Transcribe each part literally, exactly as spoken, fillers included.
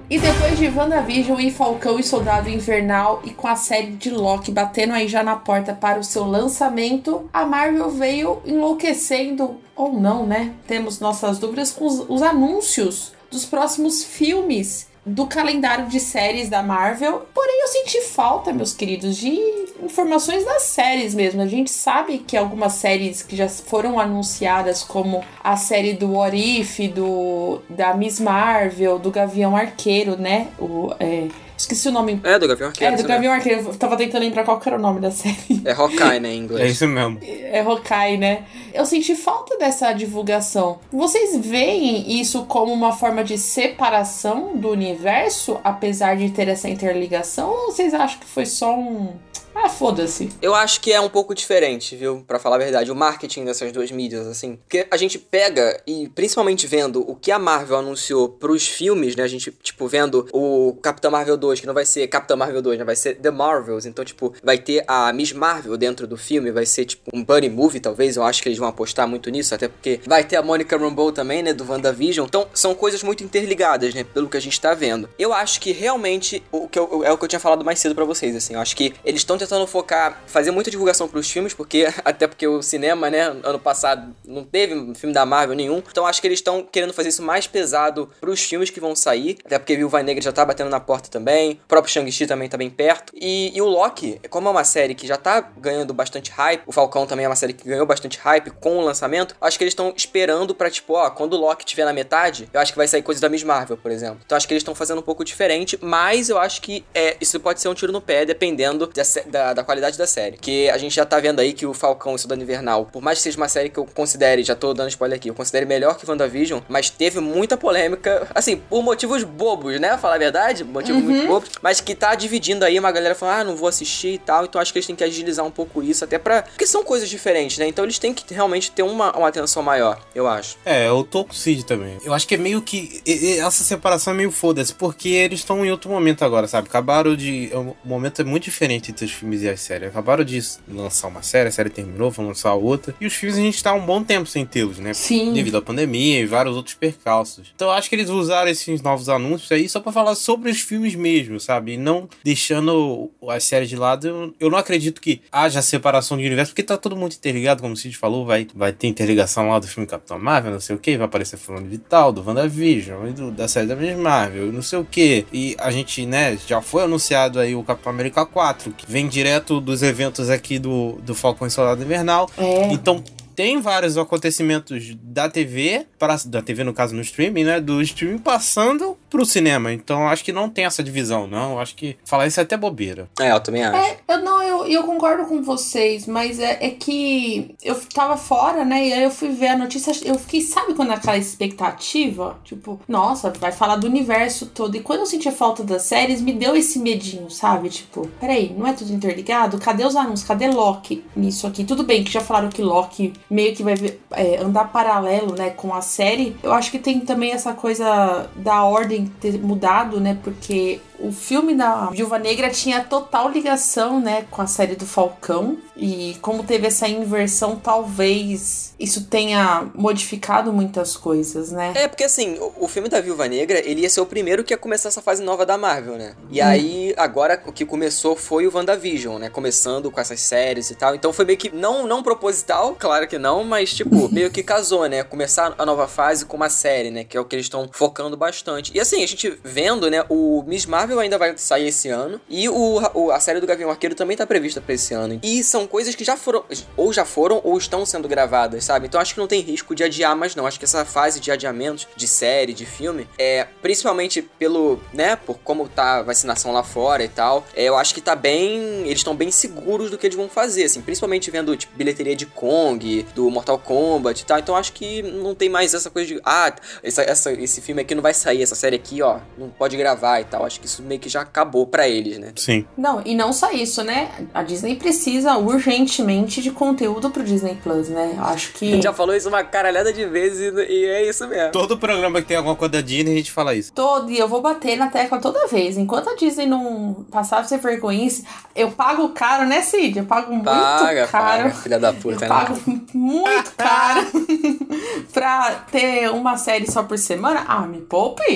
E depois de WandaVision e Falcão e Soldado Invernal e com a série de Loki batendo aí já na porta para o seu lançamento, a Marvel veio enlouquecendo, ou não, né? Temos nossas dúvidas com os, os anúncios dos próximos filmes do calendário de séries da Marvel. Porém, eu senti falta, meus queridos, de informações das séries mesmo. A gente sabe que algumas séries que já foram anunciadas, como a série do What If, do, da Miss Marvel, do Gavião Arqueiro, né? O, é, esqueci o nome. É, do Gavião Arqueiro. É, do Gavião Arqueiro. Eu tava tentando lembrar qual que era o nome da série. É Hawkeye, né, em inglês. É isso mesmo. É Hawkeye, né? Eu senti falta dessa divulgação. Vocês veem isso como uma forma de separação do universo, apesar de ter essa interligação? Ou vocês acham que foi só um... Ah, foda-se. Eu acho que é um pouco diferente, viu? Pra falar a verdade, o marketing dessas duas mídias, assim. Porque a gente pega, e principalmente vendo o que a Marvel anunciou pros filmes, né? A gente, tipo, vendo o Capitão Marvel dois, que não vai ser Capitão Marvel dois, né? Vai ser The Marvels. Então, tipo, vai ter a Miss Marvel dentro do filme, vai ser, tipo, um buddy movie, talvez. Eu acho que eles vão apostar muito nisso, até porque vai ter a Monica Rambeau também, né? Do WandaVision. Então, são coisas muito interligadas, né? Pelo que a gente tá vendo. Eu acho que, realmente, o que eu, é o que eu tinha falado mais cedo pra vocês, assim. Eu acho que eles estão tentando focar, fazer muita divulgação pros filmes, porque até porque o cinema, né, ano passado não teve um filme da Marvel nenhum, então acho que eles estão querendo fazer isso mais pesado pros filmes que vão sair, até porque Viúva Negra já tá batendo na porta também, o próprio Shang-Chi também tá bem perto, e, e o Loki, como é uma série que já tá ganhando bastante hype, o Falcão também é uma série que ganhou bastante hype com o lançamento, acho que eles estão esperando pra, tipo, ó, quando o Loki estiver na metade, eu acho que vai sair coisa da Miss Marvel, por exemplo. Então acho que eles estão fazendo um pouco diferente, mas eu acho que é, isso pode ser um tiro no pé, dependendo da, da, da qualidade da série. Que a gente já tá vendo aí que o Falcão e o Soldado Invernal, por mais que seja uma série que eu considere, já tô dando spoiler aqui, eu considere melhor que WandaVision, mas teve muita polêmica, assim, por motivos bobos, né? Falar a verdade, motivos Uhum. muito bobos, mas que tá dividindo aí uma galera falando, ah, não vou assistir e tal, então acho que eles têm que agilizar um pouco isso, até pra... Porque são coisas diferentes, né? Então eles têm que realmente ter uma, uma atenção maior, eu acho. É, eu tô com o Cid também. Eu acho que é meio que... e- e essa separação é meio foda-se, porque eles estão em outro momento agora, sabe? Acabaram de... O momento é muito diferente entre os filmes e as séries. Acabaram de lançar uma série, a série terminou, vão lançar outra. E os filmes a gente tá há um bom tempo sem tê-los, né? Sim. Devido à pandemia e vários outros percalços. Então eu acho que eles usaram esses novos anúncios aí só pra falar sobre os filmes mesmo, sabe? E não deixando as séries de lado. Eu, eu não acredito que haja separação de universo, porque tá todo mundo interligado, como o Cid falou. Vai, vai ter interligação lá do filme Capitão Marvel, não sei o que. Vai aparecer falando de tal, do WandaVision, e do, da série da Miss Marvel, não sei o que. E a gente, né, já foi anunciado aí o Capitão América quatro, que vem direto dos eventos aqui do, do Falcão e Soldado Invernal. É. Então tem vários acontecimentos da T V, pra, da T V no caso no streaming, né? Do streaming passando pro cinema. Então acho que não tem essa divisão, não. Acho que falar isso é até bobeira. É, eu também acho. É, eu não, eu, eu concordo com vocês, mas é, é que eu tava fora, né? E aí eu fui ver a notícia, eu fiquei, sabe quando aquela expectativa? Tipo, nossa, vai falar do universo todo. E quando eu senti a falta das séries, me deu esse medinho, sabe? Tipo, peraí, não é tudo interligado? Cadê os anúncios? Cadê Loki nisso aqui? Tudo bem que já falaram que Loki meio que vai é, andar paralelo, né, com a série. Eu acho que tem também essa coisa da ordem ter mudado, né? Porque o filme da Viúva Negra tinha total ligação, né, com a série do Falcão. E como teve essa inversão, talvez isso tenha modificado muitas coisas, né? É, porque assim, o, o filme da Viúva Negra, ele ia ser o primeiro que ia começar essa fase nova da Marvel, né? E hum. aí, agora, o que começou foi o WandaVision, né? Começando com essas séries e tal. Então foi meio que, não, não proposital, claro que não, mas tipo, meio que casou, né? Começar a nova fase com uma série, né? Que é o que eles estão focando bastante. E assim, a gente vendo, né? O Miss Marvel ainda vai sair esse ano. E o, o, a série do Gavião Arqueiro também tá prevista pra esse ano. E são coisas que já foram, ou já foram, ou estão sendo gravadas, sabe? Então acho que não tem risco de adiar mais, não. Acho que essa fase de adiamentos de série, de filme, é principalmente pelo, né? Por como tá a vacinação lá fora e tal. É, eu acho que tá bem. Eles estão bem seguros do que eles vão fazer, assim. Principalmente vendo, tipo, bilheteria de Kong, do Mortal Kombat e tal. Então acho que não tem mais essa coisa de, ah, essa, essa, esse filme aqui não vai sair, essa série aqui, ó, não pode gravar e tal. Acho que isso meio que já acabou pra eles, né? Sim. Não, e não só isso, né? A Disney precisa urgentemente de conteúdo pro Disney Plus, né? Acho que... A gente já falou isso uma caralhada de vezes e, e é isso mesmo. Todo programa que tem alguma coisa da Disney, a gente fala isso. Todo, e eu vou bater na tecla toda vez. Enquanto a Disney não passar sem vergonha, eu pago caro, né, Cid? Eu pago muito paga, caro. Paga, filha da puta, eu né? pago muito caro pra ter uma série só por semana. Ah, me poupe.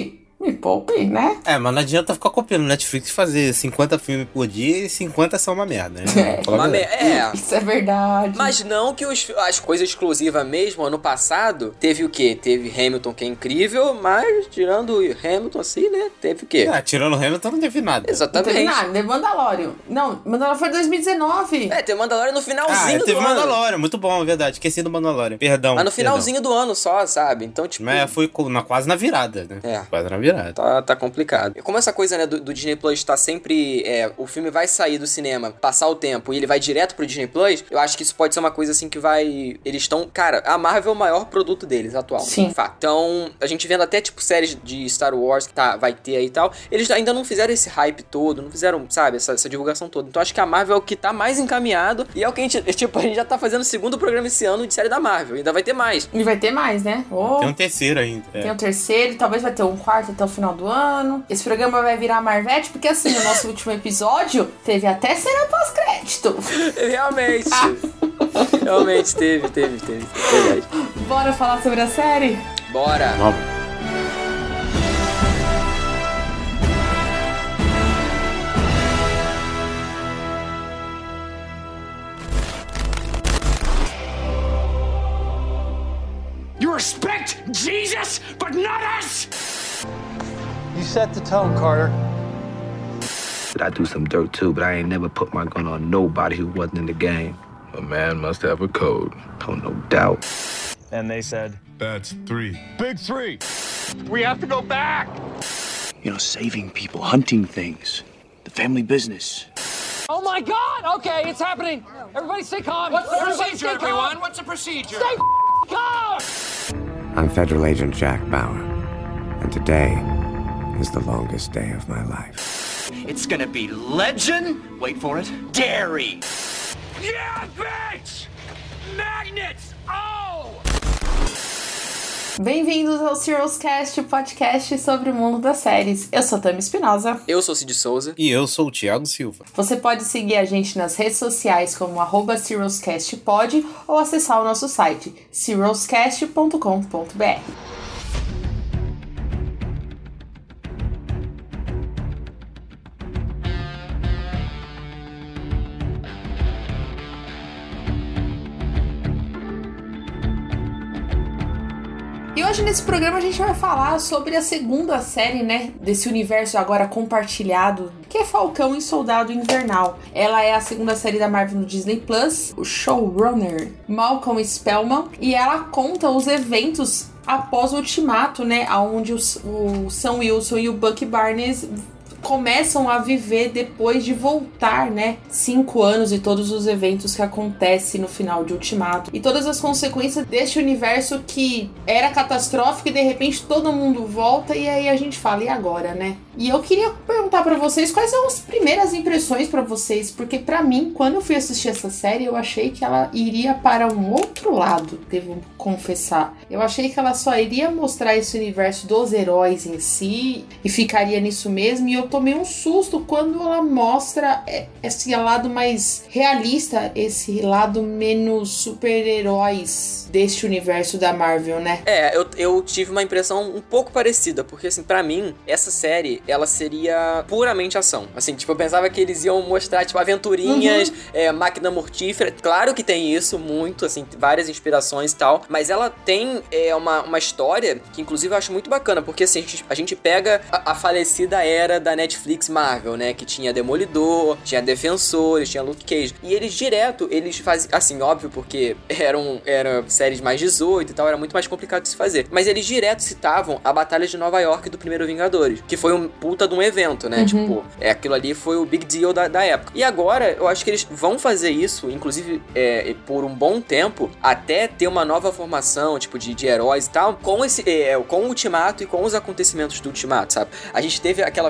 Me poupe, né? É, mas não adianta ficar copiando Netflix e fazer cinquenta filmes por dia e cinquenta são uma merda, né? É, uma me- é. Isso é verdade. Mas não que os, as coisas exclusivas mesmo, ano passado, teve o quê? Teve Hamilton, que é incrível, mas tirando o Hamilton assim, né? Teve o quê? Ah, tirando o Hamilton não teve nada. Exatamente. Não teve nada, teve Mandalorian. Não, Mandalorian foi dois mil e dezenove. É, teve Mandalorian no finalzinho ah, do teve ano. Mandalorian, muito bom, é verdade. Esqueci do Mandalorian, perdão. Mas no finalzinho perdão. do ano só, sabe? Então, tipo... Mas foi na, quase na virada, né? É. Quase na virada. Tá, tá complicado. Como essa coisa, né, do, do Disney Plus tá sempre... É, o filme vai sair do cinema, passar o tempo e ele vai direto pro Disney Plus, eu acho que isso pode ser uma coisa assim que vai... Eles estão... Cara, a Marvel é o maior produto deles atual. Sim. De fato. Então, a gente vendo até, tipo, séries de Star Wars que tá, vai ter aí e tal, eles ainda não fizeram esse hype todo, não fizeram, sabe, essa, essa divulgação toda. Então, acho que a Marvel é o que tá mais encaminhado e é o que a gente... Tipo, a gente já tá fazendo o segundo programa esse ano de série da Marvel. Ainda vai ter mais. E vai ter mais, né? Oh. Tem um terceiro ainda. É. Tem um terceiro, talvez vai ter um quarto até o final do ano. Esse programa vai virar Marvete, porque assim, no nosso último episódio, teve até cena pós-crédito. Realmente. Realmente teve, teve, teve. Verdade. Bora falar sobre a série? Bora. Vamos. You respect Jesus, but not us! You set the tone, Carter. I do some dirt too, but I ain't never put my gun on nobody who wasn't in the game. A man must have a code. Oh, no doubt. And they said, That's three. Big three. We have to go back! You know, saving people, hunting things, the family business. Oh my God! Okay, it's happening. Everybody stay calm. What's the Everybody procedure, stay calm. everyone? What's the procedure? Stay calm! I'm Federal Agent Jack Bauer, and today is the longest day of my life. It's gonna be legend. Wait for it. Dairy. Yeah, bitch! Magnets! Oh! Bem-vindos ao Serials Cast, o podcast sobre o mundo das séries. Eu sou Tami Espinosa. Eu sou Cid Souza. E eu sou o Thiago Silva. Você pode seguir a gente nas redes sociais como arroba serialscastpod ou acessar o nosso site serialscast ponto com ponto b r. E hoje nesse programa a gente vai falar sobre a segunda série, né, desse universo agora compartilhado, que é Falcão e Soldado Invernal. Ela é a segunda série da Marvel no Disney Plus, o showrunner Malcolm Spellman, e ela conta os eventos após o Ultimato, né, onde os, o Sam Wilson e o Bucky Barnes começam a viver depois de voltar, né? Cinco anos e todos os eventos que acontecem no final de Ultimato. E todas as consequências deste universo que era catastrófico e de repente todo mundo volta e aí a gente fala, e agora, né? E eu queria perguntar pra vocês quais são as primeiras impressões pra vocês, porque pra mim, quando eu fui assistir essa série, eu achei que ela iria para um outro lado, devo confessar. Eu achei que ela só iria mostrar esse universo dos heróis em si e ficaria nisso mesmo, e eu tomei um susto quando ela mostra esse lado mais realista, esse lado menos super-heróis deste universo da Marvel, né? É, eu, eu tive uma impressão um pouco parecida, porque assim, pra mim, essa série, ela seria puramente ação. Assim, tipo, eu pensava que eles iam mostrar, tipo, aventurinhas, uhum. é, máquina mortífera. Claro que tem isso, muito, assim, várias inspirações e tal, mas ela tem é, uma, uma história que, inclusive, eu acho muito bacana, porque assim, a gente, a gente pega a, a falecida era da Netflix Marvel, né, que tinha Demolidor, tinha Defensores, tinha Luke Cage, e eles direto, eles faziam, assim, óbvio, porque eram, eram séries mais dezoito e tal, era muito mais complicado de se fazer, mas eles direto citavam a Batalha de Nova York do primeiro Vingadores, que foi um puta de um evento, né, uhum. tipo, é, aquilo ali foi o big deal da, da época. E agora, eu acho que eles vão fazer isso, inclusive, é, por um bom tempo, até ter uma nova formação, tipo, de, de heróis e tal, com esse, é, com o Ultimato e com os acontecimentos do Ultimato, sabe? A gente teve aquela finalização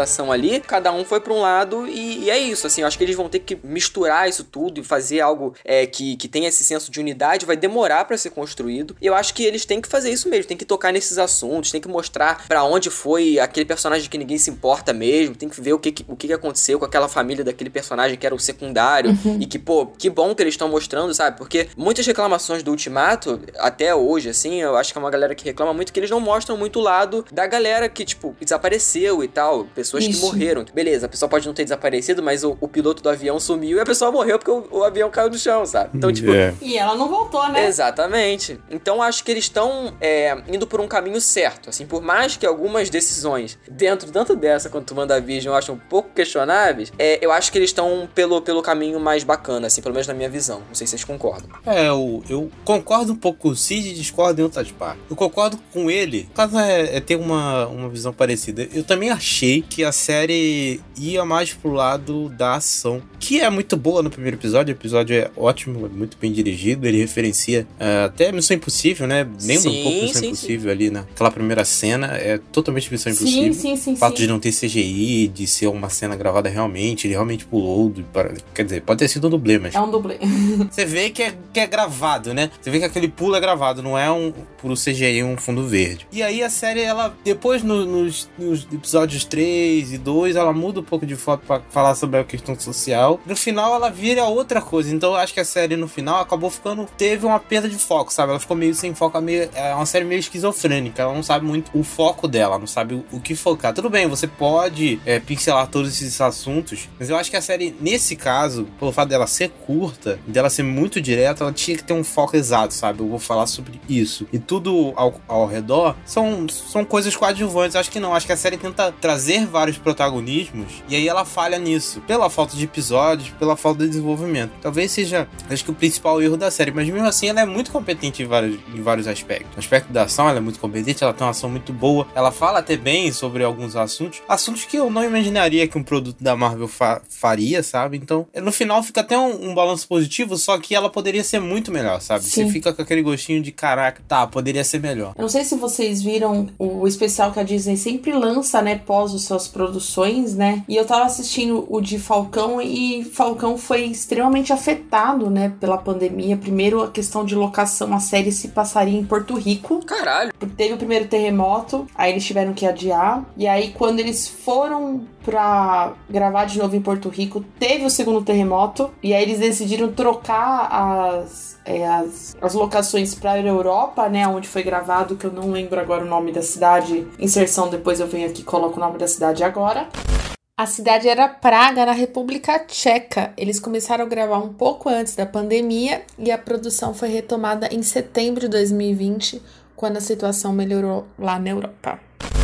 polarização ali, cada um foi pra um lado e, e é isso, assim, eu acho que eles vão ter que misturar isso tudo e fazer algo é, que, que tenha esse senso de unidade, vai demorar pra ser construído. Eu acho que eles têm que fazer isso mesmo, tem que tocar nesses assuntos, tem que mostrar pra onde foi aquele personagem que ninguém se importa mesmo, tem que ver o que, o que aconteceu com aquela família daquele personagem que era o secundário, uhum. e que, pô, que bom que eles estão mostrando, sabe? Porque muitas reclamações do Ultimato, até hoje, assim, eu acho que é uma galera que reclama muito que eles não mostram muito o lado da galera que, tipo, desapareceu e tal, pessoas Isso. que morreram. Beleza, a pessoa pode não ter desaparecido, mas o, o piloto do avião sumiu e a pessoa morreu porque o, o avião caiu no chão, sabe? Então, tipo... Yeah. E ela não voltou, né? Exatamente. Então, acho que eles estão é, indo por um caminho certo, assim, por mais que algumas decisões dentro, tanto dessa quanto do WandaVision, eu acho um pouco questionáveis, é, eu acho que eles estão pelo, pelo caminho mais bacana, assim, pelo menos na minha visão. Não sei se vocês concordam. É, eu, eu concordo um pouco com o Cid e discordo em outras partes. Eu concordo com ele, o caso é, é ter uma, uma visão parecida. Eu também achei que a série ia mais pro lado da ação, que é muito boa no primeiro episódio. O episódio é ótimo, é muito bem dirigido, ele referencia uh, até Missão Impossível, né? Lembra sim, um pouco Missão sim, Impossível sim. ali naquela primeira cena, é totalmente Missão Impossível. Sim, sim, sim. O fato sim. de não ter C G I, de ser uma cena gravada realmente, ele realmente pulou, do, quer dizer, pode ter sido um dublê, mas... É um dublê. Você vê que é, que é gravado, né? Você vê que aquele pulo é gravado, não é um puro C G I, um fundo verde. E aí a série, ela, depois no, nos, nos episódios três e dois, ela muda um pouco de foco pra falar sobre a questão social. No final, ela vira outra coisa. Então, eu acho que a série, no final, acabou ficando... Teve uma perda de foco, sabe? Ela ficou meio sem foco, meio, é uma série meio esquizofrênica. Ela não sabe muito o foco dela, não sabe o, o que focar. Tudo bem, você pode é, pincelar todos esses assuntos, mas eu acho que a série, nesse caso, pelo fato dela ser curta, dela ser muito direta, ela tinha que ter um foco exato, sabe? Eu vou falar sobre isso. E tudo ao, ao redor são, são coisas coadjuvantes. Acho que não. Acho que a série tenta trazer vários protagonismos e aí ela falha nisso. Pela falta de episódios, pela falta de desenvolvimento. Talvez seja, acho que o principal erro da série. Mas mesmo assim, ela é muito competente em vários, em vários aspectos. No aspecto da ação, ela é muito competente. Ela tem uma ação muito boa. Ela fala até bem sobre alguns assuntos. Assuntos que eu não imaginaria que um produto da Marvel fa- faria, sabe? Então, no final fica até um, um balanço positivo, só que ela poderia ser muito melhor, sabe? Sim. Você fica com aquele gostinho de caraca, tá, poderia ser melhor. Eu não sei se vocês viram o especial que a Disney sempre lança, né, pós as suas produções, né? E eu tava assistindo o de Falcão e Falcão foi extremamente afetado, né, pela pandemia. Primeiro, a questão de locação, a série se passaria em Porto Rico. Caralho! Teve o primeiro terremoto, aí eles tiveram que adiar. E aí, quando eles foram pra gravar de novo em Porto Rico, teve o segundo terremoto. E aí eles decidiram trocar as... É, as, as locações pra Europa, né, onde foi gravado, que eu não lembro agora o nome da cidade. Inserção, depois eu venho aqui e coloco o nome da cidade agora. A cidade era Praga, na República Tcheca. Eles começaram a gravar um pouco antes da pandemia e a produção foi retomada em setembro de dois mil e vinte, quando a situação melhorou lá na Europa.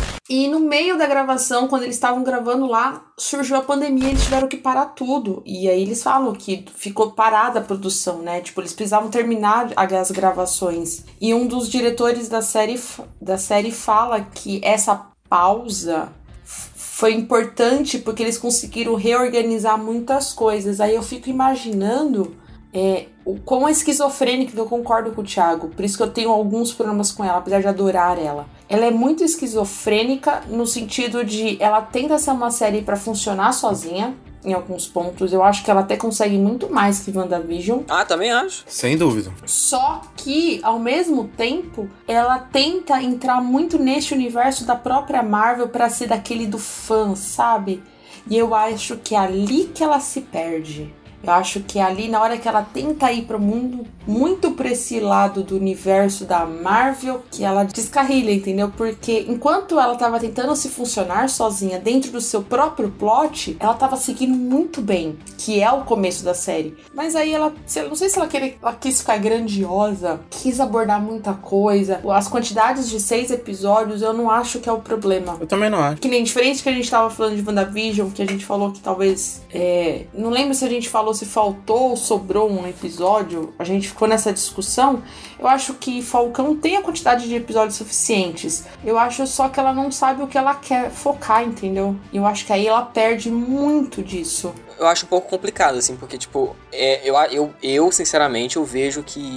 E no meio da gravação, quando eles estavam gravando lá, surgiu a pandemia e eles tiveram que parar tudo. E aí eles falam que ficou parada a produção, né? Tipo, eles precisavam terminar as gravações. E um dos diretores da série, da série fala que essa pausa foi importante porque eles conseguiram reorganizar muitas coisas. Aí eu fico imaginando... É, o quão é esquizofrênica, que eu concordo com o Thiago, por isso que eu tenho alguns problemas com ela, apesar de adorar ela. Ela é muito esquizofrênica no sentido de ela tenta ser uma série pra funcionar sozinha em alguns pontos. Eu acho que ela até consegue muito mais que WandaVision. Ah, também acho. Sem dúvida. Só que, ao mesmo tempo, ela tenta entrar muito neste universo da própria Marvel pra ser daquele do fã, sabe? E eu acho que é ali que ela se perde. Eu acho que ali, na hora que ela tenta ir pro mundo, muito pra esse lado do universo da Marvel, que ela descarrilha, entendeu? Porque enquanto ela tava tentando se funcionar sozinha dentro do seu próprio plot, ela tava seguindo muito bem, que é o começo da série. Mas aí ela, não sei se ela, queria, ela quis ficar grandiosa, quis abordar muita coisa. As quantidades de seis episódios, eu não acho que é o problema. Eu também não acho. Que nem diferente que a gente tava falando de WandaVision, que a gente falou que talvez... É, não lembro se a gente falou se faltou ou sobrou um episódio, a gente ficou nessa discussão. Eu acho que Falcão tem a quantidade de episódios suficientes. Eu acho só que ela não sabe o que ela quer focar, entendeu? E eu acho que aí ela perde muito disso. Eu acho um pouco complicado, assim, porque, tipo, é, eu, eu, eu, sinceramente, eu vejo que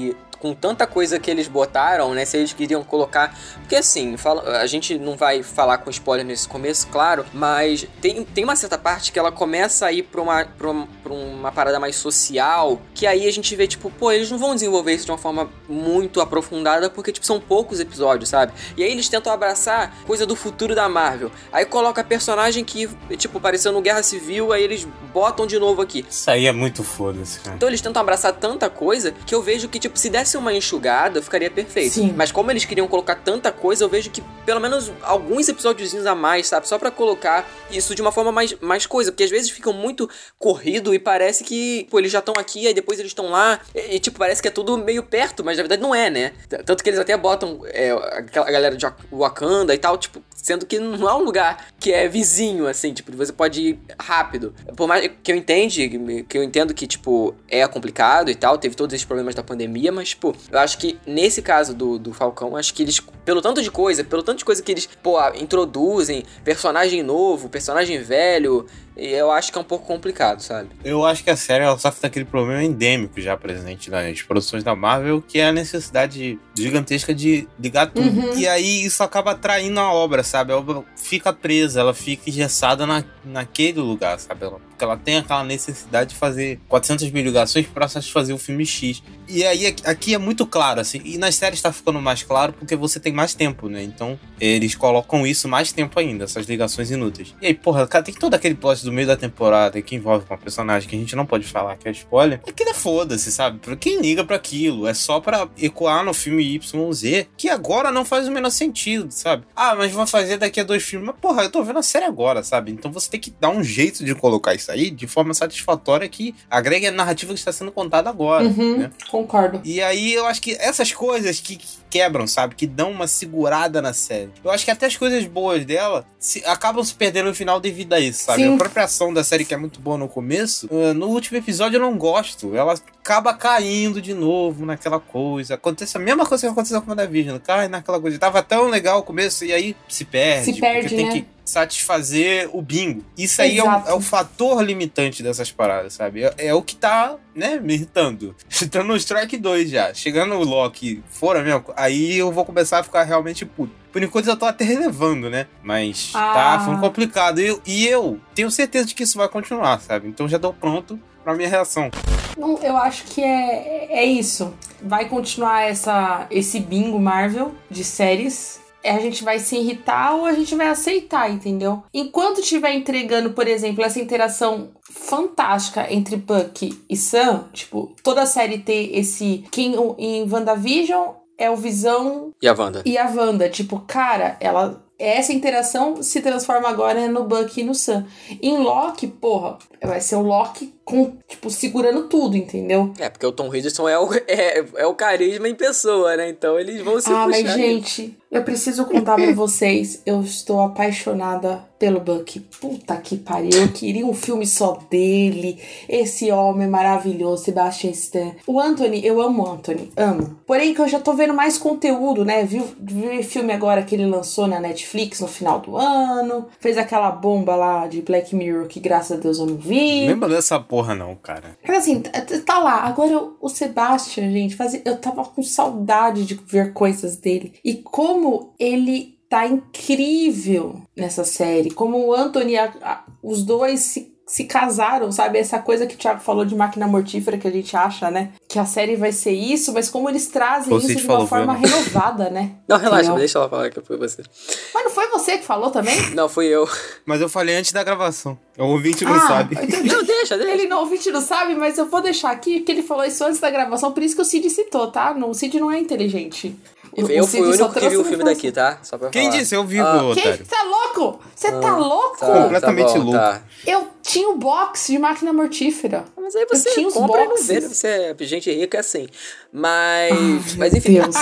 com tanta coisa que eles botaram, né, se eles queriam colocar... Porque assim, fala, a gente não vai falar com spoiler nesse começo, claro, mas tem, tem uma certa parte que ela começa a ir pra uma, pra, uma, pra uma parada mais social, que aí a gente vê, tipo, pô, eles não vão desenvolver isso de uma forma muito aprofundada, porque, tipo, são poucos episódios, sabe? E aí eles tentam abraçar coisa do futuro da Marvel. Aí coloca personagem que, tipo, apareceu no Guerra Civil, aí eles botam de novo aqui. Isso aí é muito foda-se, cara. Então eles tentam abraçar tanta coisa que eu vejo que, tipo, se desse uma enxugada, ficaria perfeito. Sim. Mas como eles queriam colocar tanta coisa, eu vejo que pelo menos alguns episódiozinhos a mais, sabe? Só pra colocar isso de uma forma mais, mais coisa. Porque às vezes ficam muito corrido e parece que, pô, eles já estão aqui, aí depois eles estão lá. E, tipo, parece que é tudo meio perto, mas na verdade não é, né? Tanto que eles até botam é, aquela galera de Wakanda e tal, tipo, sendo que não é um lugar que é vizinho, assim, tipo, você pode ir rápido. Por mais que eu entende, que eu entendo que, tipo, é complicado e tal, teve todos esses problemas da pandemia, mas, tipo, eu acho que nesse caso do, do Falcão, acho que eles, pelo tanto de coisa, pelo tanto de coisa que eles, pô, introduzem, personagem novo, personagem velho, eu acho que é um pouco complicado, sabe? Eu acho que a série ela sofre daquele problema endêmico já presente nas produções da Marvel, que é a necessidade gigantesca de ligar tudo. Uhum. E aí isso acaba atraindo a obra, sabe? A obra fica presa, ela fica engessada na, naquele lugar, sabe? Ela, porque ela tem aquela necessidade de fazer quatrocentas mil ligações para satisfazer o filme X. E aí aqui é muito claro, assim, e nas séries tá ficando mais claro porque você tem mais tempo, né? Então eles colocam isso mais tempo ainda, essas ligações inúteis. E aí, porra, cara, tem todo aquele plot do meio da temporada que envolve uma personagem que a gente não pode falar que é spoiler, é que é foda-se, sabe? Pra quem liga pra aquilo, é só pra ecoar no filme Y Z, que agora não faz o menor sentido, sabe? Ah, mas vão fazer daqui a dois filmes. Mas, porra, eu tô vendo a série agora, sabe? Então você tem que dar um jeito de colocar isso aí de forma satisfatória que agregue a narrativa que está sendo contada agora, uhum, né? Concordo. E aí eu acho que essas coisas que quebram, sabe? Que dão uma segurada na série. Eu acho que até as coisas boas dela se, acabam se perdendo no final devido a isso, sabe? Sim. A própria ação da série, que é muito boa no começo, uh, no último episódio eu não gosto. Ela acaba caindo de novo naquela coisa. Acontece a mesma coisa que aconteceu com a WandaVision. Cai naquela coisa. Tava tão legal o começo e aí se perde. Se perde, porque tem né? que satisfazer o bingo. Isso aí é o, é o fator limitante dessas paradas, sabe? É, é o que tá, né, me irritando. Então no Strike dois já, chegando o Loki fora mesmo, aí eu vou começar a ficar realmente puto. Por enquanto eu tô até relevando, né? Mas ah. tá, foi complicado. E eu, e eu tenho certeza de que isso vai continuar, sabe? Então já tô pronto pra minha reação. Não, eu acho que é, é isso. Vai continuar essa, esse bingo Marvel de séries. A gente vai se irritar ou a gente vai aceitar, entendeu? Enquanto estiver entregando, por exemplo, essa interação fantástica entre Bucky e Sam, tipo, toda a série ter esse... Que em, em WandaVision é o Visão... E a Wanda. E a Wanda. Tipo, cara, ela... Essa interação se transforma agora no Bucky e no Sam. Em Loki, porra, vai ser o Loki com, tipo, segurando tudo, entendeu? É, porque o Tom Hiddleston é o, é, é o carisma em pessoa, né? Então eles vão se ah, puxar. Ah, mas, gente, eu preciso contar pra vocês. Eu estou apaixonada pelo Bucky. Puta que pariu. Eu queria um filme só dele. Esse homem maravilhoso, Sebastian Stan. O Anthony, eu amo o Anthony. Amo. Porém, que eu já tô vendo mais conteúdo, né? Vi o filme agora que ele lançou na Netflix no final do ano. Fez aquela bomba lá de Black Mirror que, graças a Deus, eu não vi. Lembra dessa porra não, cara. Mas assim, tá lá. Agora o Sebastian, gente, fazia, eu tava com saudade de ver coisas dele. E como ele tá incrível nessa série. Como o Anthony, a, a, os dois se, se casaram, sabe? Essa coisa que o Thiago falou de máquina mortífera que a gente acha, né? Que a série vai ser isso, mas como eles trazem você isso de uma forma viu, renovada, né? Não, relaxa, entendeu? Deixa ela falar que foi você. Mas não foi você que falou também? Não, fui eu. Mas eu falei antes da gravação. O ouvinte não ah, sabe. Então, não, deixa, deixa. Ele não, o ouvinte não sabe, mas eu vou deixar aqui que ele falou isso antes da gravação, por isso que o Cid citou, tá? Não, o Cid não é inteligente. O, eu fui o único que viu o filme daqui, tá? Só pra Quem falar. disse? Eu vi o ah, otário. Quem? Você tá louco? Você ah, tá louco? Tá, completamente tá bom, louco. Tá. Eu tinha o box de máquina mortífera. Mas aí você tinha compra os e não vê. Você é gente rica assim. Mas... Ah, mas enfim... Deus.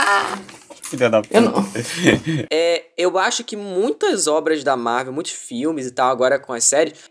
Filha da puta. Eu não. É, eu acho que muitas obras da Marvel, muitos filmes e tal, agora com as séries,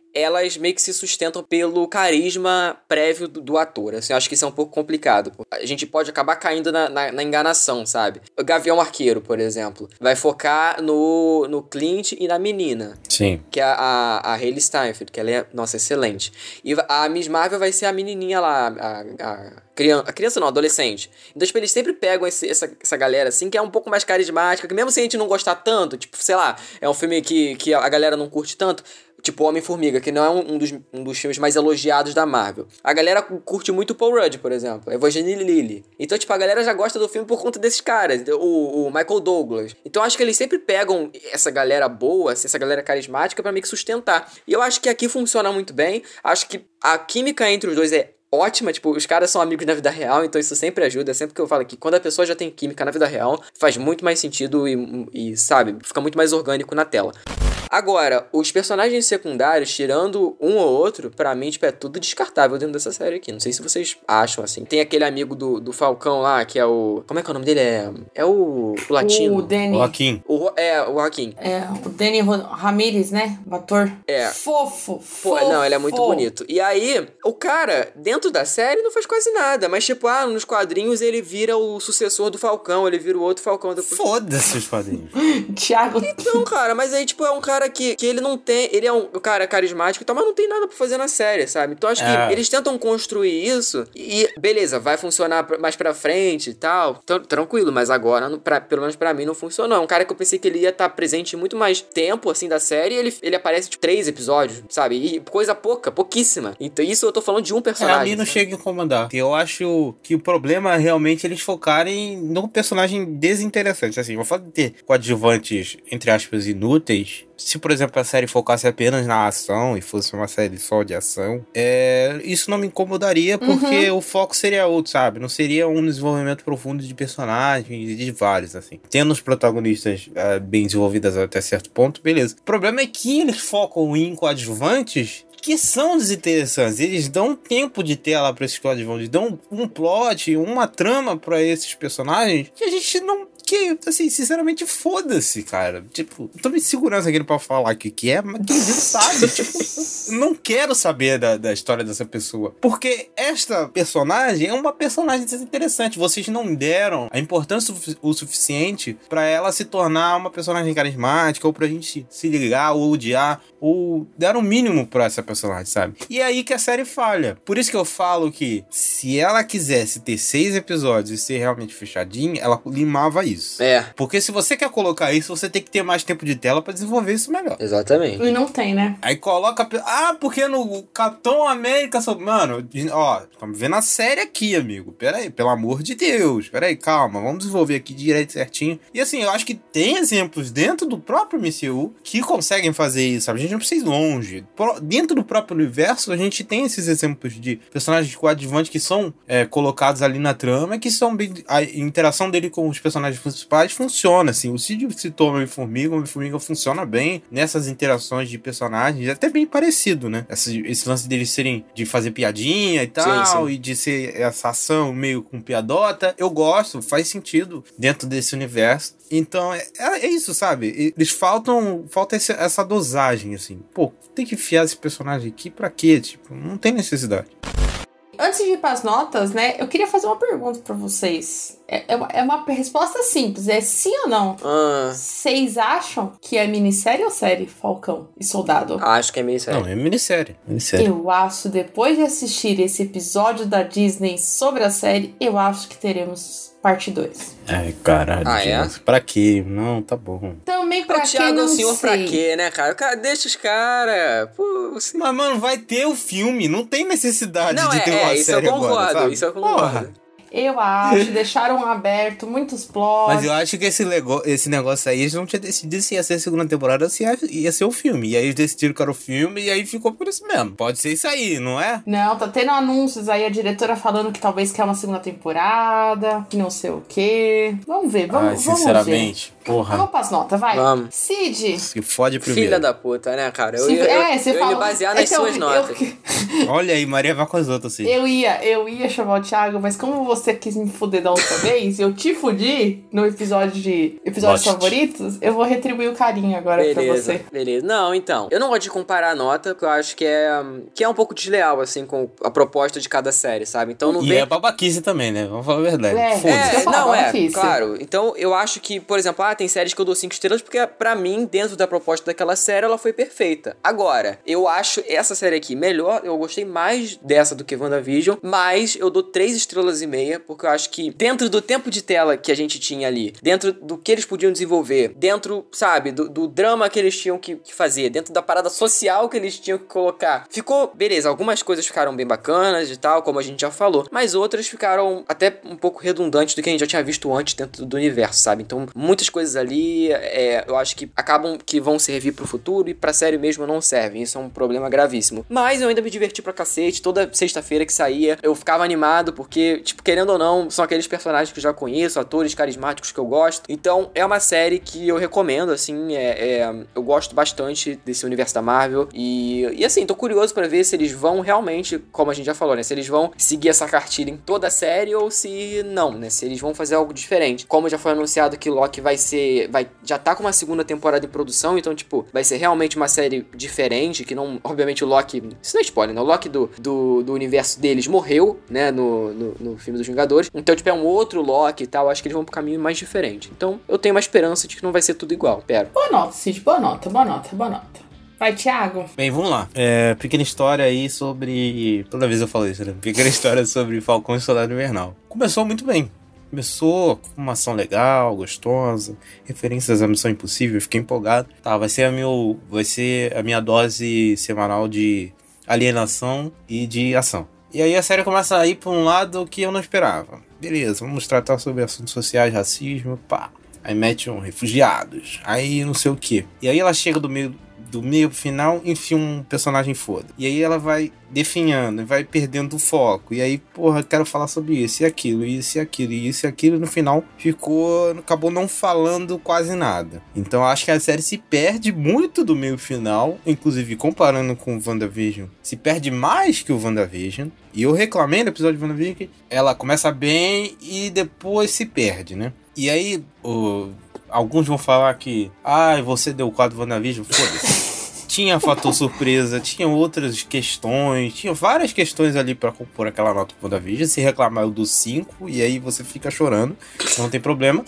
elas meio que se sustentam pelo carisma prévio do, do ator. Assim, eu acho que isso é um pouco complicado. A gente pode acabar caindo na, na, na enganação, sabe? O Gavião Arqueiro, por exemplo, vai focar no, no Clint e na menina. Sim. Que é a, a, a Hailey Steinfeld, que ela é, nossa, excelente. E a Miss Marvel vai ser a menininha lá, a, a, criança, a criança não, a adolescente. Então, tipo, eles sempre pegam esse, essa, essa galera, assim, que é um pouco mais carismática, que mesmo se a gente não gostar tanto, tipo, sei lá, é um filme que, que a galera não curte tanto, tipo Homem-Formiga, que não é um, um, dos, um dos filmes mais elogiados da Marvel. A galera curte muito o Paul Rudd, por exemplo, a Evangeline Lilly. Então, tipo, a galera já gosta do filme por conta desses caras, o, o Michael Douglas. Então, acho que eles sempre pegam essa galera boa, essa galera carismática pra meio que sustentar. E eu acho que aqui funciona muito bem. Acho que a química entre os dois é ótima, tipo, os caras são amigos na vida real, então isso sempre ajuda. Sempre que eu falo que quando a pessoa já tem química na vida real, faz muito mais sentido e, e sabe, fica muito mais orgânico na tela. Agora, os personagens secundários, tirando um ou outro, pra mim, tipo, é tudo descartável dentro dessa série aqui. Não sei se vocês acham, assim. Tem aquele amigo do, do Falcão lá, que é o... Como é que é o nome dele? É, é o, o latino. O Danny. O Joaquim. O, é, o Joaquim. É, o Danny Ramirez, né? O ator. É. Fofo, Pô, fofo. não, ele é muito bonito. E aí, o cara, dentro da série, não faz quase nada. Mas, tipo, ah, nos quadrinhos ele vira o sucessor do Falcão, ele vira o outro Falcão. Depois... Foda-se os quadrinhos. Thiago... Então, cara, mas aí, tipo, é um cara que, que ele não tem... Ele é um cara carismático e tal, mas não tem nada pra fazer na série, sabe? Então, acho É. que eles tentam construir isso e, beleza, vai funcionar mais pra frente e tal. Então, tranquilo, mas agora, no- pra, pelo menos pra mim, não funcionou. É um cara que eu pensei que ele ia estar presente muito mais tempo, assim, da série, e ele, ele aparece, tipo, três episódios, sabe? E coisa pouca, pouquíssima. Então, isso eu tô falando de um É, personagem. ali não sabe? chega a incomodar. Eu acho que o problema é realmente eles focarem no personagem desinteressante. Assim, eu falo de ter coadjuvantes, entre aspas, inúteis. Se, por exemplo, a série focasse apenas na ação e fosse uma série só de ação, é, isso não me incomodaria porque o foco seria outro, sabe? Não seria um desenvolvimento profundo de personagens e de vários, assim. Tendo os protagonistas é, bem desenvolvidos até certo ponto, beleza. O problema é que eles focam em coadjuvantes que são desinteressantes. Eles dão tempo de tela pra esses coadjuvantes, dão um plot, uma trama pra esses personagens que a gente não... Que, assim, sinceramente, foda-se, cara. Tipo, tô me segurando aqui pra falar o que que é, mas quem viu sabe. Tipo, não quero saber da, da história dessa pessoa. Porque esta personagem é uma personagem desinteressante. Vocês não deram a importância o suficiente pra ela se tornar uma personagem carismática, ou pra gente se ligar, ou odiar, ou deram o mínimo pra essa personagem, sabe? E é aí que a série falha. Por isso que eu falo que se ela quisesse ter seis episódios e ser realmente fechadinha, ela limava isso. É, Porque se você quer colocar isso, você tem que ter mais tempo de tela pra desenvolver isso melhor. exatamente. E não tem, né? Aí coloca... Ah, porque no Capitão América... só- Mano, ó, estamos vendo a série aqui, amigo. Pera aí, pelo amor de Deus. Pera aí, calma. Vamos desenvolver aqui direito certinho. E assim, eu acho que tem exemplos dentro do próprio M C U que conseguem fazer isso, sabe? A gente não precisa ir longe. Pro- Dentro do próprio universo, a gente tem esses exemplos de personagens coadjuvantes que são é, colocados ali na trama, que são bem... A interação dele com os personagens principais funciona, assim. O Cid citou o Homem-Formiga, o Homem-Formiga funciona bem nessas interações de personagens, é até bem parecido, né? Esse, esse lance deles serem, de fazer piadinha e tal, Sim, sim. e de ser essa ação meio com piadota, eu gosto, faz sentido dentro desse universo. Então, é, é isso, sabe? Eles faltam, falta esse, essa dosagem, assim. Pô, tem que enfiar esse personagem aqui pra quê? Tipo, não tem necessidade. Antes de ir para as notas, né, eu queria fazer uma pergunta para vocês. É, é, uma, é uma resposta simples, é sim ou não? Ah, Vocês acham que é minissérie ou série Falcão e Soldado? acho que é meio sério. Não, é minissérie. Minissérie. Eu acho, depois de assistir esse episódio da Disney sobre a série, eu acho que teremos parte dois. Ai, caralho. Ah, é? Deus. Pra quê? Não, tá bom. Também pra O quem Thiago é não o senhor pra sei. quê, né, cara? O cara deixa os caras. Pô, você... Mas, mano, vai ter o filme. Não tem necessidade Não, de é, ter uma é, isso eu série concordo, agora, sabe? isso eu concordo. Porra. Eu acho, deixaram aberto muitos plots. Mas eu acho que esse, lego- esse negócio aí, eles não tinham decidido se ia ser a segunda temporada ou se ia, ia ser o filme. E aí eles decidiram que era o filme e aí ficou por isso mesmo. Pode ser isso aí, não é? Não, tá tendo anúncios aí, a diretora falando que talvez quer uma segunda temporada, que não sei o quê. Vamos ver, vamos, Ai, vamos sinceramente, Porra. Vamos pras notas, vai. Vamos. Cid. Se fode primeiro. Filha da puta, né, cara? Eu, Se- eu, é, eu, você eu ia fala- me basear nas Então, suas notas. Eu, Olha aí, Maria vai com as outras, assim. eu ia, eu ia chamar o Thiago, mas como você quis me fuder da outra vez, eu te fudi no episódio de episódios Lost. favoritos, eu vou retribuir o carinho agora pra Beleza, você. beleza. Não, então, eu não gosto de comparar a nota, porque eu acho que é, que é um pouco desleal, assim, com a proposta de cada série, sabe? Então não E vem... é babaquice também, né? Vamos falar a verdade. É, Foda-se. isso que eu É, falo, não, é, difícil. claro. Então, eu acho que, por exemplo, ah, tem séries que eu dou cinco estrelas porque, pra mim, dentro da proposta daquela série, ela foi perfeita. Agora, eu acho essa série aqui melhor, eu gostei mais dessa do que WandaVision, mas eu dou três estrelas e meia, porque eu acho que dentro do tempo de tela que a gente tinha ali, dentro do que eles podiam desenvolver, dentro, sabe, do, do drama que eles tinham que, que fazer, dentro da parada social que eles tinham que colocar, ficou, beleza, algumas coisas ficaram bem bacanas e tal, como a gente já falou, mas outras ficaram até um pouco redundantes do que a gente já tinha visto antes dentro do universo, sabe? Então, muitas coisas ali, é, eu acho que acabam que vão servir pro futuro e pra série mesmo não servem. Isso é um problema gravíssimo. Mas eu ainda me diverti pra cacete. Toda sexta-feira que saía, eu ficava animado porque, tipo, querendo ou não, são aqueles personagens que eu já conheço, atores carismáticos que eu gosto. Então, é uma série que eu recomendo, assim, é, é, eu gosto bastante desse universo da Marvel e, e assim, tô curioso pra ver se eles vão realmente, como a gente já falou, né? Se eles vão seguir essa cartilha em toda a série ou se não, né? Se eles vão fazer algo diferente. Como já foi anunciado que Loki vai ser, vai, já tá com uma segunda temporada em produção, então, tipo, vai ser realmente uma série diferente, que não, obviamente o Loki, isso não é spoiler, né? O Loki do, do, do universo deles morreu, né? No, no, no filme dos Vingadores. Então, tipo, é um outro Loki e tal, acho que eles vão pro caminho mais diferente. Então, eu tenho uma esperança de que não vai ser tudo igual, pera. Boa nota, Cid, boa nota, boa nota, boa nota. Vai, Thiago. Bem, vamos lá. É, pequena história aí sobre... Toda vez eu falo isso, né? Pequena história sobre Falcão e Soldado Invernal. Começou muito bem. Começou com uma ação legal, gostosa, referências à Missão Impossível, eu fiquei empolgado. Tá, vai ser a, meu, vai ser a minha dose semanal de alienação e de ação. E aí a série começa a ir pra um lado que eu não esperava. Beleza, vamos tratar sobre assuntos sociais, racismo, pá. Aí mete um refugiados, aí não sei o que. E aí ela chega do meio... do meio pro final, enfia um personagem foda. E aí ela vai definhando, vai perdendo o foco. E aí, porra, quero falar sobre isso e aquilo, isso e aquilo, isso e aquilo. E no final, ficou... acabou não falando quase nada. Então, acho que a série se perde muito do meio final. Inclusive, comparando com o WandaVision, se perde mais que o WandaVision. E eu reclamei no episódio de WandaVision que ela começa bem e depois se perde, né? E aí, o... alguns vão falar que, ai, ah, você deu o quadro WandaVision, foda-se. Tinha fator surpresa, tinha outras questões, tinha várias questões ali pra compor aquela nota do WandaVision. Se reclamar eu dou cinco e aí você fica chorando, não tem problema.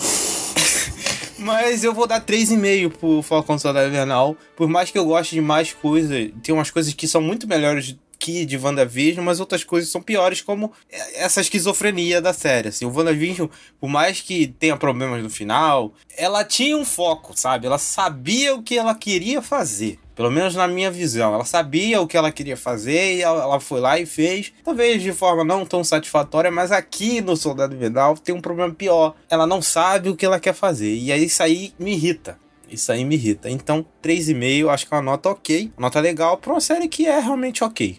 Mas eu vou dar três vírgula cinco pro Falcão Soldado Invernal, por mais que eu goste de mais coisas, tem umas coisas que são muito melhores que de WandaVision, mas outras coisas são piores, como essa esquizofrenia da série, assim. O WandaVision, por mais que tenha problemas no final, ela tinha um foco, sabe? Ela sabia o que ela queria fazer. Pelo menos na minha visão. Ela sabia o que ela queria fazer e ela foi lá e fez. Talvez de forma não tão satisfatória, mas aqui no Soldado Invernal tem um problema pior. Ela não sabe o que ela quer fazer. E aí isso aí me irrita. Isso aí me irrita. Então, três vírgula cinco, acho que é uma nota ok. Uma nota legal pra uma série que é realmente ok.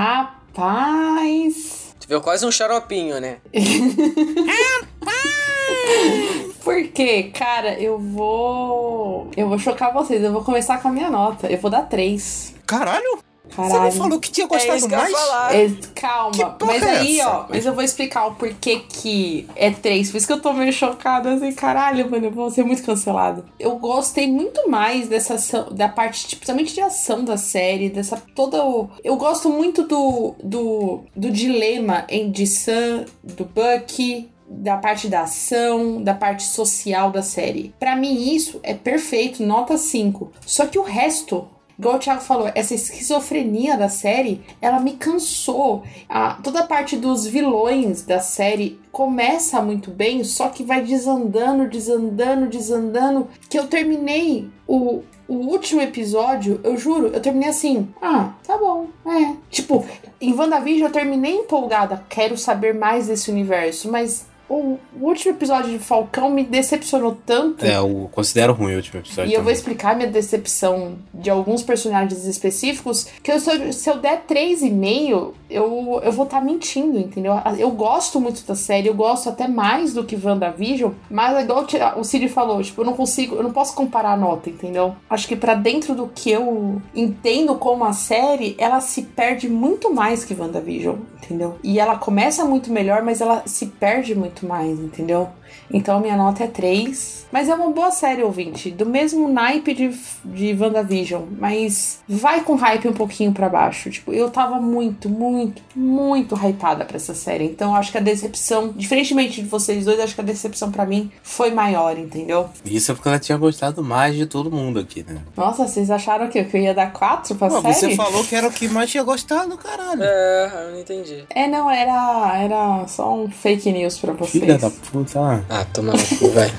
Rapaz... Tu viu quase um xaropinho, né? Por quê? Cara, eu vou... Eu vou chocar vocês. Eu vou começar com a minha nota. Eu vou dar três. Caralho! Caralho. Você não falou que tinha gostado é isso que mais? Eu ia falar. É, calma, Que porra mas é aí, essa? ó, mas eu vou explicar o porquê que é três. Por isso que eu tô meio chocada, assim, caralho, mano, eu vou ser muito cancelado. Eu gostei muito mais dessa ação, da parte, tipo, principalmente de ação da série, dessa toda o... Eu gosto muito do, do, do dilema em de Sam, do Bucky, da parte da ação, da parte social da série. Pra mim isso é perfeito, nota cinco. Só que o resto... Igual o Thiago falou, essa esquizofrenia da série, ela me cansou. A, toda a parte dos vilões da série começa muito bem, só que vai desandando, desandando, desandando, que eu terminei o, o último episódio, eu juro, eu terminei assim, ah, tá bom, é. Tipo, em WandaVision eu terminei empolgada, quero saber mais desse universo, mas o, o último episódio de Falcão me decepcionou tanto. É, eu considero ruim o último episódio. E eu também. vou explicar minha decepção de alguns personagens específicos, que eu, se, eu, se eu der três e meio, eu, eu vou estar tá mentindo, entendeu? Eu gosto muito da série, eu gosto até mais do que WandaVision, mas igual o Cid falou, tipo, eu não consigo, eu não posso comparar a nota, entendeu? Acho que pra dentro do que eu entendo como a série, ela se perde muito mais que WandaVision, entendeu? E ela começa muito melhor, mas ela se perde muito mais, entendeu? Então minha nota é três. Mas é uma boa série, ouvinte. Do mesmo naipe de, de WandaVision. Mas vai com hype um pouquinho pra baixo. Tipo, eu tava muito, muito, muito hypada pra essa série. Então acho que a decepção, diferentemente de vocês dois, acho que a decepção pra mim foi maior, entendeu? Isso é porque ela tinha gostado mais de todo mundo aqui, né? Nossa, vocês acharam que eu ia dar quatro pra Pô, série? você falou que era o que mais tinha gostado, caralho. É, eu não entendi. É, não, era, era só um fake news pra vocês. Filha da puta lá. Ah, toma no cu, vai.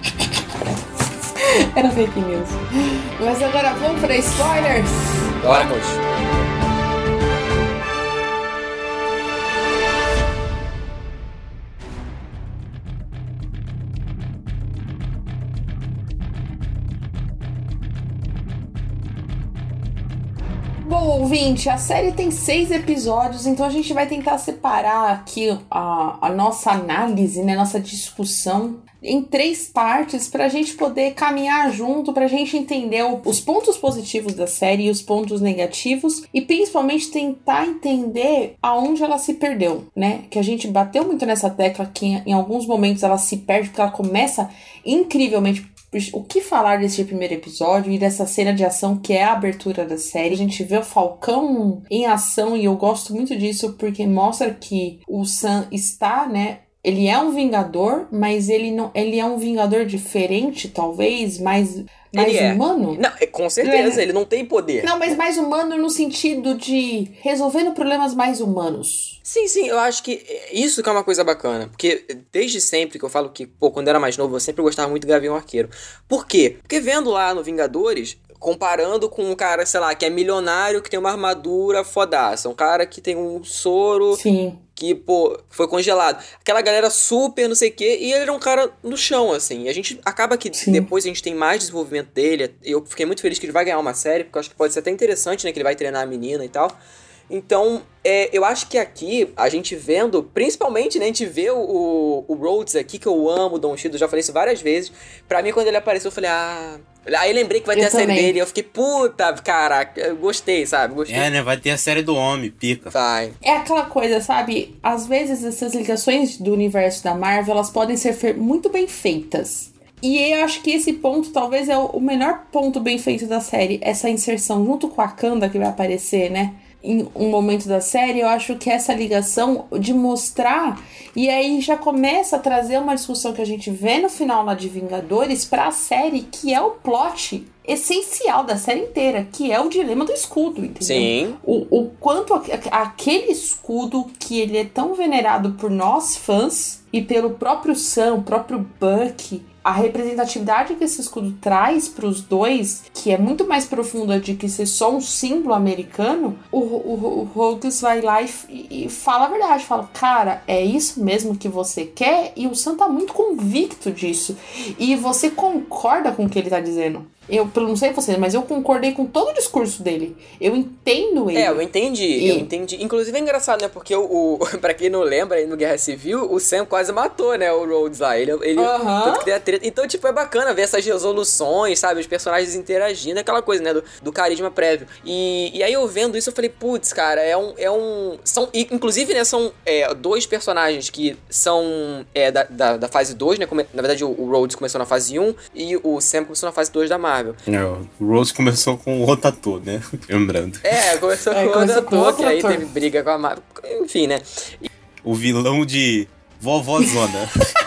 Era fake news. Mas agora vamos pra spoilers? Bora, moço. Bom, ouvinte, a série tem seis episódios, então a gente vai tentar separar aqui a, a nossa análise, né, nossa discussão em três partes pra gente poder caminhar junto, pra gente entender o, os pontos positivos da série e os pontos negativos e principalmente tentar entender aonde ela se perdeu, né? Que a gente bateu muito nessa tecla que em, em alguns momentos ela se perde porque ela começa incrivelmente. O que falar desse primeiro episódio e dessa cena de ação que é a abertura da série? A gente vê o Falcão em ação e eu gosto muito disso porque mostra que o Sam está, né? Ele é um vingador, mas ele não, ele é um vingador diferente, talvez, mais, mais ele é. humano. Não, com certeza, É. ele não tem poder. Não, mas mais humano no sentido de resolvendo problemas mais humanos. Sim, sim, eu acho que isso que é uma coisa bacana. Porque desde sempre que eu falo que, pô, quando eu era mais novo, eu sempre gostava muito do Gavião Arqueiro. Por quê? Porque vendo lá no Vingadores, comparando com um cara, sei lá, que é milionário, que tem uma armadura fodaça. Um cara que tem um soro... Sim. Que, pô, foi congelado. Aquela galera super não sei o quê, e ele era um cara no chão, assim. E a gente acaba que Sim. depois a gente tem mais desenvolvimento dele. Eu fiquei muito feliz que ele vai ganhar uma série, porque eu acho que pode ser até interessante, né? Que ele vai treinar a menina e tal. Então, é, eu acho que aqui, a gente vendo, principalmente, né, a gente vê o, o Rhodes aqui, que eu amo, o Don Cheadle, já falei isso várias vezes. Pra mim, quando ele apareceu, eu falei, ah... Aí lembrei que vai ter eu a série também. dele, eu fiquei, puta, caraca, eu gostei, sabe? Gostei. É, né? Vai ter a série do Homem, pica. Vai. É aquela coisa, sabe? Às vezes essas ligações do universo da Marvel, elas podem ser fe- muito bem feitas. E eu acho que esse ponto talvez é o melhor ponto bem feito da série. Essa inserção junto com a Wakanda que vai aparecer, né? Em um momento da série, eu acho que essa ligação de mostrar, e aí já começa a trazer uma discussão que a gente vê no final lá de Vingadores pra série, que é o plot essencial da série inteira, que é o dilema do escudo, entendeu? Sim. O, o quanto a, aquele escudo, que ele é tão venerado por nós fãs e pelo próprio Sam, o próprio Bucky, a representatividade que esse escudo traz para os dois, que é muito mais profunda de que ser só um símbolo americano, o, o, o Rhodes vai lá e, e fala a verdade, fala, cara, é isso mesmo que você quer? E o Sam tá muito convicto disso. E você concorda com o que ele tá dizendo. Eu não sei vocês, mas eu concordei com todo o discurso dele. Eu entendo ele. É, eu entendi, e... eu entendi. Inclusive é engraçado, né? Porque o, o pra quem não lembra, aí no Guerra Civil, o Sam quase matou, né, o Rhodes lá. Ele, ele uh-huh. tanto que tem a treta. Então, tipo, é bacana ver essas resoluções, sabe? Os personagens interagindo, aquela coisa, né? Do, do carisma prévio. E, e aí eu vendo isso, eu falei, putz, cara, é um... É um são, inclusive, né, são é, dois personagens que são é, da, da, da fase dois, né? Come, na verdade, o, o Rhodes começou na fase um e o Sam começou na fase dois da Marvel. É, o Rose começou com outro ator, né? Lembrando. É, começou é, com outro ator, que aí ator. teve briga com a Marvel. Enfim, né? E... O vilão de Vovózona.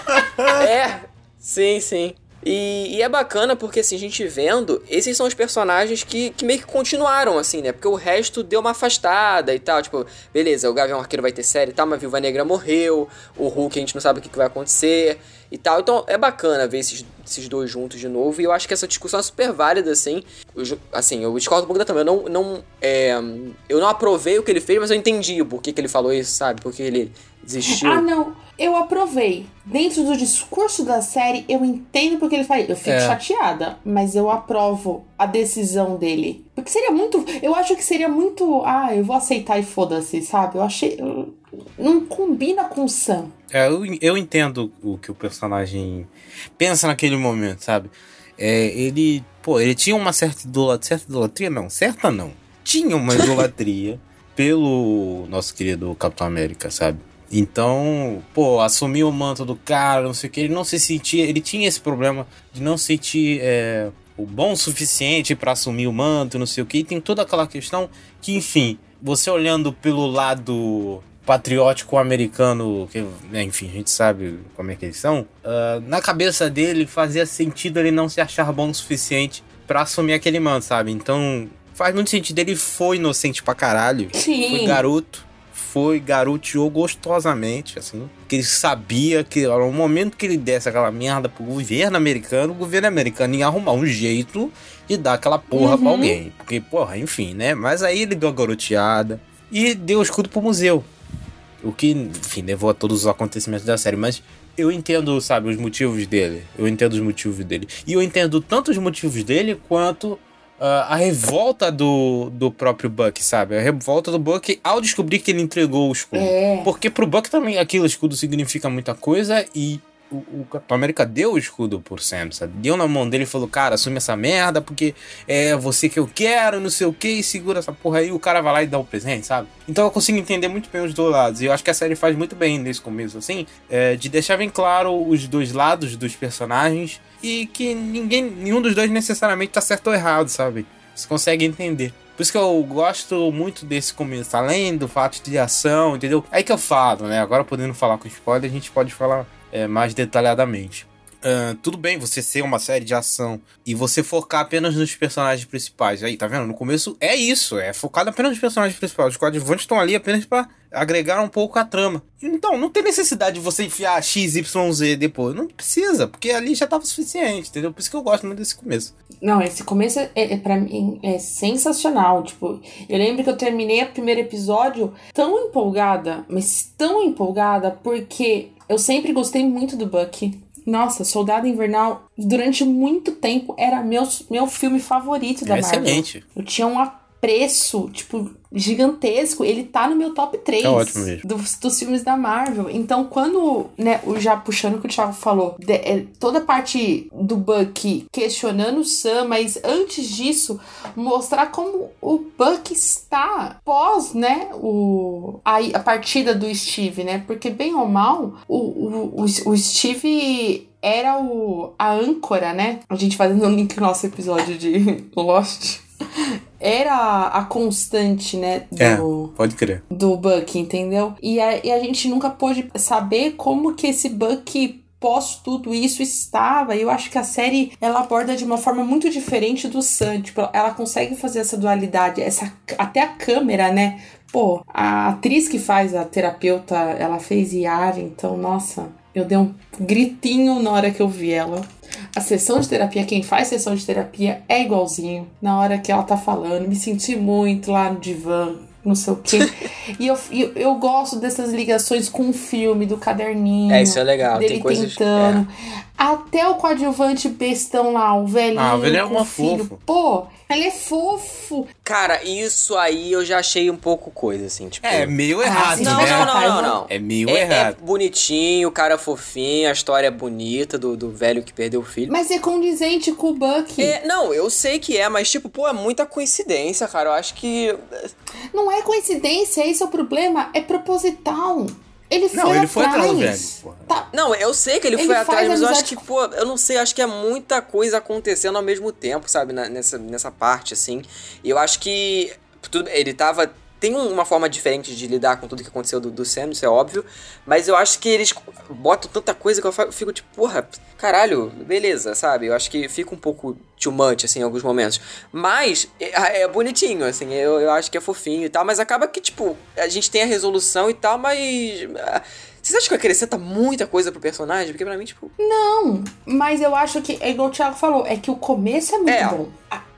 É, sim, sim. E, e é bacana porque, assim, a gente vendo, esses são os personagens que, que meio que continuaram, assim, né? Porque o resto deu uma afastada e tal. Tipo, beleza, o Gavião Arqueiro vai ter série e tal, mas a Viúva Negra morreu, o Hulk a gente não sabe o que, que vai acontecer e tal. Então é bacana ver esses, esses dois juntos de novo. E eu acho que essa discussão é super válida, assim. Eu, assim, eu discordo um pouco da também. Eu não, não, é, eu não aprovei o que ele fez, mas eu entendi o porquê que ele falou isso, sabe? Porque ele... Desistiu? Ah, não. Eu aprovei. Dentro do discurso da série, eu entendo porque ele faz. Eu fico É. chateada, mas eu aprovo a decisão dele. Porque seria muito. Eu acho que seria muito. Ah, eu vou aceitar e foda-se, sabe? Eu achei. eu- Não combina com o Sam. É, eu, eu entendo o que o personagem pensa naquele momento, sabe? É, ele, pô, ele tinha uma certa idolatria, certa idolatria não, certa não. Tinha uma idolatria pelo nosso querido Capitão América, sabe? Então, pô, assumir o manto do cara, não sei o que, ele não se sentia, ele tinha esse problema de não sentir é, o bom o suficiente pra assumir o manto, não sei o que, e tem toda aquela questão que, enfim, você olhando pelo lado patriótico americano, que, né, enfim, a gente sabe como é que eles são, uh, na cabeça dele fazia sentido ele não se achar bom o suficiente pra assumir aquele manto, sabe? Então, faz muito sentido, ele foi inocente pra caralho, Sim. foi garoto, foi garoteou gostosamente, assim, que ele sabia que no momento que ele desse aquela merda pro governo americano, o governo americano ia arrumar um jeito de dar aquela porra Uhum. pra alguém, porque, porra, enfim, né? Mas aí ele deu a garoteada e deu o escudo pro museu. O que, enfim, levou a todos os acontecimentos da série. Mas eu entendo, sabe, os motivos dele. Eu entendo os motivos dele. E eu entendo tanto os motivos dele quanto uh, a revolta do, do próprio Buck, sabe? A revolta do Buck ao descobrir que ele entregou o escudo. É. Porque pro Buck também aquilo, escudo, significa muita coisa. E o, o Capitão América deu o escudo por Sam, sabe? Deu na mão dele e falou, cara, assume essa merda porque é você que eu quero, não sei o que, e segura essa porra aí. O cara vai lá e dá o presente, sabe? Então eu consigo entender muito bem os dois lados. E eu acho que a série faz muito bem nesse começo, assim, é, de deixar bem claro os dois lados dos personagens e que ninguém, nenhum dos dois necessariamente tá certo ou errado, sabe? Você consegue entender. Por isso que eu gosto muito desse começo, além do fato de ação, entendeu? Aí que eu falo, né? Agora podendo falar com spoiler, a gente pode falar é, mais detalhadamente. Uh, tudo bem você ser uma série de ação e você focar apenas nos personagens principais. Aí, tá vendo? No começo é isso, é focado apenas nos personagens principais. Os coadjuvantes estão ali apenas pra agregar um pouco a trama. Então, não tem necessidade de você enfiar X, Y, Z depois. Não precisa, porque ali já tava o suficiente, entendeu? Por isso que eu gosto muito desse começo. Não, esse começo é, é pra mim é sensacional. Tipo, eu lembro que eu terminei o primeiro episódio tão empolgada, mas tão empolgada, porque eu sempre gostei muito do Bucky. Nossa, Soldado Invernal, durante muito tempo, era meu, meu filme favorito da É Marvel. excelente. Eu tinha um apreço, tipo, gigantesco. Ele tá no meu top três É ótimo mesmo. dos, dos filmes da Marvel. Então, quando, né, o já puxando o que o Thiago falou, de, é, toda a parte do Bucky questionando o Sam, mas antes disso, mostrar como o Bucky está pós, né, o, a, a partida do Steve, né? Porque, bem ou mal, o, o, o, o Steve era o, a âncora, né? A gente fazendo um link no nosso episódio de Lost. Era a constante, né, do, É, pode crer. do Bucky, entendeu? E a, e a gente nunca pôde saber como que esse Bucky pós tudo isso estava. E eu acho que a série, ela aborda de uma forma muito diferente do Sam. Tipo, ela consegue fazer essa dualidade, essa, até a câmera, né? Pô, a atriz que faz a terapeuta, ela fez Yara, então, nossa, eu dei um gritinho na hora que eu vi ela. A sessão de terapia, quem faz sessão de terapia é igualzinho. Na hora que ela tá falando, me senti muito lá no divã, não sei o quê. E eu, eu, eu gosto dessas ligações com o filme, do caderninho. É, isso é legal. Dele Tem coisas... tentando. É. Até o coadjuvante bestão lá, o velhinho. Ah, o velho é com uma o filho. fofo. Pô, ele é fofo. Cara, isso aí eu já achei um pouco coisa, assim, tipo... É meio errado, sim, Não, né? não, não, não, não. É meio É, errado. é bonitinho, o cara é fofinho, a história é bonita do, do velho que perdeu o filho. Mas é condizente com o Bucky. É, não, eu sei que é, mas tipo, pô, é muita coincidência, cara. Eu acho que... Não é coincidência, esse é o problema. É proposital. Ele foi Não, ele atrás. foi atrás do velho, porra. Tá. Não, eu sei que ele, Ele foi faz atrás, mas eu acho amizade que, pô, eu não sei, acho que é muita coisa acontecendo ao mesmo tempo, sabe? Na- nessa, nessa parte, assim. E eu acho que... Tudo, ele tava... Tem uma forma diferente de lidar com tudo que aconteceu do, do Sam, isso é óbvio. Mas eu acho que eles botam tanta coisa que eu fico tipo, porra, caralho, beleza, sabe? Eu acho que fica um pouco too much, assim, em alguns momentos. Mas é, é bonitinho, assim, eu, eu acho que é fofinho e tal. Mas acaba que, tipo, a gente tem a resolução e tal, mas... Vocês acham que acrescenta muita coisa pro personagem? Porque pra mim, tipo... Não, mas eu acho que, é igual o Thiago falou, é que o começo é muito É. bom. A,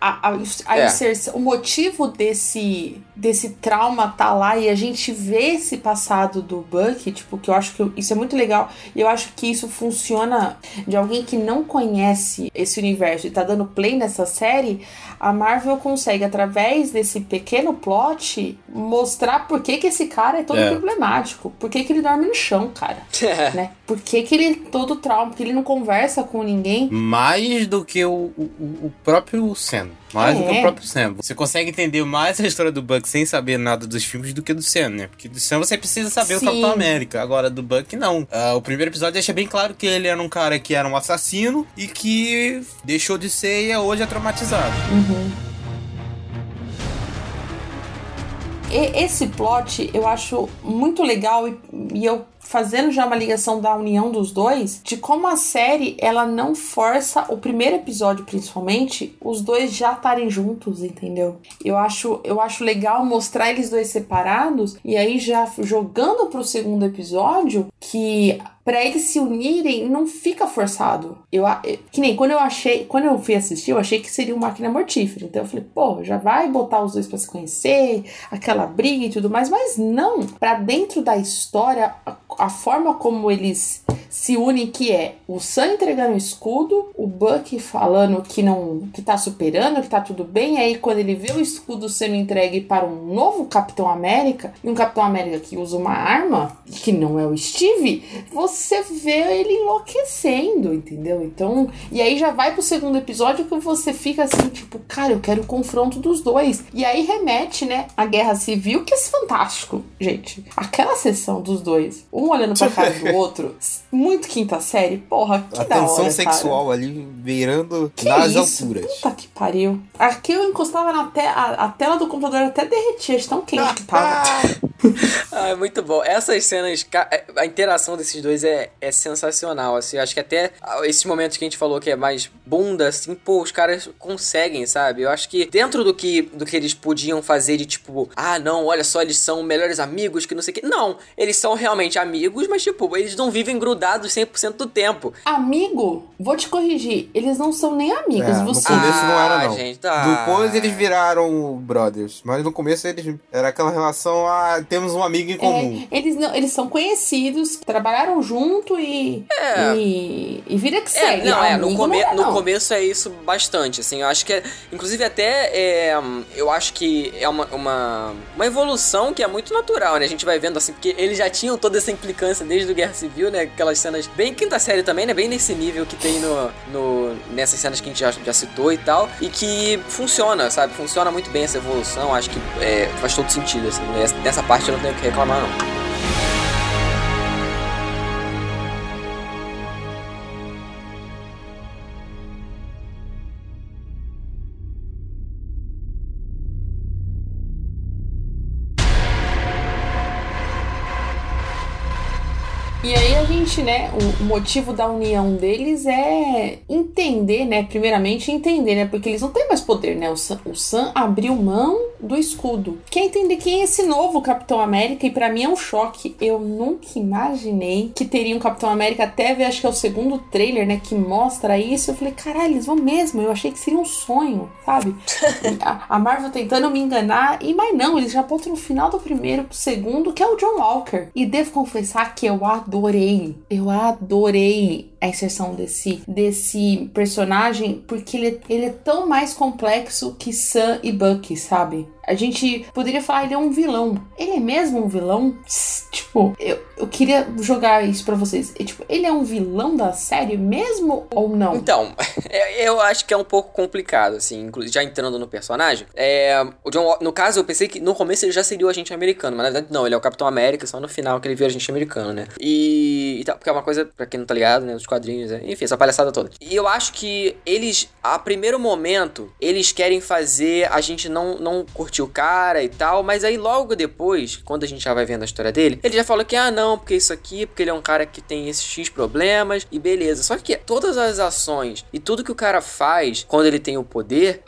a, a, a É. inserção, o motivo desse, desse trauma tá lá e a gente vê esse passado do Bucky, tipo, que eu acho que isso é muito legal e eu acho que isso funciona de alguém que não conhece esse universo e tá dando play nessa série. A Marvel consegue, através desse pequeno plot, mostrar por que que esse cara é todo É. problemático, por que que ele dorme no chão, cara, né? Por que que ele é todo trauma, porque ele não conversa com ninguém. Mais do que o, o, o próprio Sam. Mais É. do que o próprio Sam. Você consegue entender mais a história do Buck sem saber nada dos filmes do que do Sam, né? Porque do Sam você precisa saber Sim. o Capitão América. Agora, do Buck, não. Ah, o primeiro episódio deixa bem claro que ele era um cara que era um assassino e que deixou de ser e hoje é traumatizado. E esse plot eu acho muito legal e, e eu fazendo já uma ligação da união dos dois, de como a série ela não força, o primeiro episódio principalmente, os dois já estarem juntos, entendeu? Eu acho, eu acho legal mostrar eles dois separados e aí já jogando pro segundo episódio que pra eles se unirem não fica forçado. Eu, que nem quando eu achei, quando eu fui assistir, eu achei que seria uma máquina mortífera. Então eu falei, pô, já vai botar os dois pra se conhecer, aquela briga e tudo mais, mas não. Pra dentro da história, a, a forma como eles se unem, que é o Sam entregando o escudo, o Bucky falando que não, que tá superando, que tá tudo bem, e aí quando ele vê o escudo sendo entregue para um novo Capitão América, e um Capitão América que usa uma arma, que não é o Steve, você vê ele enlouquecendo, entendeu? Então, e aí já vai pro segundo episódio que você fica assim, tipo, cara, eu quero o confronto dos dois. E aí remete, né, à Guerra Civil, que é fantástico, gente. Aquela sessão dos dois, um olhando pra cara do outro, muito quinta série, porra, que A da hora, tensão sexual cara. ali beirando Que nas isso? alturas. Puta que pariu. Aqui eu encostava na te a, a tela do computador até derretia, de tão quente que tava. Ah, é muito bom. Essas cenas, a interação desses dois é, é sensacional, assim. Acho que até esses momentos que a gente falou que é mais bunda, assim, pô, os caras conseguem, sabe? Eu acho que dentro do que, do que eles podiam fazer de tipo, ah, não, olha só, eles são melhores amigos, que não sei o que. Não, eles são realmente amigos, mas tipo, eles não vivem grudados cem por cento do tempo. Amigo, vou te corrigir, eles não são nem amigos. É, no você... começo não era, não. Ah, gente, tá. Depois eles viraram brothers. Mas no começo eles era aquela relação, ah, temos um amigo em comum. É, eles, não, eles são conhecidos, trabalharam junto e. É. E, e vira que É, segue. não, é, no, Amigo come não é, no não. começo é isso bastante, assim, eu acho que é, inclusive até, é, eu acho que é uma, uma, uma evolução que é muito natural, né, a gente vai vendo assim, porque eles já tinham toda essa implicância desde o Guerra Civil, né, aquelas cenas bem quinta série também, né, bem nesse nível que tem no, no, nessas cenas que a gente já, já citou e tal, e que funciona, sabe, funciona muito bem essa evolução, acho que é, faz todo sentido, assim, nessa, nessa parte eu não tenho o que reclamar, não. E aí a gente, né, o motivo da união deles é entender, né, primeiramente entender, né, porque eles não têm mais poder, né, o Sam, o Sam abriu mão do escudo. Quer entender quem é esse novo Capitão América, e pra mim é um choque, eu nunca imaginei que teria um Capitão América, até ver, acho que é o segundo trailer, né, que mostra isso, eu falei, caralho, eles vão mesmo, eu achei que seria um sonho, sabe? a, a Marvel tentando me enganar, e mas não, eles já botam no final do primeiro pro segundo, que é o John Walker, e devo confessar que eu adoro Adorei, eu adorei a inserção desse, desse personagem, porque ele, ele é tão mais complexo que Sam e Bucky, sabe? A gente poderia falar, ele é um vilão. Ele é mesmo um vilão? Tipo, eu, eu queria jogar isso pra vocês. É, tipo, ele é um vilão da série mesmo ou não? Então, eu acho que é um pouco complicado, assim, já entrando no personagem. É, o John, no caso, eu pensei que no começo ele já seria o agente americano, mas na verdade não, ele é o Capitão América, só no final que ele vira o agente americano, né? E, e tal, porque é uma coisa, pra quem não tá ligado, né, dos quadrinhos, né? Enfim, essa palhaçada toda. E eu acho que eles, a primeiro momento, eles querem fazer a gente não, não curtir o cara e tal, mas aí logo depois, quando a gente já vai vendo a história dele, ele já fala que, ah, não, porque isso aqui, porque ele é um cara que tem esses X problemas, e beleza. Só que todas as ações e tudo que o cara faz quando ele tem o poder, é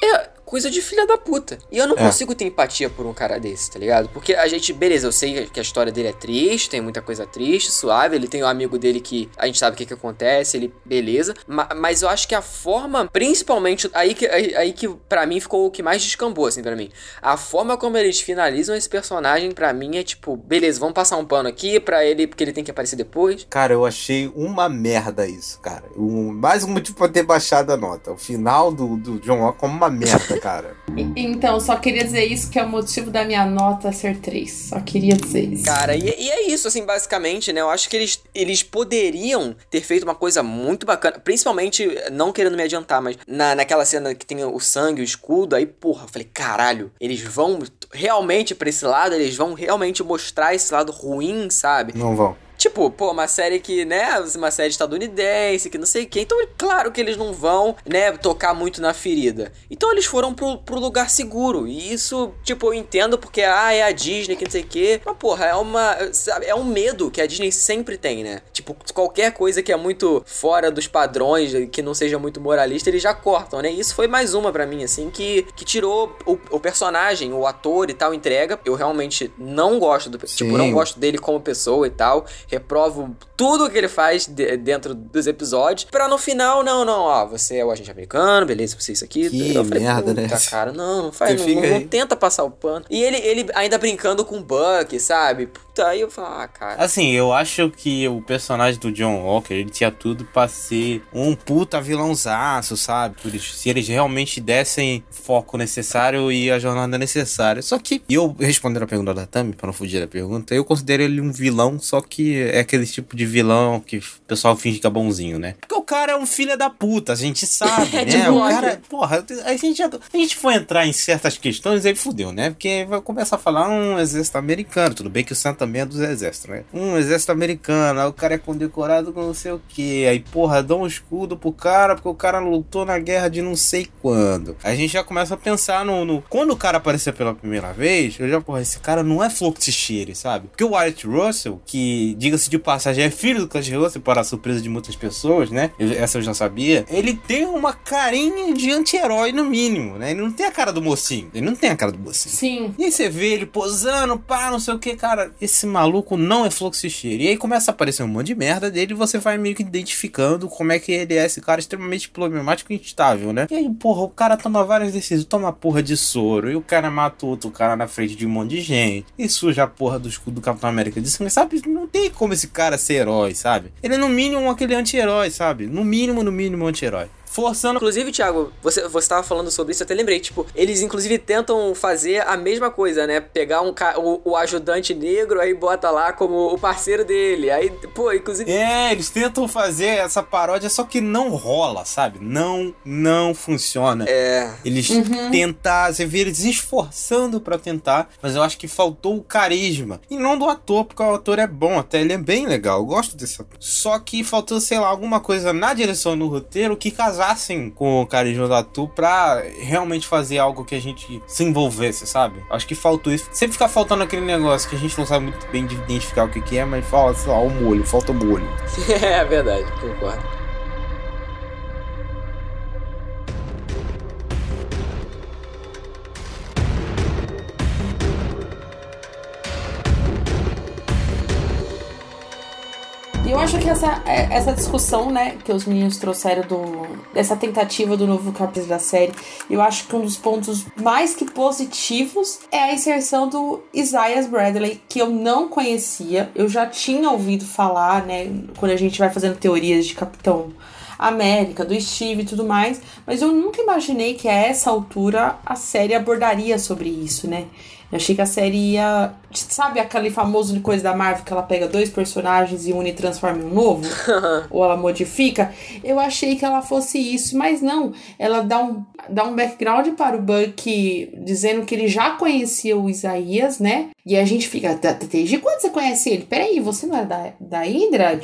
coisa de filha da puta. E eu não É. consigo ter empatia por um cara desse, tá ligado? Porque a gente, beleza, eu sei que a história dele é triste, tem muita coisa triste, suave, ele tem um amigo dele que a gente sabe o que que acontece, ele, beleza, ma- mas eu acho que a forma, principalmente, aí que, aí, aí que pra mim ficou o que mais descambou, assim, pra mim. A forma como eles finalizam esse personagem, pra mim, é tipo, beleza, vamos passar um pano aqui pra ele, porque ele tem que aparecer depois. Cara, eu achei uma merda isso, cara. Um, mais um motivo pra ter baixado a nota. O final do, do John Walker como uma merda, cara. Então, só queria dizer isso, que é o motivo da minha nota ser três. Só queria dizer isso. Cara, e, e é isso, assim, basicamente, né? Eu acho que eles, eles poderiam ter feito uma coisa muito bacana, principalmente, não querendo me adiantar, mas na, naquela cena que tem o sangue, o escudo, aí, porra, eu falei, caralho, eles vão realmente pra esse lado, eles vão realmente mostrar esse lado ruim, sabe? Não vão. Tipo, pô, uma série que, né, uma série estadunidense, que não sei o que. Então, claro que eles não vão, né, tocar muito na ferida. Então, eles foram pro, pro lugar seguro. E isso, tipo, eu entendo porque, ah, é a Disney, que não sei o que. Mas, porra, é uma, sabe, é um medo que a Disney sempre tem, né? Tipo, qualquer coisa que é muito fora dos padrões, que não seja muito moralista, eles já cortam, né? E isso foi mais uma pra mim, assim, que, que tirou o, o personagem, o ator e tal, entrega. Eu realmente não gosto do... Sim. Tipo, não gosto dele como pessoa e tal. Reprovo tudo que ele faz de, dentro dos episódios, pra no final, não, não, ó, você é o agente americano, beleza, você é isso aqui. Que eu falei, merda, puta, né? cara, não, não faz, Você não, fica não, aí. não tenta passar o pano. E ele, ele ainda brincando com o Buck, sabe? Puta, aí eu falo, ah, cara. Assim, eu acho que o personagem do John Walker, ele tinha tudo pra ser um puta vilãozaço, sabe? Por isso, se eles realmente dessem foco necessário e a jornada necessária. Só que, eu respondendo a pergunta da Tami, pra não fugir da pergunta, eu considero ele um vilão, só que é aquele tipo de vilão que o pessoal finge que é bonzinho, né? Porque o cara é um filho da puta, a gente sabe, É né? de O bloco. cara, porra, a gente, já, a gente for entrar em certas questões, aí fudeu, né? Porque vai começar a falar um exército americano, tudo bem que o Sam também é dos exércitos, né? Um exército americano, aí o cara é condecorado com não sei o que, aí porra, dá um escudo pro cara porque o cara lutou na guerra de não sei quando. Aí a gente já começa a pensar no, no... Quando o cara aparecer pela primeira vez, eu já, porra, esse cara não é Floxichere, sabe? Porque o Wyatt Russell, que, diga-se de passagem, é filho do Kurt Russell, para a surpresa de muitas pessoas, né? Eu- essa eu já sabia. Ele tem uma carinha de anti-herói, no mínimo, né? Ele não tem a cara do mocinho. Ele não tem a cara do mocinho. Sim. E aí você vê ele posando, pá, não sei o que, cara. Esse maluco não é Floxichere. E aí começa a aparecer um monte de merda dele e você vai meio que identificando como é que ele é esse cara extremamente problemático e instável, né? E aí, porra, o cara toma várias decisões, toma porra de soro, e o cara mata outro cara na frente de um monte de gente, e suja a porra do escudo do Capitão América disso, mas sabe, não tem como esse cara ser herói, sabe? Ele é no mínimo aquele anti-herói, sabe? No mínimo, no mínimo anti-herói. Forçando... Inclusive, Thiago, você, você tava falando sobre isso, eu até lembrei, tipo, eles inclusive tentam fazer a mesma coisa, né? Pegar um ca... o, o ajudante negro, aí bota lá como o parceiro dele, aí, pô, inclusive... É, eles tentam fazer essa paródia, só que não rola, sabe? Não, não funciona. É... Eles tentar, você vê eles esforçando pra tentar, mas eu acho que faltou o carisma. E não do ator, porque o ator é bom, até ele é bem legal, eu gosto desse ator. Só que faltou, sei lá, alguma coisa na direção no roteiro que casassem com o carisma do ator pra realmente fazer algo que a gente se envolvesse, sabe? Acho que faltou isso. Sempre fica faltando aquele negócio que a gente não sabe muito bem de identificar o que que é, mas fala, sei lá, o molho, falta o molho. é verdade, concordo. E eu acho que essa, essa discussão, né, que os meninos trouxeram do, dessa tentativa do novo capítulo da série, eu acho que um dos pontos mais que positivos é a inserção do Isaiah Bradley, que eu não conhecia. Eu já tinha ouvido falar, né, quando a gente vai fazendo teorias de Capitão América, do Steve e tudo mais, mas eu nunca imaginei que a essa altura a série abordaria sobre isso, né? Eu achei que a série ia... Sabe aquele famoso coisa da Marvel que ela pega dois personagens e une e transforma em um novo? Ou ela modifica? Eu achei que ela fosse isso, mas não. Ela dá um, dá um background para o Buck dizendo que ele já conhecia o Isaías, né? E a gente fica, desde quando você conhece ele? Peraí, você não é da, da Hydra? Tipo,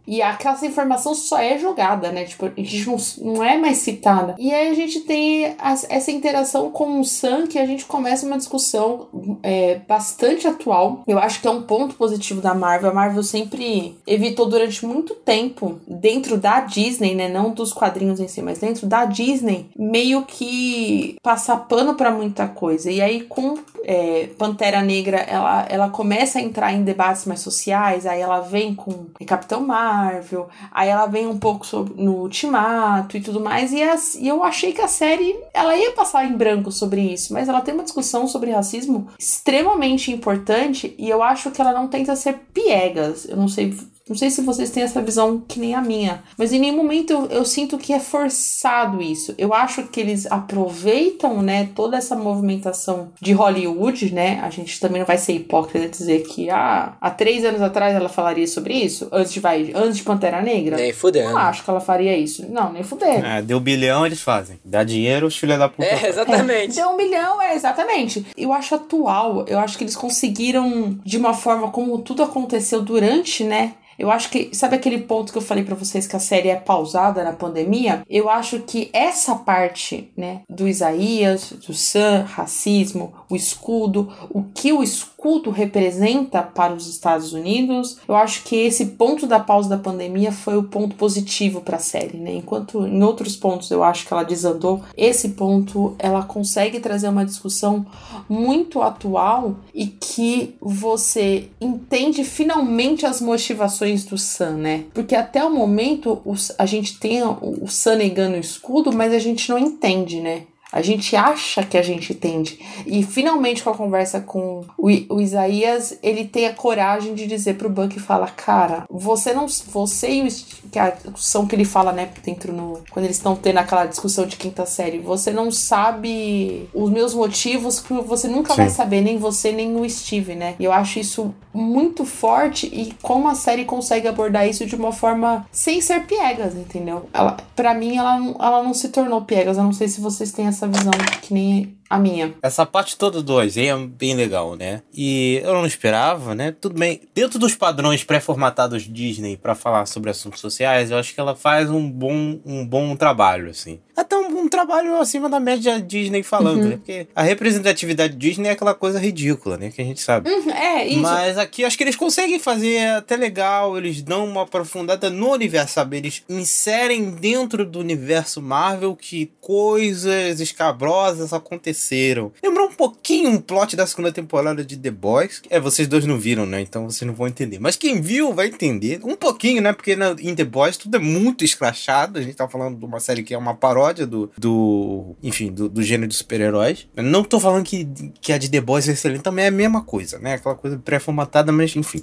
E aquela informação só é jogada, né? Tipo, a gente não, não é mais citada. E aí a gente tem as, essa interação com o Sam, que a gente começa uma discussão é, bastante atual. Eu acho que é um ponto positivo da Marvel. A Marvel sempre evitou durante muito tempo, dentro da Disney, né? Não dos quadrinhos em si, mas dentro da Disney, meio que passar pano pra muita coisa. E aí com é, Pantera Negra, ela, ela começa a entrar em debates mais sociais, aí ela vem com Capitão Marvel, aí ela vem um pouco sobre, no Ultimato e tudo mais, e, as, e eu achei que a série, ela ia passar em branco sobre isso, mas ela tem uma discussão sobre racismo extremamente importante, e eu acho que ela não tenta ser piegas. Eu não sei... Não sei se vocês têm essa visão que nem a minha, mas em nenhum momento eu, eu sinto que é forçado isso. Eu acho que eles aproveitam, né, toda essa movimentação de Hollywood, né? A gente também não vai ser hipócrita dizer que ah, há três anos atrás ela falaria sobre isso, antes de, vai, antes de Pantera Negra. Nem fudendo. Não acho que ela faria isso. Não, nem fudendo. É, deu bilhão, eles fazem. Dá dinheiro, os filhos da puta. É, exatamente. É, deu um bilhão, é, exatamente. Eu acho atual, eu acho que eles conseguiram, de uma forma como tudo aconteceu durante, né? Eu acho que, sabe aquele ponto que eu falei pra vocês que a série é pausada na pandemia? Eu acho que essa parte, né, do Isaías, do Sam, racismo, o escudo, o que o escudo representa para os Estados Unidos, eu acho que esse ponto da pausa da pandemia foi o ponto positivo pra série, né? Enquanto em outros pontos eu acho que ela desandou, esse ponto ela consegue trazer uma discussão muito atual e que você entende finalmente as motivações do Sam, né? Porque até o momento os, a gente tem o, o Sam negando o escudo, mas a gente não entende, né? A gente acha que a gente entende. E finalmente com a conversa com o, o Isaías, ele tem a coragem de dizer pro Bucky, fala, cara, você não, você e o, que a discussão que ele fala, né, dentro no, quando eles estão tendo aquela discussão de quinta série, você não sabe os meus motivos, que você nunca Sim. vai saber, nem você, nem o Steve, né? E eu acho isso muito forte e como a série consegue abordar isso de uma forma sem ser piegas, entendeu? Ela, pra mim, ela, ela não se tornou piegas. Eu não sei se vocês têm essa visão que nem a minha. Essa parte toda do Isaiah é bem legal, né? E eu não esperava, né? Tudo bem. Dentro dos padrões pré-formatados Disney pra falar sobre assuntos sociais, eu acho que ela faz um bom, um bom trabalho, assim. Até um, um trabalho acima da média Disney falando, uhum. né? Porque a representatividade Disney é aquela coisa ridícula, né? Que a gente sabe. Uhum, é, isso. Mas aqui acho que eles conseguem fazer até legal, eles dão uma aprofundada no universo, sabe? Eles inserem dentro do universo Marvel que coisas escabrosas aconteceram. Lembrou um pouquinho um plot da segunda temporada de The Boys. É, vocês dois não viram, né? Então vocês não vão entender. Mas quem viu vai entender. Um pouquinho, né? Porque na, em The Boys tudo é muito escrachado. A gente tá falando de uma série que é uma paródia do... do enfim, do, do gênero de super-heróis. Eu não tô falando que, que a de The Boys é excelente. Também é a mesma coisa, né? Aquela coisa pré-formatada, mas enfim...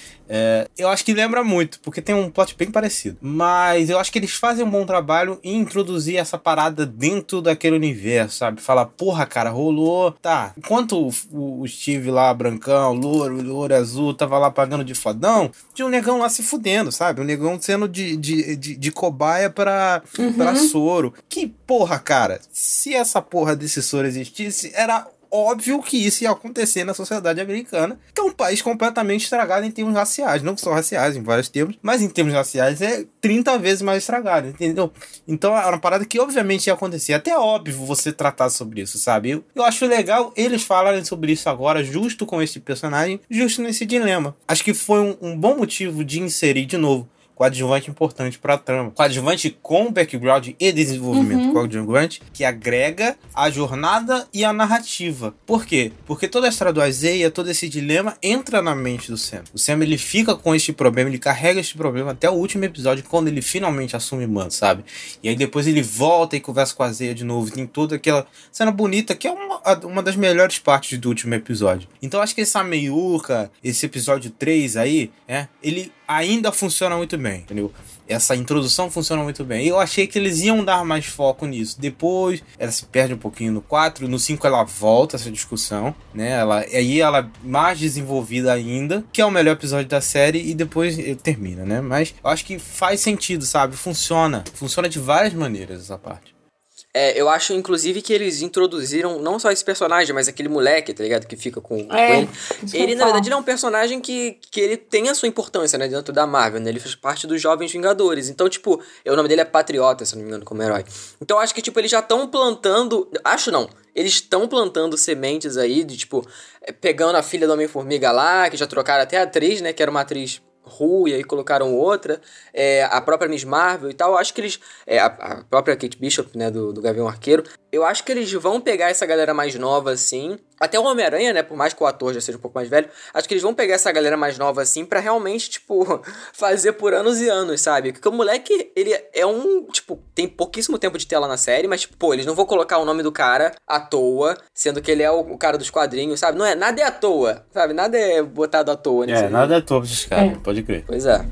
É, eu acho que lembra muito, porque tem um plot bem parecido. Mas eu acho que eles fazem um bom trabalho em introduzir essa parada dentro daquele universo, sabe? Falar, porra, cara, rolou. Tá, enquanto o, o Steve lá, brancão, louro, louro azul, tava lá pagando de fodão, tinha um negão lá se fudendo, sabe? Um negão sendo de, de, de, de cobaia pra, uhum. pra soro. Que porra, cara, se essa porra desse soro existisse, era... óbvio que isso ia acontecer na sociedade americana, que é um país completamente estragado em termos raciais. Não só raciais, em vários termos, mas em termos raciais é trinta vezes mais estragado, entendeu? Então é uma parada que obviamente ia acontecer. Até é óbvio você tratar sobre isso, sabe? Eu, eu acho legal eles falarem sobre isso agora, justo com esse personagem, justo nesse dilema. Acho que foi um, um bom motivo de inserir de novo coadjuvante importante pra trama. Coadjuvante com background e desenvolvimento. Uhum. Coadjuvante que agrega a jornada e a narrativa. Por quê? Porque toda a história do Isaiah, todo esse dilema entra na mente do Sam. O Sam, ele fica com este problema, ele carrega este problema até o último episódio, quando ele finalmente assume mando, sabe? E aí depois ele volta e conversa com a Isaiah de novo. Tem toda aquela cena bonita, que é uma, uma das melhores partes do último episódio. Então acho que essa meiuca, esse episódio três aí, é, ele ainda funciona muito bem, entendeu? Essa introdução funciona muito bem. Eu achei que eles iam dar mais foco nisso. Depois, ela se perde um pouquinho no quatro. No cinco, ela volta essa discussão, né? Ela, aí ela é mais desenvolvida ainda, que é o melhor episódio da série, e depois termina, né? Mas eu acho que faz sentido, sabe? Funciona. Funciona de várias maneiras essa parte. É, eu acho, inclusive, que eles introduziram não só esse personagem, mas aquele moleque, tá ligado? Que fica com, É, com ele. Ele, na falar. verdade, ele é um personagem que, que ele tem a sua importância, né? Dentro da Marvel, né? Ele faz parte dos Jovens Vingadores. Então, tipo, o nome dele é Patriota, se não me engano, como herói. Então, eu acho que, tipo, eles já estão plantando... Acho não. Eles estão plantando sementes aí de, tipo, pegando a filha do Homem-Formiga lá, que já trocaram até a atriz, né? Que era uma atriz ruim, e aí colocaram outra. É, a própria Miss Marvel e tal. Eu acho que eles... É, a, a própria Kate Bishop, né? Do, do Gavião Arqueiro. Eu acho que eles vão pegar essa galera mais nova, assim. Até o Homem-Aranha, né? Por mais que o ator já seja um pouco mais velho. Acho que eles vão pegar essa galera mais nova, assim, pra realmente, tipo, fazer por anos e anos, sabe? Porque o moleque, ele é um... Tipo, tem pouquíssimo tempo de tela na série, mas, tipo, pô, eles não vão colocar o nome do cara à toa, sendo que ele é o, o cara dos quadrinhos, sabe? Não é... Nada é à toa, sabe? Nada é botado à toa. É, nada é à toa pra esses caras, É. pode crer. Pois é.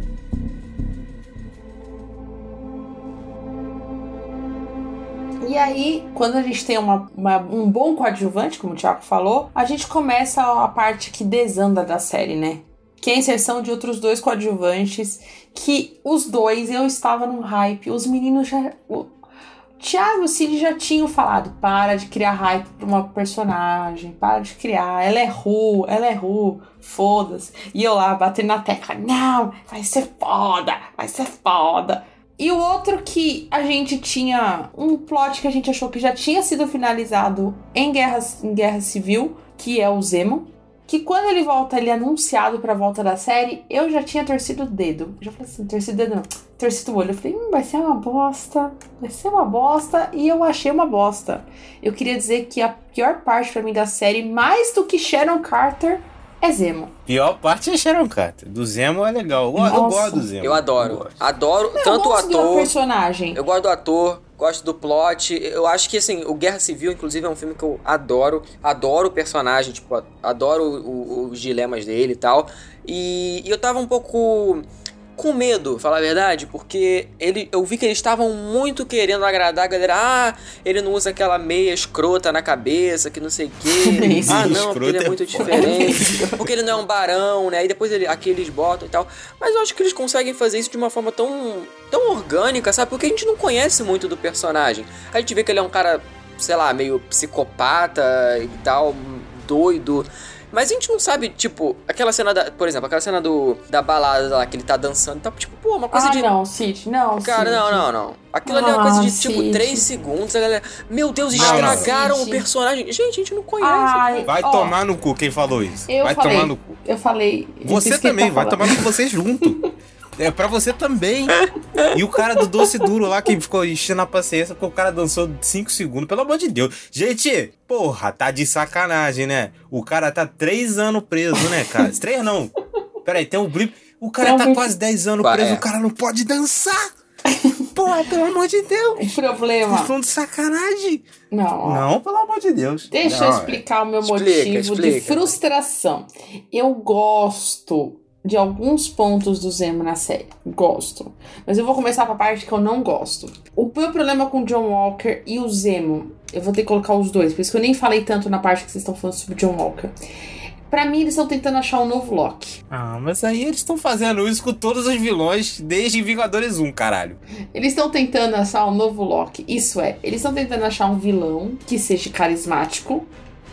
E aí, quando a gente tem uma, uma- um bom coadjuvante, como o Thiago falou, a gente começa a parte que desanda da série, né? Que é a inserção de outros dois coadjuvantes, que os dois, eu estava num hype, os meninos já... O Thiago e o Cid já tinham falado, para de criar hype pra uma personagem, para de criar, ela é ru, ela é ru, foda-se. E eu lá, batendo na tecla, não, vai ser foda, vai ser foda. E o outro que a gente tinha um plot que a gente achou que já tinha sido finalizado em Guerra, em Guerra Civil, que é o Zemo. Que quando ele volta, ele é anunciado pra volta da série, eu já tinha torcido o dedo. Eu já falei assim, torcido o dedo não, torcido o olho. Eu falei, hum, vai ser uma bosta, vai ser uma bosta. E eu achei uma bosta. Eu queria dizer que a pior parte pra mim da série, mais do que Sharon Carter, é Zemo. Pior parte é Sharon Carter. Do Zemo é legal. Eu, eu Nossa. gosto do Zemo. Eu adoro. gosto. Adoro Eu tanto o gosto do ator... personagem. Eu gosto do ator, gosto do plot. Eu acho que, assim, o Guerra Civil, inclusive, é um filme que eu adoro. Adoro o personagem, tipo, adoro o- o- os dilemas dele e tal. E, e eu tava um pouco com medo, falar a verdade, porque ele, eu vi que eles estavam muito querendo agradar a galera. Ah, ele não usa aquela meia escrota na cabeça, que não sei o quê. Ah, não, porque ele é muito diferente. Porque ele não é um barão, né? Aí depois ele, aqui eles botam e tal. Mas eu acho que eles conseguem fazer isso de uma forma tão, tão orgânica, sabe? Porque a gente não conhece muito do personagem. A gente vê que ele é um cara, sei lá, meio psicopata e tal, doido. Mas a gente não sabe, tipo, aquela cena da... Por exemplo, aquela cena do, da balada lá, que ele tá dançando, tá, tipo, pô, uma coisa Ah, de... não, Cid, não, Cara, Cid. não, não, não. Aquilo ali é uma coisa Ah, de, tipo, Cid. três segundos, a galera... Meu Deus, Não, não. estragaram Cid. o personagem. Gente, a gente não conhece. Ai, Vai ó, tomar no cu quem falou isso. Eu vai falei, tomar no cu. eu falei... Você isso que ele também, tá vai falando. tomar no cu você junto. É pra você também. E o cara do Doce Duro lá, que ficou enchendo a paciência porque o cara dançou cinco segundos. Pelo amor de Deus. Gente, porra, tá de sacanagem, né? O cara tá três anos preso, né, cara? Três não. Peraí, tem um blip. O cara Tem um tá blip. quase dez anos Ué, preso, é. o cara não pode dançar. Porra, pelo amor de Deus. O problema... Vocês estão de sacanagem. Não, ó. Não, pelo amor de Deus. Deixa Não, eu explicar o meu Explica, motivo de explica. frustração. Eu gosto de alguns pontos do Zemo na série. Gosto. Mas eu vou começar com a parte que eu não gosto. O meu problema com o John Walker e o Zemo, eu vou ter que colocar os dois, por isso que eu nem falei tanto na parte que vocês estão falando sobre o John Walker. Pra mim, eles estão tentando achar um novo Loki. Ah, mas aí eles estão fazendo isso com todos os vilões desde Vingadores um, caralho. Eles estão tentando achar um novo Loki. Isso é, eles estão tentando achar um vilão que seja carismático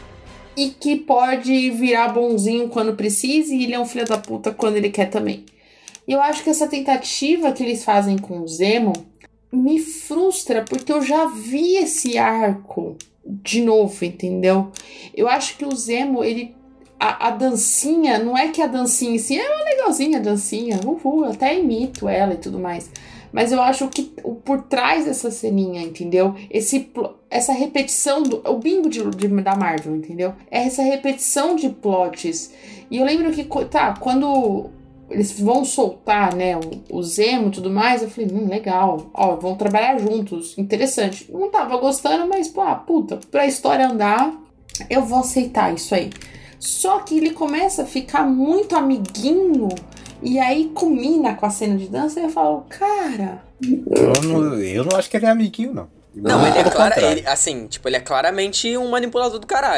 e que pode virar bonzinho quando precisa e ele é um filho da puta quando ele quer também. E eu acho que essa tentativa que eles fazem com o Zemo me frustra, porque eu já vi esse arco de novo, entendeu? Eu acho que o Zemo, ele... A, a dancinha, não é que a dancinha em si é uma legalzinha a dancinha, uhul, eu até imito ela e tudo mais. Mas eu acho que o, por trás dessa ceninha, entendeu? Esse, pl- essa repetição, do, o bingo de, de- da Marvel, entendeu? É essa repetição de plots. E eu lembro que, co- tá, quando eles vão soltar, né, o, o Zemo e tudo mais, eu falei, hum, legal, ó, vão trabalhar juntos, interessante. Não tava gostando, mas, pô, ah, puta, pra história andar, eu vou aceitar isso aí. Só que ele começa a ficar muito amiguinho e aí combina com a cena de dança e eu falo, cara... Eu não, eu não acho que ele é amiguinho, não. Não, ele é Pelo clara, contrário. ele, assim, tipo, ele é claramente um manipulador do caralho.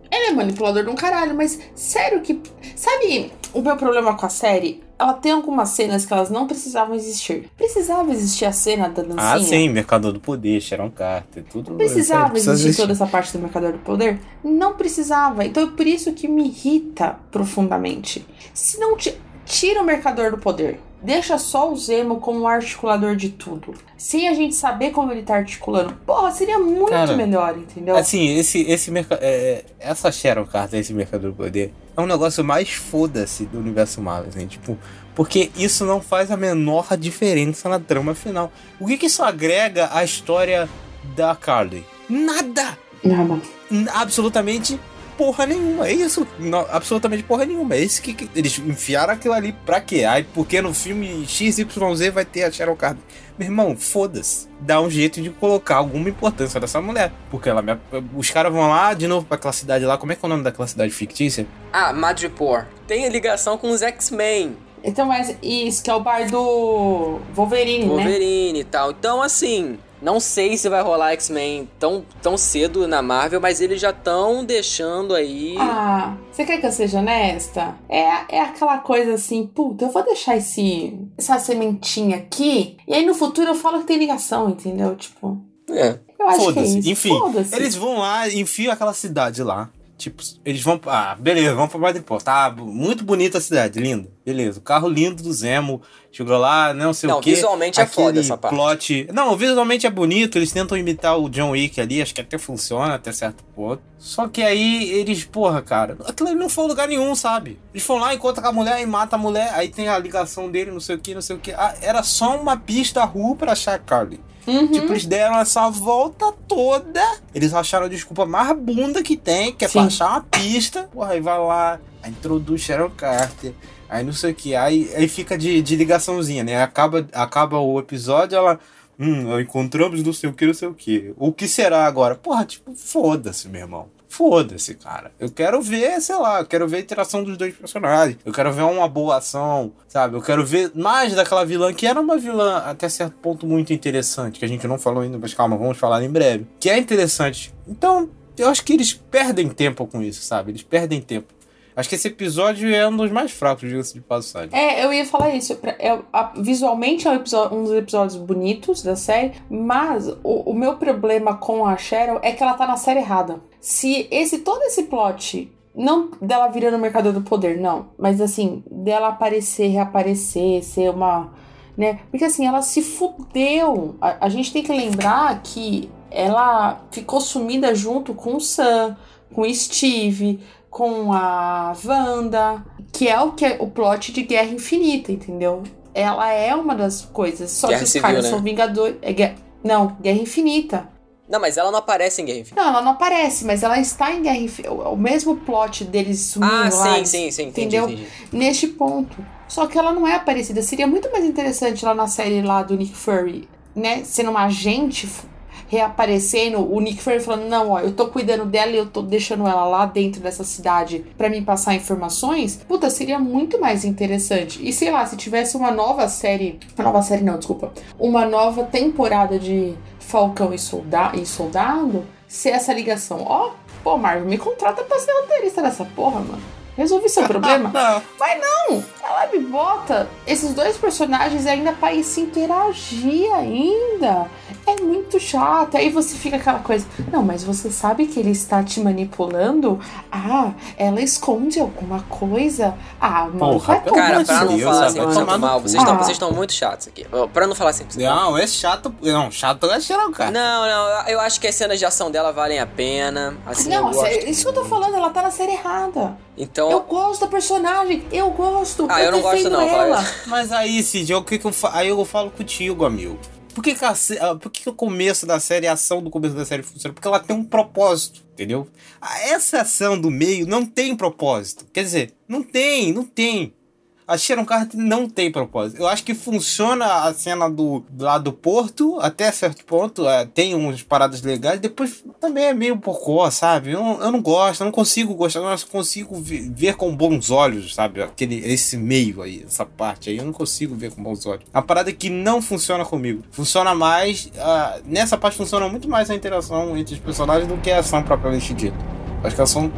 Ele é manipulador de um caralho, mas sério que... Sabe o meu problema com a série? Ela tem algumas cenas que elas não precisavam existir. Precisava existir a cena da dancinha? Ah, sim, Mercador do Poder, Sharon Carter, tudo... Precisava sério, precisa existir, existir toda essa parte do Mercador do Poder? Não precisava. Então é por isso que me irrita profundamente. Se não... T- tira o Mercador do Poder. Deixa só o Zemo como articulador de tudo. Sem a gente saber como ele tá articulando. Porra, seria muito Cara, melhor, entendeu? Assim, esse, esse merc- é, essa Sharon Carter, esse Mercador do Poder, é um negócio mais foda-se do universo Marvel, assim, tipo... Porque isso não faz a menor diferença na trama final. O que que isso agrega à história da Carly? Nada! Nada. Absolutamente porra nenhuma. É isso. Não, absolutamente porra nenhuma. É isso que, que eles enfiaram aquilo ali pra quê? Aí, porque no filme X Y Z vai ter a Sharon Carter. Meu irmão, foda-se. Dá um jeito de colocar alguma importância dessa mulher. Porque ela, os caras vão lá de novo pra aquela cidade lá. Como é que é o nome daquela cidade fictícia? Ah, Madripoor. Tem ligação com os X-Men. Então, mas isso, que é o bar do Wolverine, Wolverine né? Wolverine e tal. Então, assim, não sei se vai rolar X-Men tão, tão cedo na Marvel, mas eles já estão deixando aí... Ah, você quer que eu seja honesta? É, é aquela coisa assim, puta, eu vou deixar esse, essa sementinha aqui, e aí no futuro eu falo que tem ligação, entendeu? Tipo... É. Eu acho que é isso. Enfim, Foda-se. Eles vão lá e enfiam aquela cidade lá. Tipo, eles vão... Ah, beleza, vamos pra Madripoor. Tá, muito bonita a cidade, linda. Beleza, o carro lindo do Zemo. Chegou lá, não sei não, o quê. Não, visualmente é foda essa parte. Plot... Não, visualmente é bonito. Eles tentam imitar o John Wick ali. Acho que até funciona, até certo ponto. Só que aí eles... Porra, cara... Aquilo ali não foi lugar nenhum, sabe? Eles foram lá, encontram com a mulher e matam a mulher. Aí tem a ligação dele, não sei o que, não sei o que. Ah, era só uma pista rua pra achar a Carly. Uhum. Tipo, eles deram essa volta toda. Eles acharam a desculpa mais bunda que tem, que é Sim. pra achar uma pista. Porra, aí vai lá, aí introduz Sharon Carter, aí não sei o que. Aí, aí fica de, de ligaçãozinha, né? Acaba, acaba o episódio, ela... Hum, encontramos não sei o que, não sei o que. O que será agora? Porra, tipo, foda-se, meu irmão. Foda-se, cara. Eu quero ver, sei lá, eu quero ver a interação dos dois personagens. Eu quero ver uma boa ação, sabe? Eu quero ver mais daquela vilã, que era uma vilã até certo ponto muito interessante, que a gente não falou ainda, mas calma, vamos falar em breve. Que é interessante. Então, eu acho que eles perdem tempo com isso, sabe? Eles perdem tempo. Acho que esse episódio é um dos mais fracos, diga-se de passagem. É, eu ia falar isso. É, a, visualmente é um, episódio, um dos episódios bonitos da série, mas o, o meu problema com a Cheryl é que ela tá na série errada. Se esse todo esse plot, não dela virando o Mercador do Poder, não, mas assim, dela aparecer, reaparecer, ser uma... né? Porque assim, ela se fudeu. A, a gente tem que lembrar que ela ficou sumida junto com o Sam, com o Steve... com a Wanda, que é o, que é o plot de Guerra Infinita, entendeu? Ela é uma das coisas, só Guerra que os Civil, caras né? são Vingadores... É, guerra, não, Guerra Infinita. Não, mas ela não aparece em Guerra Infinita. Não, ela não aparece, mas ela está em Guerra Infinita. O, o mesmo plot deles sumindo ah, lá. sim, sim, sim, entendeu? Entendi, entendi. Neste ponto. Só que ela não é aparecida. Seria muito mais interessante lá na série lá do Nick Fury, né? Sendo uma agente... reaparecendo, o Nick Fury falando, não, ó, eu tô cuidando dela e eu tô deixando ela lá dentro dessa cidade pra me passar informações, puta, seria muito mais interessante. E sei lá, se tivesse uma nova série, uma nova série não, desculpa, uma nova temporada de Falcão e, Solda- e Soldado, ser essa ligação, ó, pô, Marvel, me contrata pra ser roteirista dessa porra, mano. Resolvi seu problema? Não. Mas não! Ela me bota esses dois personagens ainda pra ir se interagir ainda. É muito chato. Aí você fica aquela coisa... Não, mas você sabe que ele está te manipulando? Ah, ela esconde alguma coisa? Ah, mano, Porra, vai tomar Cara, pra não Deus, falar sabe? assim, Vai muito tomar no mal, cu. vocês estão Ah. vocês estão muito chatos aqui. Pra não falar assim... Não, é chato. Não, chato é Sharon Carter. Não, não, eu acho que as cenas de ação dela valem a pena. Assim, Não, eu gosto. é isso que eu tô falando, ela tá na série errada. Então... Eu gosto da personagem, eu gosto. Ah, eu não gosto defendo não, ela. fala- Mas aí, Cid, o que que eu fa... aí eu falo contigo, amigo. Por que, que, a... se- ah, Por que, que o começo da série, a ação do começo da série funciona? Porque ela tem um propósito, entendeu? Ah, essa ação do meio não tem propósito. Quer dizer, não tem, não tem. A Sharon Carter não tem propósito. Eu acho que funciona a cena do, lá do porto, até certo ponto. É, tem umas paradas legais. Depois também é meio porcó, sabe? Eu, eu não gosto, eu não consigo gostar. Eu não consigo ver, ver com bons olhos, sabe? Aquele, esse meio aí, essa parte aí. Eu não consigo ver com bons olhos. A parada que não funciona comigo. Funciona mais... Uh, nessa parte funciona muito mais a interação entre os personagens do que a ação propriamente dita. Acho que a ação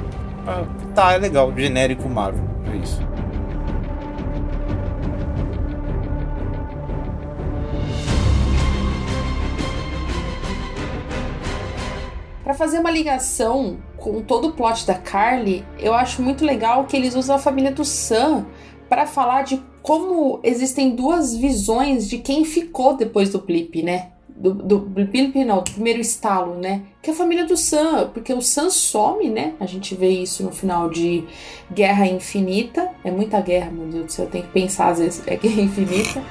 Ah, tá, é legal, genérico Marvel, é isso. Pra fazer uma ligação com todo o plot da Carly, eu acho muito legal que eles usam a família do Sam para falar de como existem duas visões de quem ficou depois do blip, né? Do, do blip não, do primeiro estalo, né? Que é a família do Sam, porque o Sam some, né? A gente vê isso no final de Guerra Infinita. É muita guerra, meu Deus do céu, tem que pensar às vezes, é Guerra Infinita.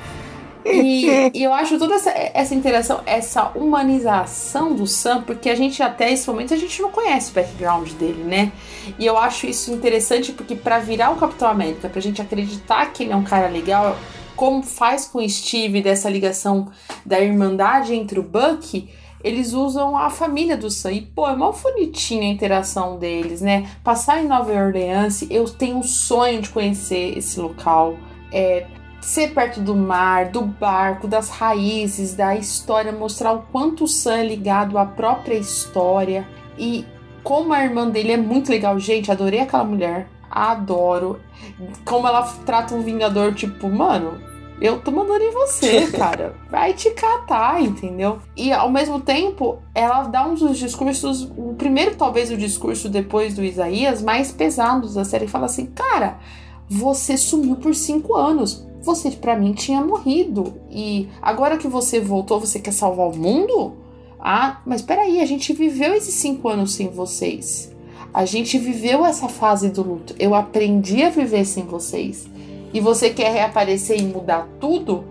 E, e eu acho toda essa, essa interação, essa humanização do Sam, porque a gente até esse momento a gente não conhece o background dele, né? E eu acho isso interessante porque pra virar o Capitão América, pra gente acreditar que ele é um cara legal, como faz com o Steve dessa ligação da irmandade entre o Bucky, eles usam a família do Sam. E, pô, é mó bonitinha a interação deles, né? Passar em Nova Orleans, eu tenho um sonho de conhecer esse local. É... ser perto do mar, do barco, das raízes, da história, mostrar o quanto o Sam é ligado à própria história e como a irmã dele é muito legal. Gente, adorei aquela mulher, adoro. Como ela trata um Vingador, tipo, mano, eu tô mandando em você, cara. Vai te catar, entendeu? E ao mesmo tempo, ela dá uns dos discursos, o primeiro talvez o discurso depois do Isaías, mais pesados da série, fala assim, cara, você sumiu por cinco anos. Você, pra mim, tinha morrido. E agora que você voltou, você quer salvar o mundo? Ah, mas peraí, a gente viveu esses cinco anos sem vocês. A gente viveu essa fase do luto. Eu aprendi a viver sem vocês. E você quer reaparecer e mudar tudo?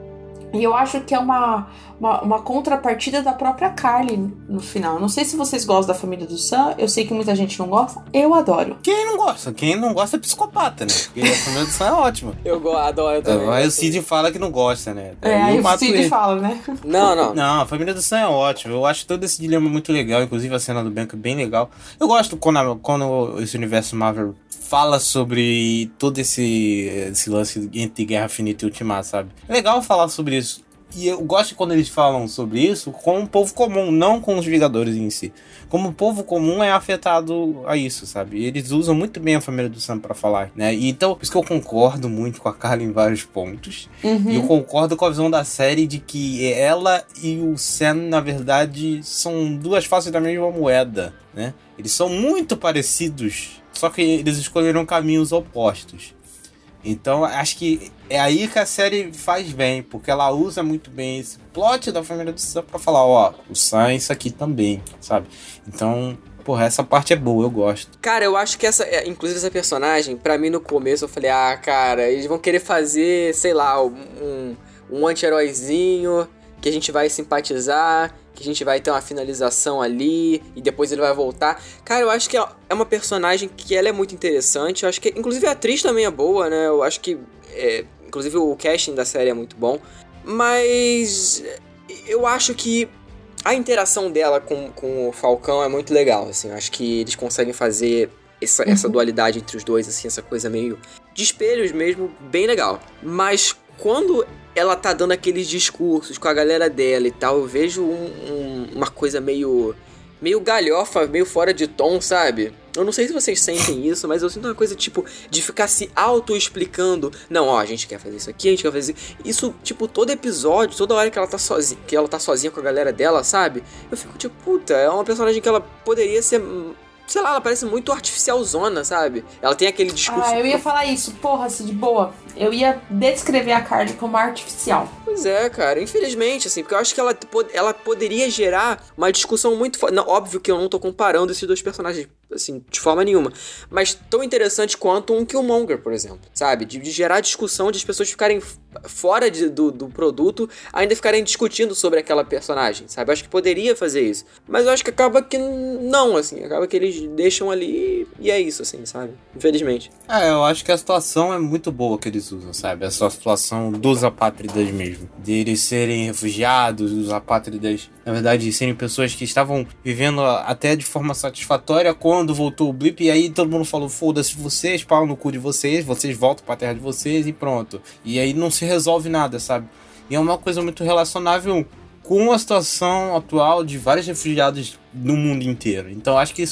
E eu acho que é uma, uma, uma contrapartida da própria Carly no final. Não sei se vocês gostam da família do Sam. Eu sei que muita gente não gosta. Eu adoro. Quem não gosta? Quem não gosta é psicopata, né? Porque a família do Sam é ótima. Eu adoro também. Aí o Cid fala que não gosta, né? É, aí o Cid ele. fala, né? Não, não. Não, a família do Sam é ótima. Eu acho todo esse dilema muito legal. Inclusive a cena do Bianca é bem legal. Eu gosto quando, quando esse universo Marvel fala sobre todo esse, esse lance entre Guerra Infinita e Ultimato, sabe? É legal falar sobre isso. E eu gosto quando eles falam sobre isso com o povo comum, não com os Vingadores em si. Como o povo comum é afetado a isso, sabe? E eles usam muito bem a família do Sam pra falar, né? E então, por isso que eu concordo muito com a Carly em vários pontos. Uhum. E eu concordo com a visão da série de que ela e o Sam, na verdade, são duas faces da mesma moeda, né? Eles são muito parecidos, só que eles escolheram caminhos opostos. Então, acho que é aí que a série faz bem, porque ela usa muito bem esse plot da família do Sam pra falar, ó, o Sam é isso aqui também, sabe? Então, porra, essa parte é boa, eu gosto. Cara, eu acho que essa, inclusive essa personagem, pra mim no começo eu falei, ah, cara, eles vão querer fazer, sei lá, um, um anti-heróizinho que a gente vai simpatizar, que a gente vai ter uma finalização ali e depois ele vai voltar. Cara, eu acho que é uma personagem que ela é muito interessante. Eu acho que, inclusive, a atriz também é boa, né? Eu acho que, é, inclusive, o casting da série é muito bom. Mas eu acho que a interação dela com, com o Falcão é muito legal, assim. Eu acho que eles conseguem fazer essa, essa dualidade entre os dois, assim, essa coisa meio de espelhos mesmo, bem legal. Mas quando ela tá dando aqueles discursos com a galera dela e tal, eu vejo um, um, uma coisa meio, meio galhofa, meio fora de tom, sabe? Eu não sei se vocês sentem isso, mas eu sinto uma coisa, tipo, de ficar se auto-explicando. Não, ó, a gente quer fazer isso aqui, a gente quer fazer isso. Isso, tipo, todo episódio, toda hora que ela tá sozinha, que ela tá sozinha com a galera dela, sabe? Eu fico tipo, puta, é uma personagem que ela poderia ser... Sei lá, ela parece muito artificialzona, sabe? Ela tem aquele discurso... Ah, eu ia falar isso. Porra, assim, de boa. Eu ia descrever a Carly como artificial. Pois é, cara. Infelizmente, assim, porque eu acho que ela, ela poderia gerar uma discussão muito... Fo... Não, óbvio que eu não tô comparando esses dois personagens, assim, de forma nenhuma. Mas tão interessante quanto um Killmonger, por exemplo, sabe? De, de gerar discussão, de as pessoas ficarem fora de, do, do produto, ainda ficarem discutindo sobre aquela personagem, sabe? Eu acho que poderia fazer isso. Mas eu acho que acaba que não, assim. Acaba que eles deixam ali e é isso, assim, sabe? Infelizmente. É, eu acho que a situação é muito boa que eles usam, sabe? Essa situação dos apátridas mesmo. De eles serem refugiados, dos apátridas, na verdade, serem pessoas que estavam vivendo até de forma satisfatória quando voltou o blip. E aí todo mundo falou, foda-se vocês, pau no cu de vocês, vocês voltam pra terra de vocês e pronto. E aí não se resolve nada, sabe? E é uma coisa muito relacionável com a situação atual de vários refugiados no mundo inteiro. Então acho que isso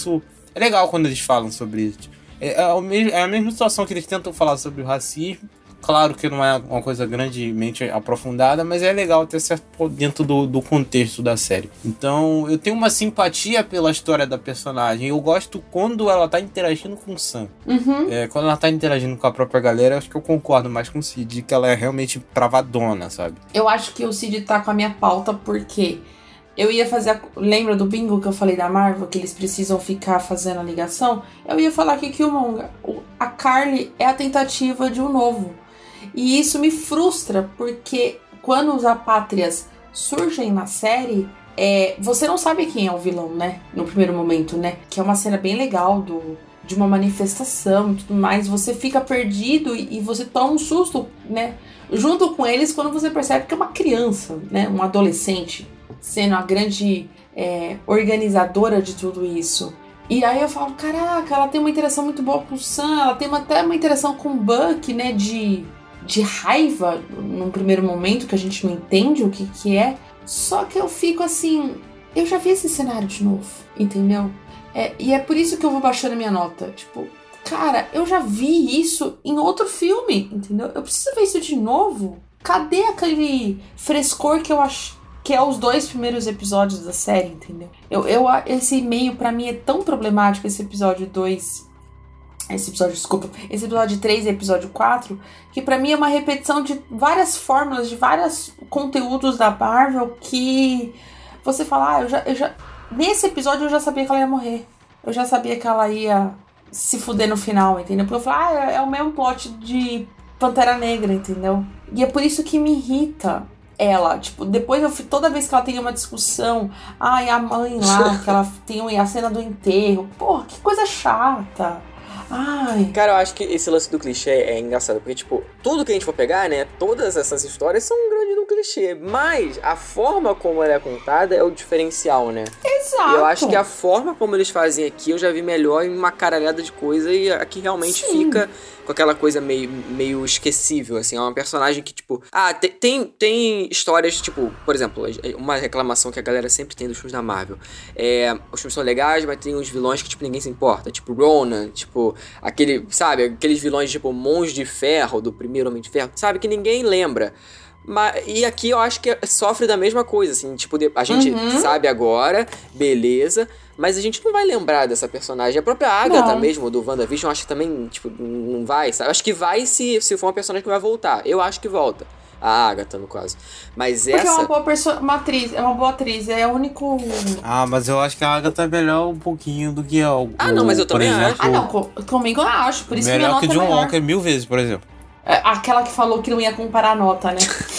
É legal quando eles falam sobre isso. É, é, o mesmo, é a mesma situação que eles tentam falar sobre o racismo. Claro que não é uma coisa grandemente aprofundada, mas é legal ter certo dentro do, do contexto da série. Então, eu tenho uma simpatia pela história da personagem. Eu gosto quando ela tá interagindo com o Sam. Uhum. É, quando ela tá interagindo com a própria galera, eu acho que eu concordo mais com o Cid, que ela é realmente travadona, sabe? Eu acho que o Cid tá com a minha pauta porque eu ia fazer... A... Lembra do bingo que eu falei da Marvel? Que eles precisam ficar fazendo a ligação? Eu ia falar que Killmonger, a Carly é a tentativa de um novo. E isso me frustra, porque quando os apátrias surgem na série, é, você não sabe quem é o vilão, né? No primeiro momento, né? Que é uma cena bem legal do, de uma manifestação e tudo mais. Você fica perdido e, e você toma um susto, né? Junto com eles, quando você percebe que é uma criança, né? Um adolescente, sendo a grande é, organizadora de tudo isso. E aí eu falo, caraca, ela tem uma interação muito boa com o Sam, ela tem uma, até uma interação com o Buck, né? De... de raiva num primeiro momento, que a gente não entende o que que é. Só que eu fico assim, eu já vi esse cenário de novo, entendeu? É, e é por isso que eu vou baixando a minha nota. Tipo, cara, eu já vi isso em outro filme, entendeu? Eu preciso ver isso de novo. Cadê aquele frescor que eu acho que é os dois primeiros episódios da série, entendeu? Eu, eu, esse meio pra mim é tão problemático, esse episódio dois. Esse episódio, desculpa, esse episódio três e episódio quatro, que pra mim é uma repetição de várias fórmulas, de vários conteúdos da Marvel que você fala, ah, eu já, eu já... Nesse episódio eu já sabia que ela ia morrer. Eu já sabia que ela ia se fuder no final, entendeu? Porque eu falo, ah, é o mesmo plot de Pantera Negra, entendeu? E é por isso que me irrita ela. Tipo, depois eu toda vez que ela tem uma discussão, ai, a mãe lá, que ela tem a cena do enterro, porra, que coisa chata. Ai. Cara, eu acho que esse lance do clichê é engraçado, porque, tipo, tudo que a gente for pegar, né, todas essas histórias são um grande do clichê, mas a forma como ela é contada é o diferencial, né? Exato. E eu acho que a forma como eles fazem aqui, eu já vi melhor em uma caralhada de coisa, e aqui realmente Sim. fica com aquela coisa meio, meio esquecível, assim, é uma personagem que, tipo, ah, tem, tem, tem histórias, tipo, por exemplo, uma reclamação que a galera sempre tem dos filmes da Marvel, é, os filmes são legais, mas tem uns vilões que, tipo, ninguém se importa, tipo, Ronan, tipo, aquele, sabe, aqueles vilões, tipo, Mãos de Ferro, do primeiro Homem de Ferro, sabe, que ninguém lembra. Mas, e aqui eu acho que sofre da mesma coisa, assim, tipo, a gente uhum. sabe agora, beleza, mas a gente não vai lembrar dessa personagem. A própria Agatha não. mesmo, do WandaVision, eu acho que também, tipo, não vai, sabe? Acho que vai se, se for uma personagem que vai voltar. Eu acho que volta. A Agatha, no caso. Mas Porque essa... é uma boa perso... uma atriz, é uma boa atriz, é o único... Ah, mas eu acho que a Agatha é melhor um pouquinho do que o... Ah, não, mas eu também exemplo, acho. Ah, não, comigo eu acho, por isso que minha nota é melhor. Melhor que John Walker mil vezes, por exemplo. É, aquela que falou que não ia comparar a nota, né?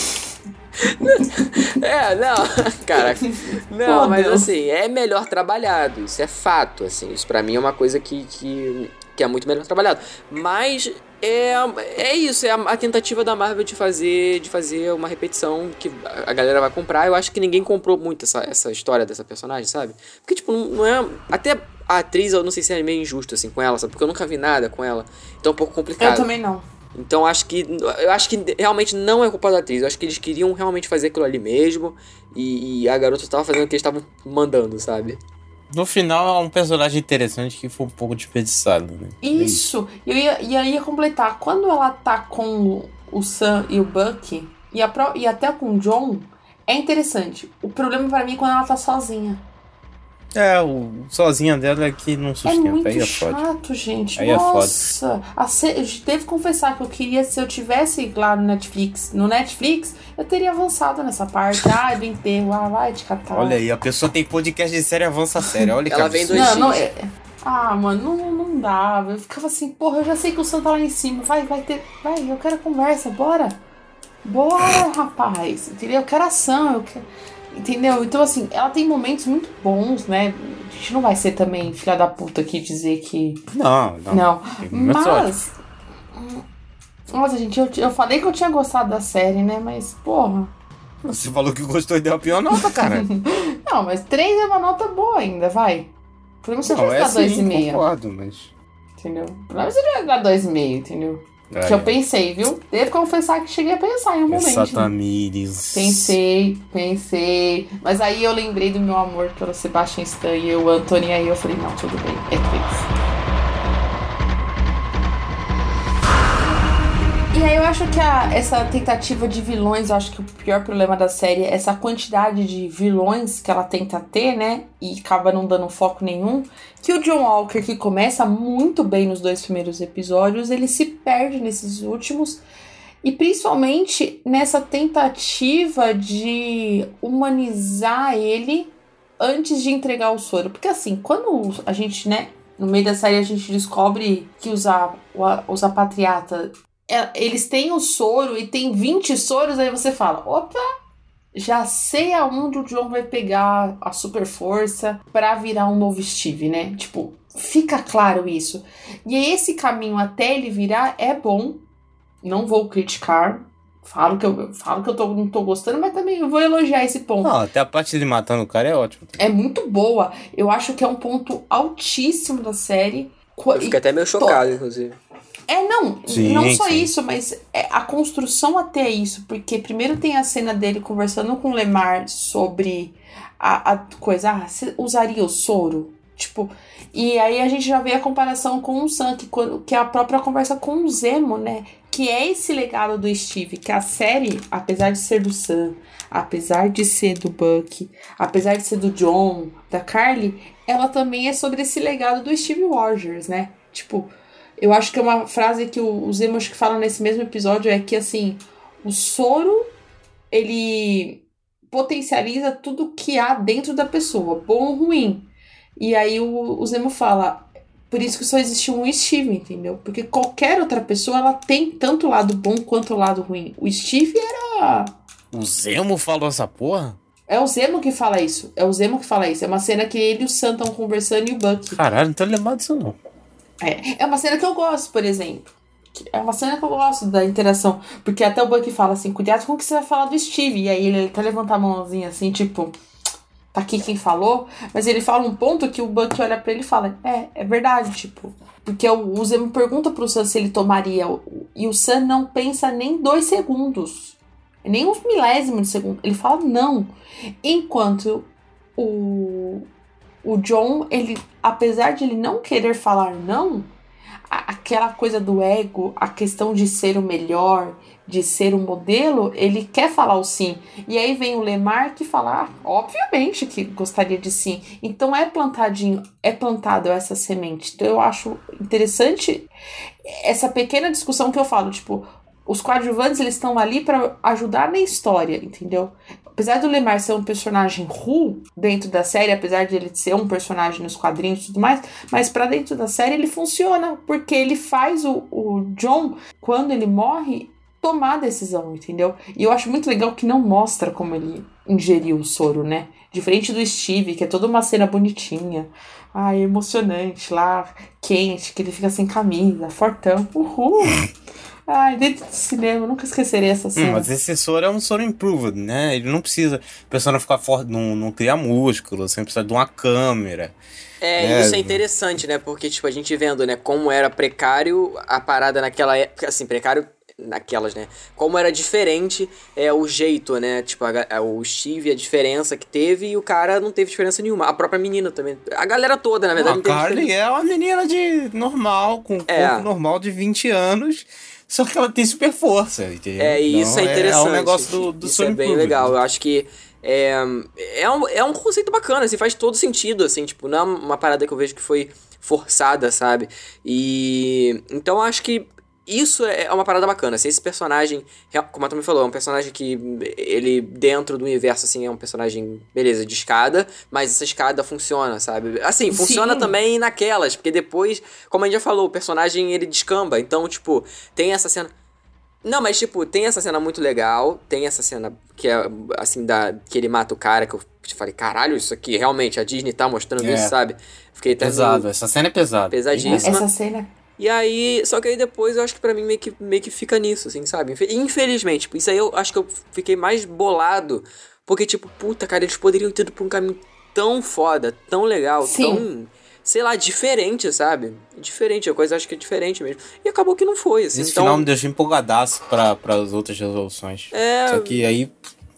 É, não, cara, não, oh, mas Deus. assim, é melhor trabalhado, isso é fato, assim, isso pra mim é uma coisa que, que, que é muito melhor trabalhado, mas é, é isso, é a, a tentativa da Marvel de fazer, de fazer uma repetição que a galera vai comprar. Eu acho que ninguém comprou muito essa, essa história dessa personagem, sabe? Porque, tipo, não, não é, até a atriz, eu não sei se é meio injusto, assim, com ela, sabe? Porque eu nunca vi nada com ela, então é um pouco complicado. Eu também não. Então acho que eu acho que realmente não é culpa da atriz. Eu acho que eles queriam realmente fazer aquilo ali mesmo. E, e a garota estava fazendo o que eles estavam mandando, sabe? No final é um personagem interessante que foi um pouco desperdiçado, né? Isso! E eu ia, eu ia completar. Quando ela tá com o Sam e o Bucky, e, a pro, e até com o John, é interessante. O problema pra mim é quando ela tá sozinha. É, o sozinha dela é que não sustenta. É muito aí é chato, foda. gente. Aí Nossa. É foda. Eu devo confessar que eu queria, se eu tivesse lá no Netflix, no Netflix, eu teria avançado nessa parte. Ai, do enterro, ah, vai te catar. Olha aí, a pessoa tem podcast de série, avança a série. Olha que ela vem dois não, não, é... Ah, mano, não, não dava. Eu ficava assim, porra, eu já sei que o Sam tá lá em cima. Vai, vai ter. Vai, eu quero conversa, bora. Bora, rapaz. Entendeu? Eu quero ação, eu quero. Entendeu? Então, assim, ela tem momentos muito bons, né? A gente não vai ser também filha da puta aqui dizer que... Não, não. Não, mas... Nossa, gente, eu, eu falei que eu tinha gostado da série, né? Mas, porra... Você falou que gostou e deu a pior nota, cara. Não, mas três é uma nota boa ainda, vai. Por exemplo, você já dá dois e meio. Concordo, mas... Entendeu? Por exemplo, você já dá dois e meio, entendeu? É. Que eu pensei, viu? Devo confessar que cheguei a pensar em um momento. Essa Tamires. Pensei, pensei. Mas aí eu lembrei do meu amor pelo Sebastian Stan e o Anthony, aí eu falei, não, tudo bem, é três. E aí eu acho que a, essa tentativa de vilões, eu acho que o pior problema da série é essa quantidade de vilões que ela tenta ter, né? E acaba não dando foco nenhum. Que o John Walker, que começa muito bem nos dois primeiros episódios, ele se perde nesses últimos. E principalmente nessa tentativa de humanizar ele antes de entregar o soro. Porque assim, quando a gente, né, no meio da série a gente descobre que os, os apatriatas, eles têm o soro e tem vinte soros, aí você fala, opa, já sei aonde o John vai pegar a super força pra virar um novo Steve, né? Tipo, fica claro isso. E esse caminho até ele virar é bom, não vou criticar, falo que eu, falo que eu tô, não tô gostando, mas também eu vou elogiar esse ponto. Não, até a parte de matando o cara é ótimo. É muito boa, eu acho que é um ponto altíssimo da série. Eu fiquei até meio chocado, tô... inclusive. É, não, sim, não só sim. isso, mas é a construção até isso, porque primeiro tem a cena dele conversando com o Lemar sobre a, a coisa, ah, você usaria o soro? Tipo, e aí a gente já vê a comparação com o Sam, que, que é a própria conversa com o Zemo, né, que é esse legado do Steve, que a série, apesar de ser do Sam, apesar de ser do Bucky, apesar de ser do John, da Carly, ela também é sobre esse legado do Steve Rogers, né, tipo... Eu acho que é uma frase que o, o Zemo que fala nesse mesmo episódio é que, assim, o soro, ele potencializa tudo que há dentro da pessoa, bom ou ruim. E aí o, o Zemo fala, por isso que só existe um Steve, entendeu? Porque qualquer outra pessoa, ela tem tanto o lado bom quanto o lado ruim. O Steve era... O Zemo falou essa porra? É o Zemo que fala isso. É o Zemo que fala isso. É uma cena que ele e o Sam estão conversando e o Bucky. Caralho, não tô lembrado disso não. É, é uma cena que eu gosto, por exemplo. É uma cena que eu gosto da interação. Porque até o Bucky fala assim, cuidado com o que você vai falar do Steve. E aí ele, ele até levanta a mãozinha assim, tipo, tá aqui quem falou. Mas ele fala um ponto que o Bucky olha pra ele e fala, é, é verdade, tipo. Porque o, o Zemo pergunta pro Sam se ele tomaria. E o Sam não pensa nem dois segundos. Nem uns milésimos de segundo. Ele fala não. Enquanto o... O John, ele, apesar de ele não querer falar não, a, aquela coisa do ego, a questão de ser o melhor, de ser o modelo, ele quer falar o sim. E aí vem o Lemar que fala, ah, obviamente que gostaria de sim. Então é plantadinho, é plantado essa semente. Então eu acho interessante essa pequena discussão que eu falo, tipo, os coadjuvantes, eles estão ali para ajudar na história, entendeu? Apesar do Lemar ser um personagem ruim dentro da série, apesar de ele ser um personagem nos quadrinhos e tudo mais, mas pra dentro da série ele funciona, porque ele faz o, o John, quando ele morre, tomar a decisão, entendeu? E eu acho muito legal que não mostra como ele ingeriu o soro, né? Diferente do Steve, que é toda uma cena bonitinha, ai, emocionante lá, quente, que ele fica sem camisa, fortão, uhul! Ai, dentro do cinema, nunca esquecerei essa cena. Hum, mas esse soro é um soro improved, né? Ele não precisa, a pessoa não ficar forte, não, não criar músculo, você precisa de uma câmera. É, né? Isso é interessante, né? Porque, tipo, a gente vendo, né, como era precário a parada naquela época, assim, precário naquelas, né? Como era diferente é, o jeito, né? Tipo, a, a, o Steve, a diferença que teve e o cara não teve diferença nenhuma. A própria menina também. A galera toda, na verdade, não, não teve a Carly diferença. é uma menina de normal, com um É. corpo normal de vinte anos, só que ela tem super força, entendeu? É, e isso Então, é interessante. É um negócio do, do Isso soro é bem improved. legal. Eu acho que é, é, um, é um conceito bacana, assim, faz todo sentido, assim, tipo, não é uma parada que eu vejo que foi forçada, sabe? E... Então eu acho que isso é uma parada bacana, assim, esse personagem, como a Tommy falou, é um personagem que ele, dentro do universo, assim, é um personagem, beleza, de escada, mas essa escada funciona, sabe? Assim, funciona Sim. também naquelas, porque depois, como a gente já falou, o personagem, ele descamba, então, tipo, tem essa cena... Não, mas, tipo, tem essa cena muito legal, tem essa cena que é, assim, da, que ele mata o cara, que eu falei, caralho, isso aqui, realmente, a Disney tá mostrando É. isso, sabe? Fiquei até Pesado, meio essa cena é pesada. pesadíssima. Essa cena... E aí, só que aí depois eu acho que pra mim meio que, meio que fica nisso, assim, sabe? Infe- Infelizmente, tipo, isso aí eu acho que eu fiquei mais bolado, porque, tipo, puta, cara, eles poderiam ter ido pra um caminho tão foda, tão legal, Sim. tão sei lá, diferente, sabe? Diferente, a coisa acho que é diferente mesmo. E acabou que não foi, assim. Esse então... final me deixou empolgadaço pra, para as outras resoluções. É... Só que aí...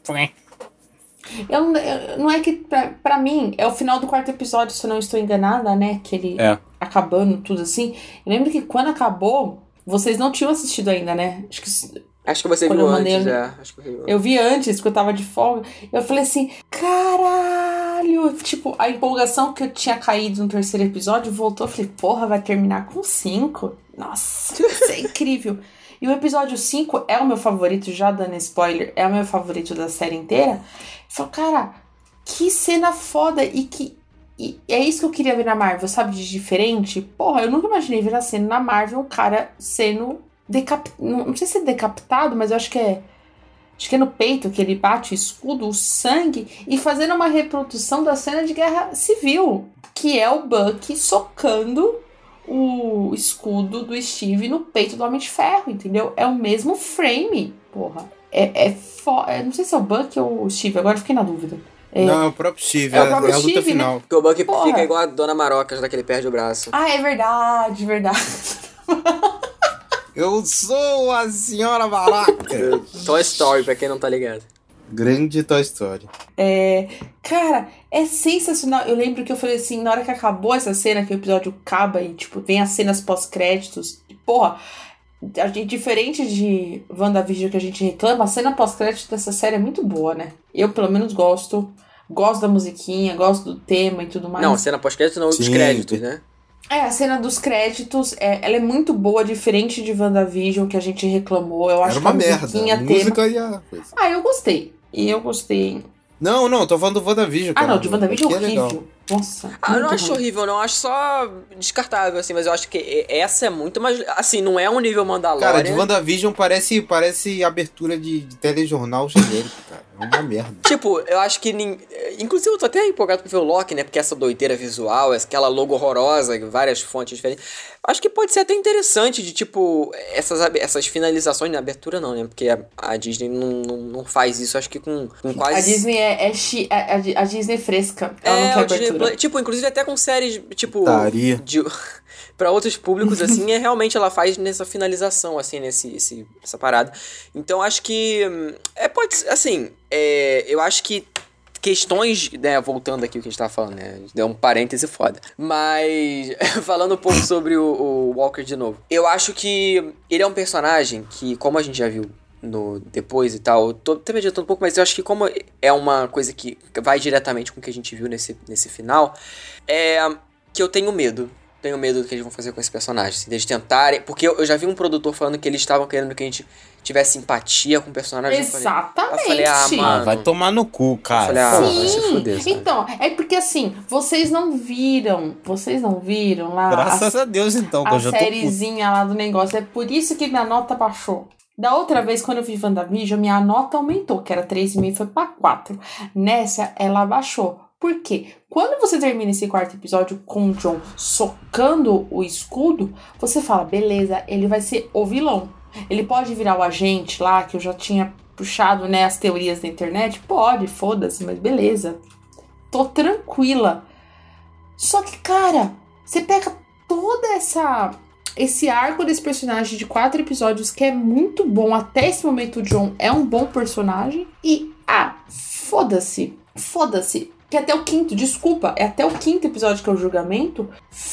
Eu, eu, não é que, pra, pra mim, é o final do quarto episódio, se eu não estou enganada, né? Que ele é. acabando, tudo assim. Eu lembro que quando acabou, vocês não tinham assistido ainda, né? Acho que... Acho que você Quando viu eu mandei, antes, eu, é. Acho que eu, eu vi antes, porque eu tava de folga. Eu falei assim, caralho! Tipo, a empolgação que eu tinha caído no terceiro episódio voltou. Eu falei, porra, vai terminar com cinco? Nossa, isso é incrível. E o episódio cinco é o meu favorito, já dando spoiler, é o meu favorito da série inteira. Eu falei, cara, que cena foda e que... E é isso que eu queria ver na Marvel, sabe? De diferente. Porra, eu nunca imaginei ver a cena na Marvel, o cara sendo... Decap... Não sei se é decapitado, mas eu acho que é. Acho que é no peito que ele bate o escudo, o sangue, e fazendo uma reprodução da cena de guerra civil, que é o Bucky socando o escudo do Steve no peito do Homem de Ferro, entendeu? É o mesmo frame, porra. É, é fo... Não sei se é o Bucky ou o Steve, agora fiquei na dúvida. É... Não, é o próprio Steve, é, é, o próprio é a luta Steve, final. né? Porque o Bucky Porra. fica igual a Dona Marocas, daquele perde o braço. Ah, é verdade, verdade. Eu sou a Senhora Baraka. Toy Story, pra quem não tá ligado. Grande Toy Story. É, cara, é sensacional. Eu lembro que eu falei assim, na hora que acabou essa cena, que o episódio acaba e, tipo, vem as cenas pós-créditos. E, porra, a gente, diferente de WandaVision que a gente reclama, a cena pós-crédito dessa série é muito boa, né? Eu, pelo menos, gosto. Gosto da musiquinha, gosto do tema e tudo mais. Não, cena pós-crédito não, dos créditos, né? É, a cena dos créditos, é, ela é muito boa, diferente de WandaVision, que a gente reclamou. Eu acho Era uma que a merda, musiquinha a tema... música e a coisa. Ah, eu gostei. E eu gostei. Não, não, tô falando do WandaVision. Ah, cara. não, de WandaVision é horrível. Legal. Nossa. Ah, eu não muito acho ruim. horrível, não. Acho só descartável, assim. Mas eu acho que essa é muito mais... Assim, não é um nível Mandalorian. Cara, de WandaVision parece, parece abertura de, de telejornal genérico, cara. É uma merda. Tipo, eu acho que... nin- Inclusive, eu tô até empolgado pra ver o Loki, né? Porque essa doideira visual, aquela logo horrorosa, várias fontes diferentes. Acho que pode ser até interessante de, tipo... Essas, essas finalizações na abertura, não, né? Porque a, a Disney não, não, não faz isso, acho que com, com quase... A Disney é, é chi, a, a- a Disney é fresca. Ela É, não quer o Disney abertura. Plus- tipo, inclusive até com séries, tipo, Putaria. de, pra outros públicos, assim, é realmente ela faz nessa finalização, assim, nesse, esse, essa parada. Então, acho que, hum, é, pode ser, assim, é, eu acho que questões, né, voltando aqui o que a gente tava falando, né, deu um parêntese foda, mas, falando um pouco sobre o, o Walker de novo, eu acho que ele é um personagem que, como a gente já viu no depois e tal, eu tô até me adiantando um pouco, mas eu acho que como é uma coisa que vai diretamente com o que a gente viu nesse, nesse final, é que eu tenho medo. Tenho medo do que eles vão fazer com esse personagem. Assim, eles tentarem... Porque eu, eu já vi um produtor falando que eles estavam querendo que a gente tivesse empatia com o personagem. Exatamente. Eu falei, ah, mano... Ah, vai tomar no cu, cara. Eu falei, ah, Pô, vai se Sim, fuder, sabe? então, é porque assim, vocês não viram, vocês não viram lá Graças a, a Deus, então, que a eu já tô puto. sériezinha lá do negócio. É por isso que minha nota baixou. Da outra vez, quando eu vi WandaVision, minha nota aumentou, que era três vírgula cinco, foi pra quatro. Nessa, ela baixou. Por quê? Quando você termina esse quarto episódio com o John socando o escudo, você fala, beleza, ele vai ser o vilão. Ele pode virar o agente lá, que eu já tinha puxado, né, as teorias da internet? Pode, foda-se, mas beleza. Tô tranquila. Só que, cara, você pega toda essa... esse arco desse personagem de quatro episódios que é muito bom. Até esse momento o John é um bom personagem. E, ah, foda-se. Foda-se. Que até o quinto, desculpa, é até o quinto episódio que é o julgamento.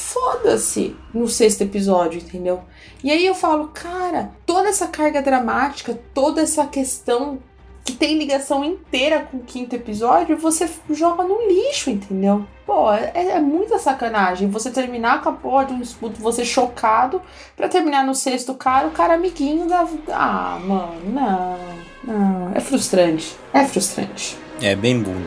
Foda-se no sexto episódio, entendeu? E aí eu falo, cara, toda essa carga dramática, toda essa questão que tem ligação inteira com o quinto episódio, você joga no lixo, entendeu? Pô, é, é muita sacanagem. Você terminar com a porra de um escudo, você chocado, pra terminar no sexto cara, o cara amiguinho da... Ah, mano, não, não. É frustrante. É frustrante. É bem bunda.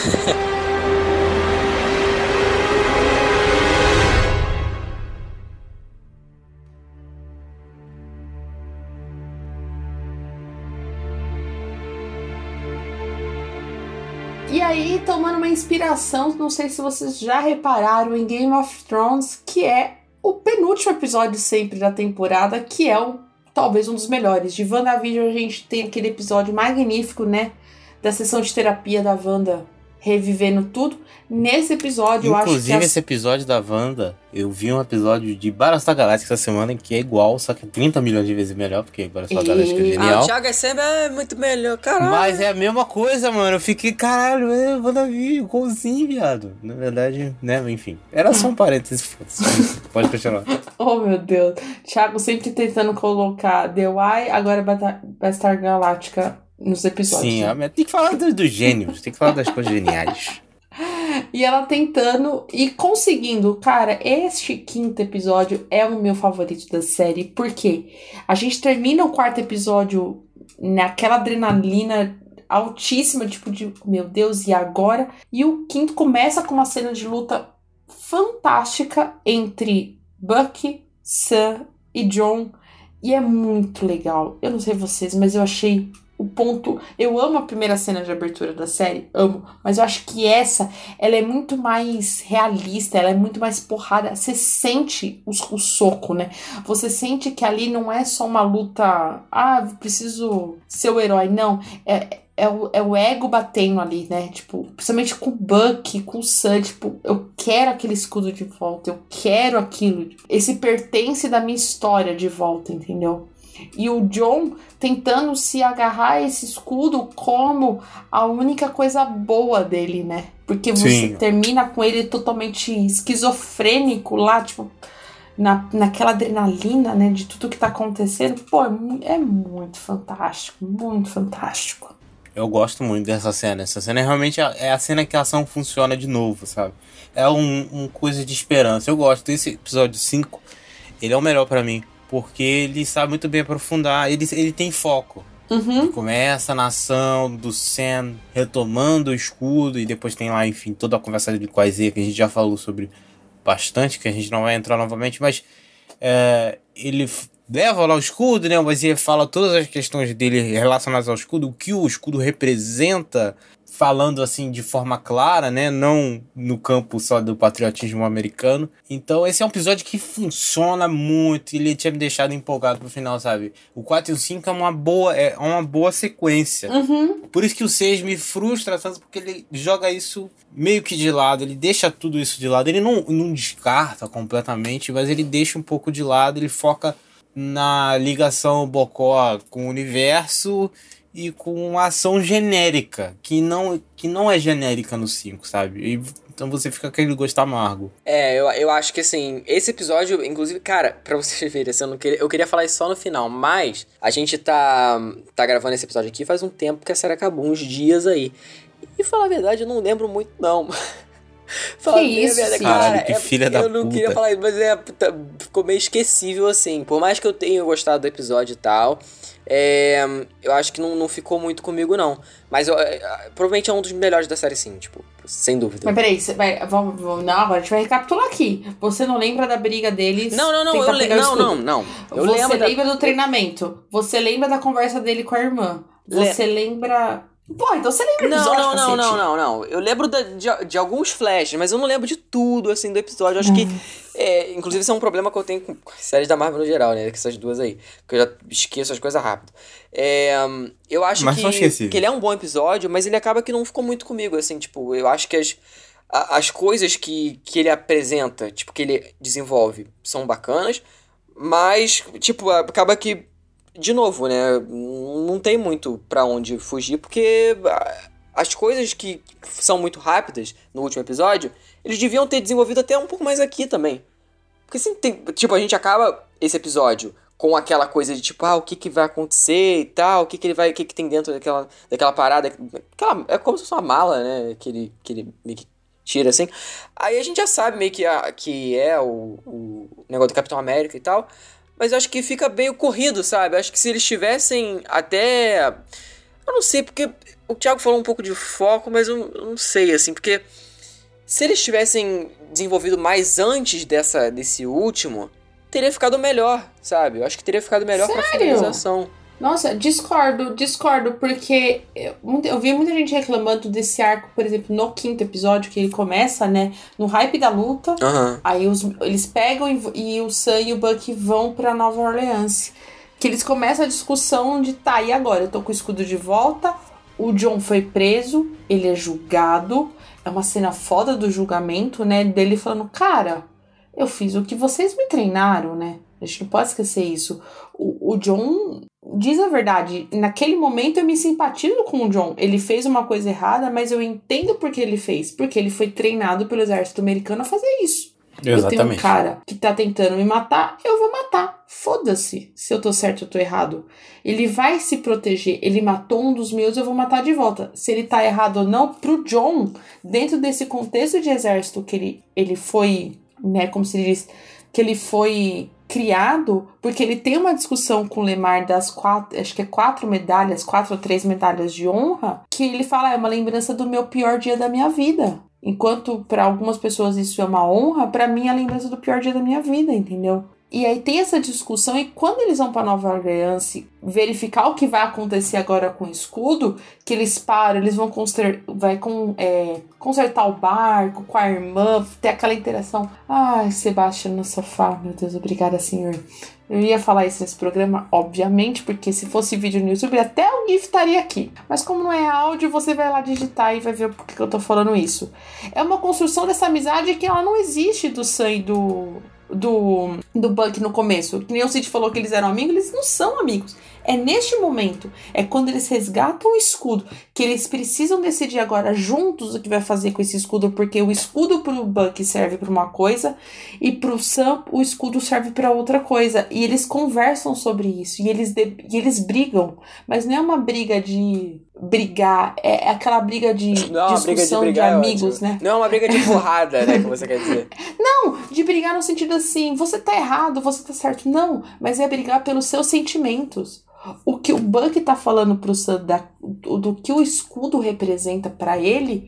E aí, tomando uma inspiração, não sei se vocês já repararam em Game of Thrones, que é o penúltimo episódio sempre da temporada, que é o, talvez um dos melhores. De WandaVision a gente tem aquele episódio magnífico, né? Da sessão de terapia da Wanda revivendo tudo. Nesse episódio, eu acho que... Inclusive, as... esse episódio da Wanda, eu vi um episódio de Battlestar Galactica essa semana que é igual, só que trinta milhões de vezes melhor, porque Battlestar Galactica é genial. Ah, o Thiago sempre é muito melhor, caralho. Mas é a mesma coisa, mano. Eu fiquei, caralho, é WandaVision, igualzinho, viado. Na verdade, né, enfim. Era só um parênteses. Pode continuar. Oh, meu Deus. Thiago sempre tentando colocar The Why, agora Battlestar Galactica nos episódios. Sim, né? Tem que falar dos, dos gênios, tem que falar das coisas geniais. E ela tentando e conseguindo. Cara, este quinto episódio é o meu favorito da série. Por quê? A gente termina o quarto episódio naquela adrenalina altíssima, tipo de, meu Deus, e agora? E o quinto começa com uma cena de luta fantástica entre Bucky, Sam e John. E é muito legal. Eu não sei vocês, mas eu achei... O ponto, eu amo a primeira cena de abertura da série, amo, mas eu acho que essa, ela é muito mais realista, ela é muito mais porrada, você sente o, o soco, né, você sente que ali não é só uma luta, ah, preciso ser o herói, não, é, é, o, é o ego batendo ali, né, tipo, principalmente com o Bucky, com o Sam, tipo, eu quero aquele escudo de volta, eu quero aquilo, esse pertence da minha história de volta, entendeu? E o John tentando se agarrar a esse escudo como a única coisa boa dele, né? Porque você Sim. termina com ele totalmente esquizofrênico lá, tipo, na, naquela adrenalina, né? De tudo que tá acontecendo. Pô, é muito fantástico, muito fantástico. Eu gosto muito dessa cena. Essa cena é realmente a, é a cena que a ação funciona de novo, sabe? É um, um coisa de esperança. Eu gosto desse episódio cinco. Ele é o melhor pra mim. Porque ele sabe muito bem aprofundar, ele, ele tem foco. Uhum. Começa na ação do Sam retomando o escudo, e depois tem lá, enfim, toda a conversa dele com a Isaiah, que a gente já falou sobre bastante, que a gente não vai entrar novamente, mas é, ele leva lá o escudo, né? O Isaiah fala todas as questões dele relacionadas ao escudo, o que o escudo representa, falando assim de forma clara, né? Não no campo só do patriotismo americano. Então esse é um episódio que funciona muito. Ele tinha me deixado empolgado pro final, sabe? O quatro e o cinco é uma boa, é uma boa sequência. Uhum. Por isso que o seis me frustra tanto, porque ele joga isso meio que de lado. Ele deixa tudo isso de lado. Ele não, não descarta completamente, mas ele deixa um pouco de lado. Ele foca na ligação Bocó com o universo e com uma ação genérica, que não, que não é genérica no cinco, sabe? E, então você fica com aquele gosto amargo. É, eu, eu acho que assim, esse episódio, inclusive, cara, pra vocês verem, assim, eu, não queria, eu queria falar isso só no final, mas a gente tá, tá gravando esse episódio aqui faz um tempo que a série acabou, uns dias aí. E falar a verdade, eu não lembro muito, não. Fala que isso, verdade, cara, cara, que é, filha da puta. Eu não queria falar isso, mas é, tá, ficou meio esquecível, assim. Por mais que eu tenha gostado do episódio e tal, é, eu acho que não, não ficou muito comigo, não. Mas eu, é, provavelmente é um dos melhores da série, sim, tipo, sem dúvida. Mas peraí, você vai, vamos, vamos, não, agora a gente vai recapitular aqui. Você não lembra da briga deles? Não, não, não, eu le- não, não, não. Eu Você lembro lembra da... do treinamento? Você lembra da conversa dele com a irmã? Você Le... lembra... Pô, então você lembra do não, episódio, não, não, cacete. não, não, não. Eu lembro da, de, de alguns flashes, mas eu não lembro de tudo, assim, do episódio. Eu acho hum. que, é, inclusive, isso é um problema que eu tenho com séries da Marvel no geral, né? Com essas duas aí. Que eu já esqueço as coisas rápido. É, eu acho mas que, que ele é um bom episódio, mas ele acaba que não ficou muito comigo, assim, tipo, eu acho que as, a, as coisas que, que ele apresenta, tipo, que ele desenvolve, são bacanas, mas, tipo, acaba que, de novo, né? Não tem muito pra onde fugir, porque as coisas que são muito rápidas no último episódio, eles deviam ter desenvolvido até um pouco mais aqui também. Porque assim, tem, tipo, a gente acaba esse episódio com aquela coisa de tipo, ah, o que que vai acontecer e tal, o que que ele vai, o que que tem dentro daquela, daquela parada, aquela, é como se fosse uma mala, né, que ele, que ele meio que tira assim. Aí a gente já sabe meio que, a, que é o, o negócio do Capitão América e tal, mas eu acho que fica meio corrido, sabe? Eu acho que se eles tivessem até... Eu não sei, porque o Thiago falou um pouco de foco, mas eu, eu não sei, assim, porque se eles tivessem desenvolvido mais antes dessa, desse último, teria ficado melhor, sabe? Eu acho que teria ficado melhor Sério? Pra finalização. Nossa, discordo, discordo, porque eu, eu vi muita gente reclamando desse arco, por exemplo, no quinto episódio, que ele começa, né, no hype da luta, uhum. aí os, eles pegam e, e o Sam e o Bucky vão pra Nova Orleans, que eles começam a discussão de, tá, e agora? Eu tô com o escudo de volta, o John foi preso, ele é julgado, é uma cena foda do julgamento, né, dele falando, cara, eu fiz o que vocês me treinaram, né, a gente não pode esquecer isso. O, o John diz a verdade, naquele momento eu me simpatizo com o John, ele fez uma coisa errada, mas eu entendo por que ele fez, porque ele foi treinado pelo exército americano a fazer isso. Exatamente. Eu tenho um cara que tá tentando me matar, eu vou matar. Foda-se se eu tô certo ou tô errado. Ele vai se proteger. Ele matou um dos meus, eu vou matar de volta. Se ele tá errado ou não, pro John, dentro desse contexto de exército que ele, ele foi, né, como se diz, que ele foi criado, porque ele tem uma discussão com o Lemar das quatro, acho que é quatro medalhas, quatro ou três medalhas de honra, que ele fala, ah, é uma lembrança do meu pior dia da minha vida. Enquanto para algumas pessoas isso é uma honra, para mim é a lembrança do pior dia da minha vida, entendeu? E aí tem essa discussão, e quando eles vão para Nova Orleans verificar o que vai acontecer agora com o escudo, que eles param, eles vão conser- vai com, é, consertar o barco com a irmã, ter aquela interação. Ai, Sebastião no sofá, meu Deus, obrigada, senhor. Eu ia falar isso nesse programa, obviamente, porque se fosse vídeo no YouTube, até o GIF estaria aqui. Mas como não é áudio, você vai lá digitar e vai ver por que eu tô falando isso. É uma construção dessa amizade que ela não existe do Sam e do... do, do Buck no começo. Que nem o Cid falou que eles eram amigos, eles não são amigos. É neste momento, é quando eles resgatam o escudo, que eles precisam decidir agora juntos o que vai fazer com esse escudo, porque o escudo pro Buck serve pra uma coisa e pro Sam o escudo serve pra outra coisa. E eles conversam sobre isso, e eles, de, e eles brigam, mas não é uma briga de brigar, é aquela briga de não, discussão briga de, brigar de amigos, é né? Não é uma briga de porrada, né, que você quer dizer. Não, de brigar no sentido assim, você tá errado, você tá certo. Não, mas é brigar pelos seus sentimentos. O que o Buck tá falando pro Sam, da, do, do que o escudo representa pra ele,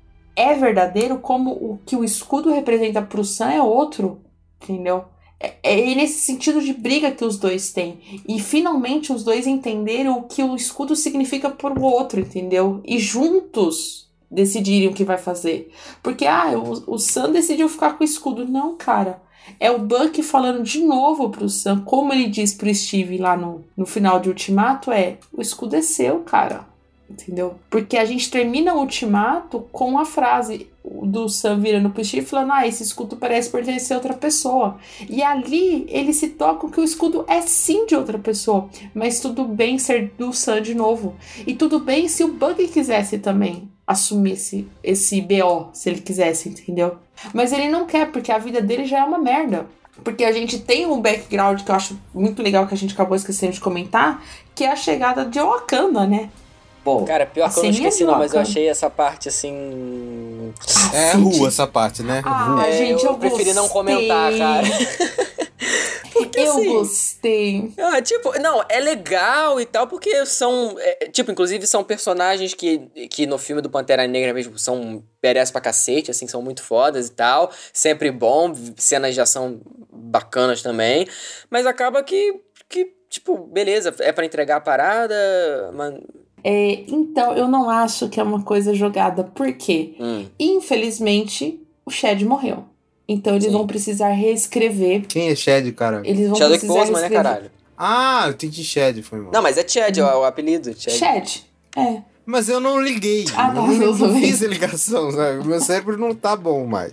é verdadeiro, como o que o escudo representa pro Sam é outro, entendeu? É, é nesse sentido de briga que os dois têm. E finalmente os dois entenderam o que o escudo significa pro outro, entendeu? E juntos decidirem o que vai fazer. Porque, ah, o, o Sam decidiu ficar com o escudo. Não, cara. É o Buck falando de novo pro Sam, como ele diz pro Steve lá no, no final de Ultimato, é, o escudo é seu, cara. Entendeu? Porque a gente termina o Ultimato com a frase do Sam virando pro Steve falando, ah, esse escudo parece pertencer a outra pessoa. E ali ele se toca que o escudo é sim de outra pessoa, mas tudo bem ser do Sam de novo. E tudo bem se o Buck quisesse também assumir esse, esse B O, se ele quisesse, entendeu? Mas ele não quer, porque a vida dele já é uma merda. Porque a gente tem um background que eu acho muito legal, que a gente acabou esquecendo de comentar, que é a chegada de Wakanda, né? Pô, cara, pior que eu não esqueci não, mas eu achei essa parte assim... Ah, é rua essa parte, né? Ah, é, gente, eu, eu preferi não comentar, cara. Porque, eu assim, gostei. Ah, tipo, não, é legal e tal, porque são... É, tipo, inclusive são personagens que, que no filme do Pantera Negra mesmo são badass pra cacete, assim, são muito fodas e tal. Sempre bom, cenas de ação bacanas também. Mas acaba que, que tipo, beleza, é pra entregar a parada, mas... É, então, eu não acho que é uma coisa jogada. Por quê? Hum. Infelizmente, o Shed morreu. Então eles Sim. vão precisar reescrever. Quem é Shed, cara? Eles vão Chadwick precisar Boseman, né, caralho? Ah, eu entendi Shed, foi mal. Não, mas é Chad, hum. é o apelido. Chad. Shed, é. Mas eu não liguei. Ah, tá, eu não, não fiz a ligação, sabe? O meu cérebro não tá bom mais.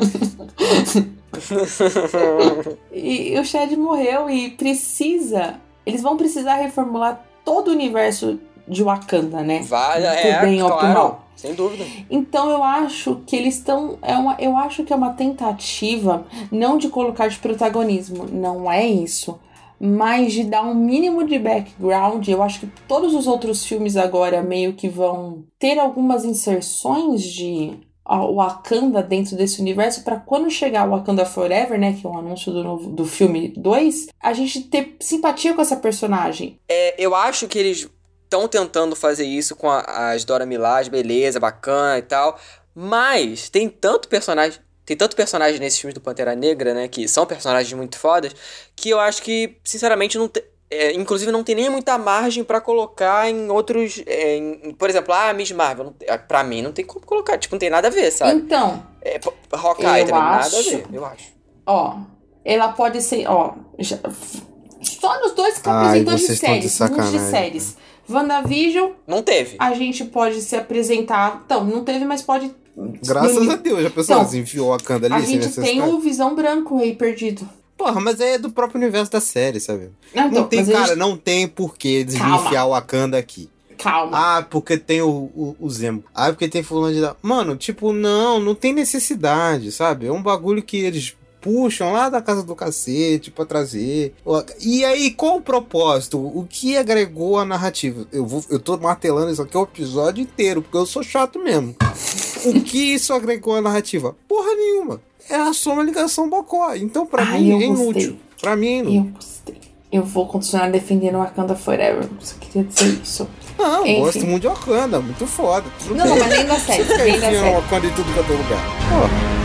E o Shed morreu e precisa... Eles vão precisar reformular todo o universo de Wakanda, né? Vai, é, bem claro, optimal. Sem dúvida. Então eu acho que eles estão... É uma, eu acho que é uma tentativa, não de colocar de protagonismo, não é isso, mas de dar um mínimo de background. Eu acho que todos os outros filmes agora meio que vão ter algumas inserções de Wakanda dentro desse universo, para quando chegar o Wakanda Forever, né, que é o anúncio do, novo, do filme dois, a gente ter simpatia com essa personagem. É, eu acho que eles estão tentando fazer isso com a, as Dora Milaje, beleza, bacana e tal, mas tem tanto personagem, tem tanto personagem nesses filmes do Pantera Negra, né, que são personagens muito fodas, que eu acho que, sinceramente, não tem, é, inclusive não tem nem muita margem pra colocar em outros, é, em, por exemplo, ah, Miss Marvel, não, pra mim não tem como colocar, tipo, não tem nada a ver, sabe? Então, é, Hawkeye também, acho, nada a ver, eu acho. Ó, ela pode ser, ó, já, só nos dois apresentadores de séries, uns de séries. WandaVision... Não teve. A gente pode se apresentar... Então, não teve, mas pode... Graças a Deus, a pessoa então, assim, enfiou a Wakanda ali. A gente tem o Visão Branco, o Rei Perdido. Porra, mas é do próprio universo da série, sabe? Não, então, não tem, cara, gente... não tem porquê de enfiar o Wakanda aqui. Calma. Ah, porque tem o, o, o Zemo. Ah, porque tem fulano de... Mano, tipo, não, não tem necessidade, sabe? É um bagulho que eles puxam lá da casa do cacete pra trazer. E aí, qual o propósito? O que agregou a narrativa? Eu, vou, eu tô martelando isso aqui o episódio inteiro, porque eu sou chato mesmo. O que isso agregou a narrativa? Porra nenhuma. É a soma ligação bocó. Então, pra Ai, mim, é gostei. inútil. Pra mim, é inútil. Eu gostei. Eu vou continuar defendendo Wakanda Forever. Só queria dizer isso. Não, Enfim. gosto muito de Wakanda. Muito foda. Tudo Não, bem. não, mas nem da série. Você fica Nem da enfiando série. Wakanda em tudo que é teu lugar. Porra.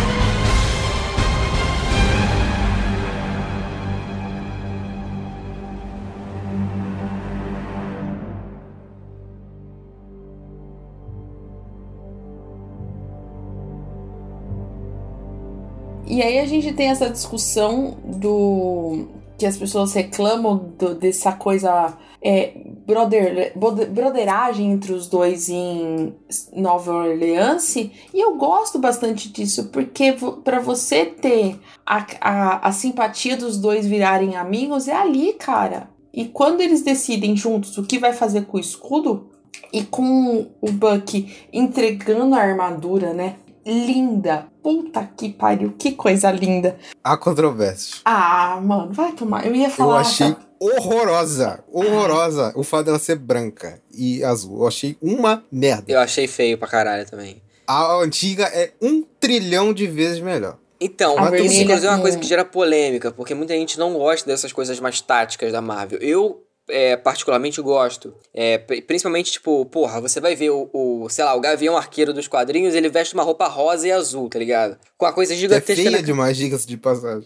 E aí a gente tem essa discussão do... que as pessoas reclamam do, dessa coisa... É, brother, broderagem entre os dois em Nova Orleans. E eu gosto bastante disso, porque pra você ter a, a, a simpatia dos dois virarem amigos é ali, cara. E quando eles decidem juntos o que vai fazer com o escudo, e com o Bucky entregando a armadura, né? Linda. Puta que pariu, que coisa linda. Há controvérsias. Ah, mano, vai tomar. Eu ia falar... Eu achei horrorosa, horrorosa o fato dela ser branca e azul. Eu achei uma merda. Eu achei feio pra caralho também. A antiga é um trilhão de vezes melhor. Então, A isso inclusive é uma com- coisa que gera polêmica, porque muita gente não gosta dessas coisas mais táticas da Marvel. Eu, é, particularmente, gosto. É, pri- principalmente, tipo, porra, você vai ver o, o, sei lá, o Gavião Arqueiro dos quadrinhos, ele veste uma roupa rosa e azul, tá ligado? Com a coisa Que é gigantesca feia na... demais, diga-se de passagem.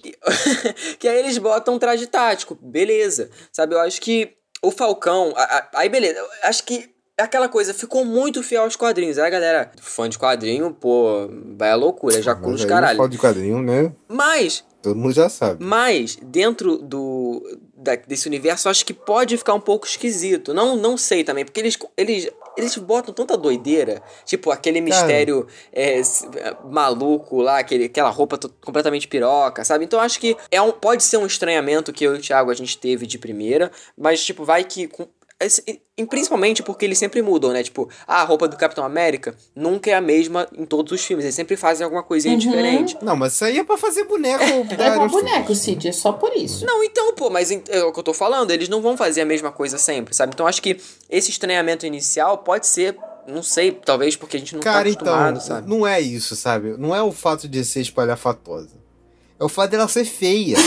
que aí eles botam um traje tático, beleza. Sabe, eu acho que o Falcão... a- a- aí, beleza, eu acho que aquela coisa ficou muito fiel aos quadrinhos. Aí a galera, fã de quadrinho, pô, vai à loucura, já Mas curte aí caralho. fala de quadrinho, né? Mas... Todo mundo já sabe. Mas, dentro do, da, desse universo, eu acho que pode ficar um pouco esquisito. Não, não sei também, porque eles, eles, eles botam tanta doideira. Tipo, aquele mistério é, s- maluco lá, aquele, aquela roupa to- completamente piroca, sabe? Então, eu acho que é um, pode ser um estranhamento que eu e o Thiago a gente teve de primeira. Mas, tipo, vai que... Com, esse- e principalmente porque eles sempre mudam, né? Tipo, ah, a roupa do Capitão América nunca é a mesma em todos os filmes. Eles sempre fazem alguma coisinha Uhum. diferente. Não, mas isso aí é pra fazer boneco. É da pra Iron boneco, Studios. Cid, é só por isso. Não, então, pô, mas em- é o que eu tô falando, eles não vão fazer a mesma coisa sempre, sabe? Então acho que esse estranhamento inicial pode ser, não sei, talvez porque a gente não Cara, tá acostumado, então, sabe? não é isso, sabe? Não é o fato de ser espalhafatosa. É o fato dela ser feia.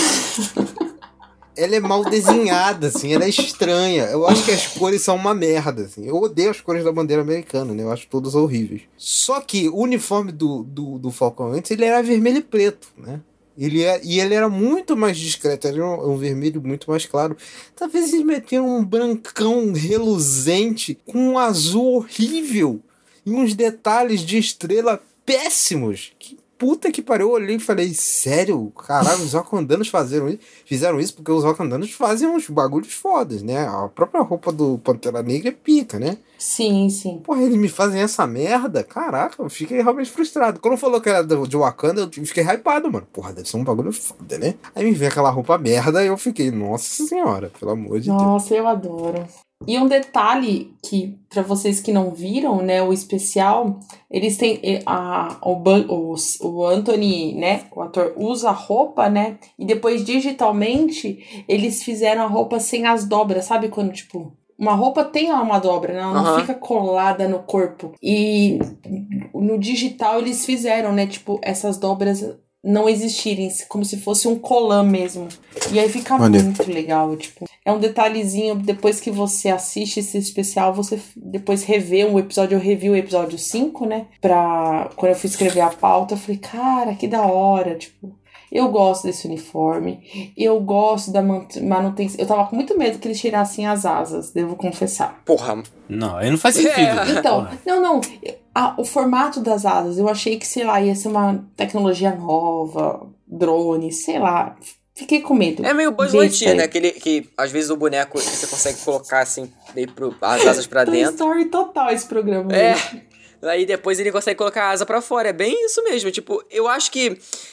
Ela é mal desenhada, assim, ela é estranha. Eu acho que as cores são uma merda, assim. Eu odeio as cores da bandeira americana, né? Eu acho todas horríveis. Só que o uniforme do, do, do Falcão antes, ele era vermelho e preto, né? Ele é, e ele era muito mais discreto, era um, um vermelho muito mais claro. Talvez eles meteram um brancão reluzente com um azul horrível e uns detalhes de estrela péssimos. Que puta que pariu, eu olhei e falei, sério? Caralho, os wakandanos fizeram isso? Fizeram isso porque os wakandanos fazem uns bagulhos fodas, né? A própria roupa do Pantera Negra é pica, né? Sim, sim. Porra, eles me fazem essa merda? Caraca, eu fiquei realmente frustrado. Quando falou que era do- de Wakanda, eu fiquei hypado, mano. Porra, deve ser um bagulho foda, né? Aí me veio aquela roupa merda e eu fiquei, nossa senhora, pelo amor de Deus. Nossa, eu adoro. E um detalhe que, pra vocês que não viram, né, o especial, eles têm eh, a, o, Ban- o, o Anthony, né, o ator usa a roupa, né, e depois digitalmente eles fizeram a roupa sem as dobras, sabe quando, tipo, uma roupa tem uma dobra, né, ela não Aham. fica colada no corpo. E no digital eles fizeram, né, tipo, essas dobras não existirem, como se fosse um colã mesmo. E aí fica Maneiro. muito legal, tipo, é um detalhezinho, depois que você assiste esse especial, você f- depois revê um episódio, eu revi o episódio cinco, né, pra, quando eu fui escrever a pauta, eu falei, cara, que da hora, tipo, eu gosto desse uniforme, eu gosto da man- manutenção, eu tava com muito medo que eles tirassem as asas, devo confessar. Porra, Então, Não, aí não faz sentido. Então, não, não, a- o formato das asas, eu achei que, sei lá, ia ser uma tecnologia nova, drone, sei lá, Fiquei com medo. É meio Buzz Lightyear, né? Aquele que, às vezes, o boneco você consegue colocar, assim, meio pro, as asas pra Toy dentro. Story total esse programa. É. Mesmo. Aí depois ele consegue colocar a asa pra fora. É bem isso mesmo. Tipo, eu acho que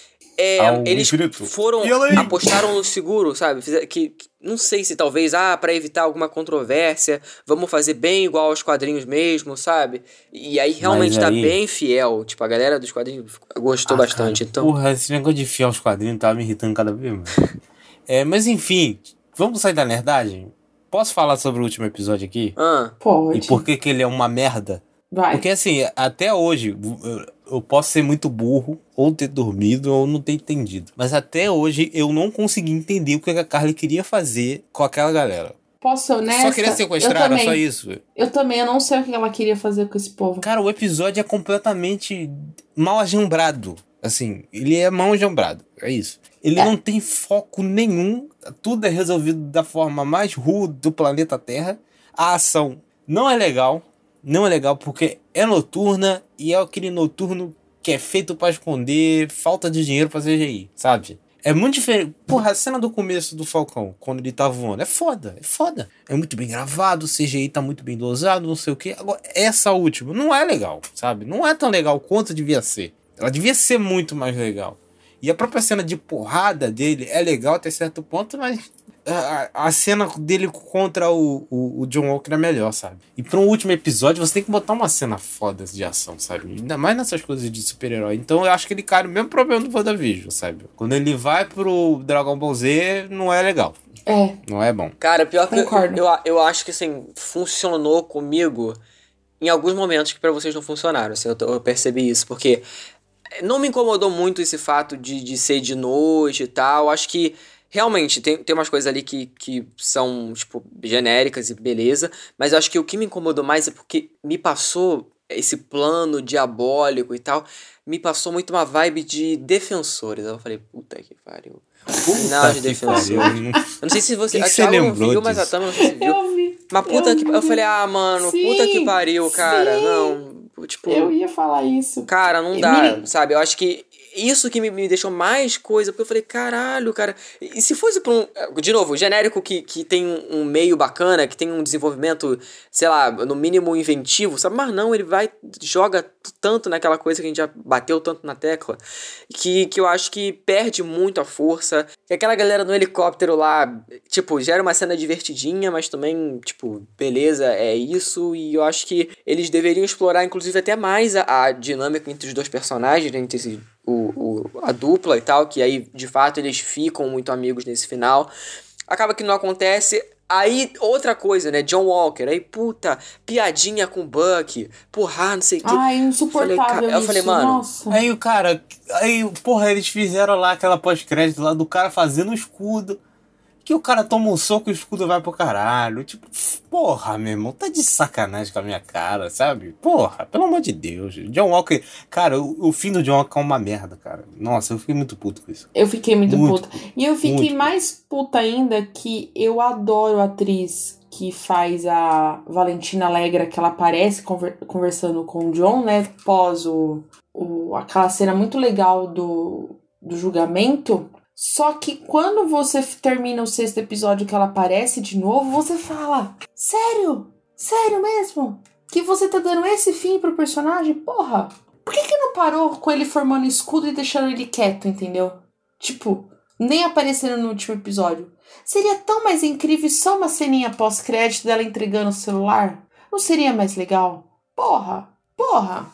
é, Ao eles infinito. foram, apostaram no seguro, sabe? Fizer- Que, que- não sei se talvez, ah, pra evitar alguma controvérsia, vamos fazer bem igual aos quadrinhos mesmo, sabe? E aí realmente Mas tá aí- bem fiel. Tipo, a galera dos quadrinhos gostou Ah, bastante. cara, Então, Porra, esse negócio de fiar os quadrinhos tava me irritando cada vez mais. É, mas enfim, vamos sair da nerdagem? Posso falar sobre o último episódio aqui? ah, Pode. E por que que ele é uma merda? Vai. Porque assim, até hoje, eu- eu posso ser muito burro, ou ter dormido, ou não ter entendido. Mas até hoje, eu não consegui entender o que a Carly queria fazer com aquela galera. Posso ser honesta? Só queria sequestrar, eu era também. só isso. Eu também, eu não sei o que ela queria fazer com esse povo. Cara, o episódio é completamente mal ajambrado. Assim, ele é mal ajambrado. É isso. Ele É. não tem foco nenhum. Tudo é resolvido da forma mais rude do planeta Terra. A ação não é legal. Não é legal porque é noturna e é aquele noturno que é feito pra esconder falta de dinheiro pra C G I, sabe? É muito diferente. Porra, a cena do começo do Falcão, quando ele tá voando, é foda, é foda. É muito bem gravado, o C G I tá muito bem dosado, não sei o quê. Agora, essa última não é legal, sabe? Não é tão legal quanto devia ser. Ela devia ser muito mais legal. E a própria cena de porrada dele é legal até certo ponto, mas a, a cena dele contra o, o, o John Walker é melhor, sabe? E para um último episódio você tem que botar uma cena foda de ação, sabe? Ainda mais nessas coisas de super-herói. Então eu acho que ele cai no mesmo problema do WandaVision, sabe? Quando ele vai pro Dragon Ball Z, não é legal. É. Não é bom. cara, pior que eu, Concordo. eu, eu acho que, assim, funcionou comigo em alguns momentos que pra vocês não funcionaram. Assim, eu, eu percebi isso, porque não me incomodou muito esse fato de, de ser de noite e tal. Acho que realmente tem, tem umas coisas ali que, que são, tipo, genéricas e beleza. Mas eu acho que o que me incomodou mais é porque me passou esse plano diabólico e tal. Me passou muito uma vibe de Defensores. Eu falei, puta que pariu. Final de que Defensores. pariu. Eu não sei se você. Que que a você Thiago não lembrou viu, mas a disso? Tama não sei se viu. Eu vi. Mas puta eu que. vi. Eu falei, ah, mano, Sim, puta que pariu, cara. sim. Não. Tipo. Eu ia falar isso. Cara, não E dá, me- sabe? Eu acho que isso que me, me deixou mais coisa, porque eu falei, caralho, cara. E se fosse pra um. De novo, genérico que, que tem um, um meio bacana, que tem um desenvolvimento, sei lá, no mínimo inventivo, sabe? Mas não, ele vai, joga t- tanto naquela coisa que a gente já bateu tanto na tecla, que, que eu acho que perde muito a força. E aquela galera no helicóptero lá, tipo, gera uma cena divertidinha, mas também, tipo, beleza, é isso. E eu acho que eles deveriam explorar, inclusive, até mais a, a dinâmica entre os dois personagens, né, entre esse, o, o, a dupla e tal, que aí, de fato, eles ficam muito amigos nesse final. Acaba que não acontece. Aí, outra coisa, né? John Walker. Aí, puta, piadinha com o Buck. Porra, não sei o que. Ai, insuportável Falei, ca- eu isso. falei, mano, Nossa. Aí o cara, aí, porra, eles fizeram lá aquela pós-crédito lá do cara fazendo o escudo. Que o cara toma um soco e o escudo vai pro caralho. Tipo, porra, meu irmão, tá de sacanagem com a minha cara, sabe? Porra, pelo amor de Deus. John Walker, cara, o, o fim do John Walker é uma merda, cara. Nossa, eu fiquei muito puto com isso. Eu fiquei muito, Muito puta. E eu fiquei muito mais puta ainda que eu adoro a atriz que faz a Valentina Allegra, que ela aparece conver- conversando com o John, né? Pós o, o, aquela cena muito legal do, do julgamento. Só que quando você f- termina o sexto episódio que ela aparece de novo, você fala: sério? Sério mesmo? Que você tá dando esse fim pro personagem? Porra! Por que que não parou com ele formando escudo e deixando ele quieto, entendeu? Tipo, nem aparecendo no último episódio. Seria tão mais incrível só uma ceninha pós-crédito dela entregando o celular? Não seria mais legal? Porra! Porra!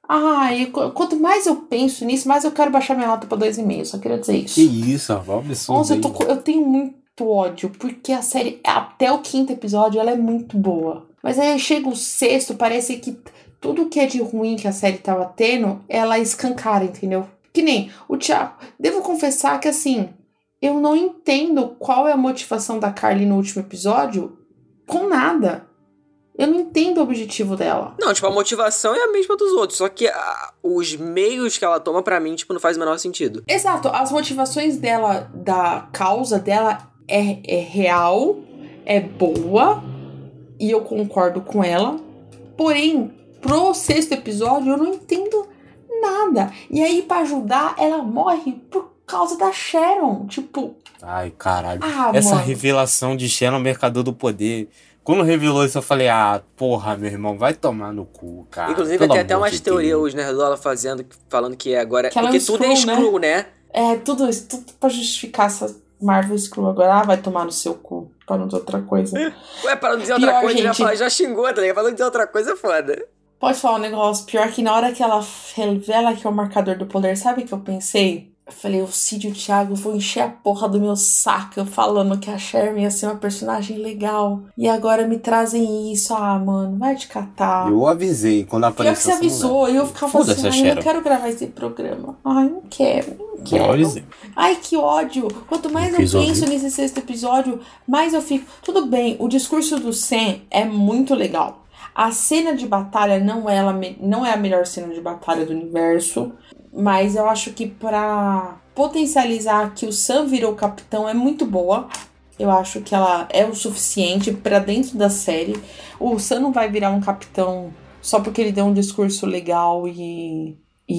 Ai, qu- quanto mais eu penso nisso, mais eu quero baixar minha nota pra dois e meio. Só queria dizer isso. Que isso, rapaz, absurdo. Nossa, eu, tô aí, com- eu tenho muito ódio, porque a série, até o quinto episódio, ela é muito boa. Mas aí chega o sexto, parece que tudo que é de ruim que a série tava tendo, ela escancara, entendeu? Que nem o Thiago. Devo confessar que, assim, eu não entendo qual é a motivação da Carly no último episódio com nada. Eu não entendo o objetivo dela. Não, tipo, a motivação é a mesma dos outros, só que a- os meios que ela toma, pra mim, tipo, não faz o menor sentido. Exato, as motivações dela, da causa dela é, é real, é boa, e eu concordo com ela. Porém, pro sexto episódio, eu não entendo nada. E aí, pra ajudar, ela morre por causa da Sharon. Tipo, Ai, caralho. Ah, Essa mano. revelação de Shannon, Mercador do Poder. Quando revelou isso, eu falei, ah, porra, meu irmão, vai tomar no cu, cara. Inclusive, Pelo tem até amor umas de teorias, Deus. os Nerdola fazendo, falando que é agora... Que ela é porque um tudo é Skrull, Skrull, né? É, tudo isso, tudo pra justificar essa Marvel Screw agora. Ah, vai tomar no seu cu, pra não dizer outra coisa. Ué, para não dizer Pior, outra coisa, gente. já, fala- já xingou, tá ligado? Para não dizer outra coisa, é foda. Pode falar um negócio, pior que na hora que ela revela que é o marcador do poder, sabe o que eu pensei? Eu falei, o Cid e o Thiago vão encher a porra do meu saco, eu falando que a Sherman ia ser uma personagem legal. E agora me trazem isso. Ah, mano, vai te catar. Eu avisei quando Pior que apareceu. você avisou, e eu ficava assim, Foda-se a ai, eu não Sharon. quero gravar esse programa. Ai, não quero, não Eu quero. avisei. Ai, que ódio. Quanto mais Eu eu quis penso ouvir. nesse sexto episódio, mais eu fico... Tudo bem, o discurso do Sam é muito legal. A cena de batalha não é, ela, não é a melhor cena de batalha do universo, mas eu acho que pra potencializar que o Sam virou capitão é muito boa. Eu acho que ela é o suficiente pra dentro da série. O Sam não vai virar um capitão só porque ele deu um discurso legal e,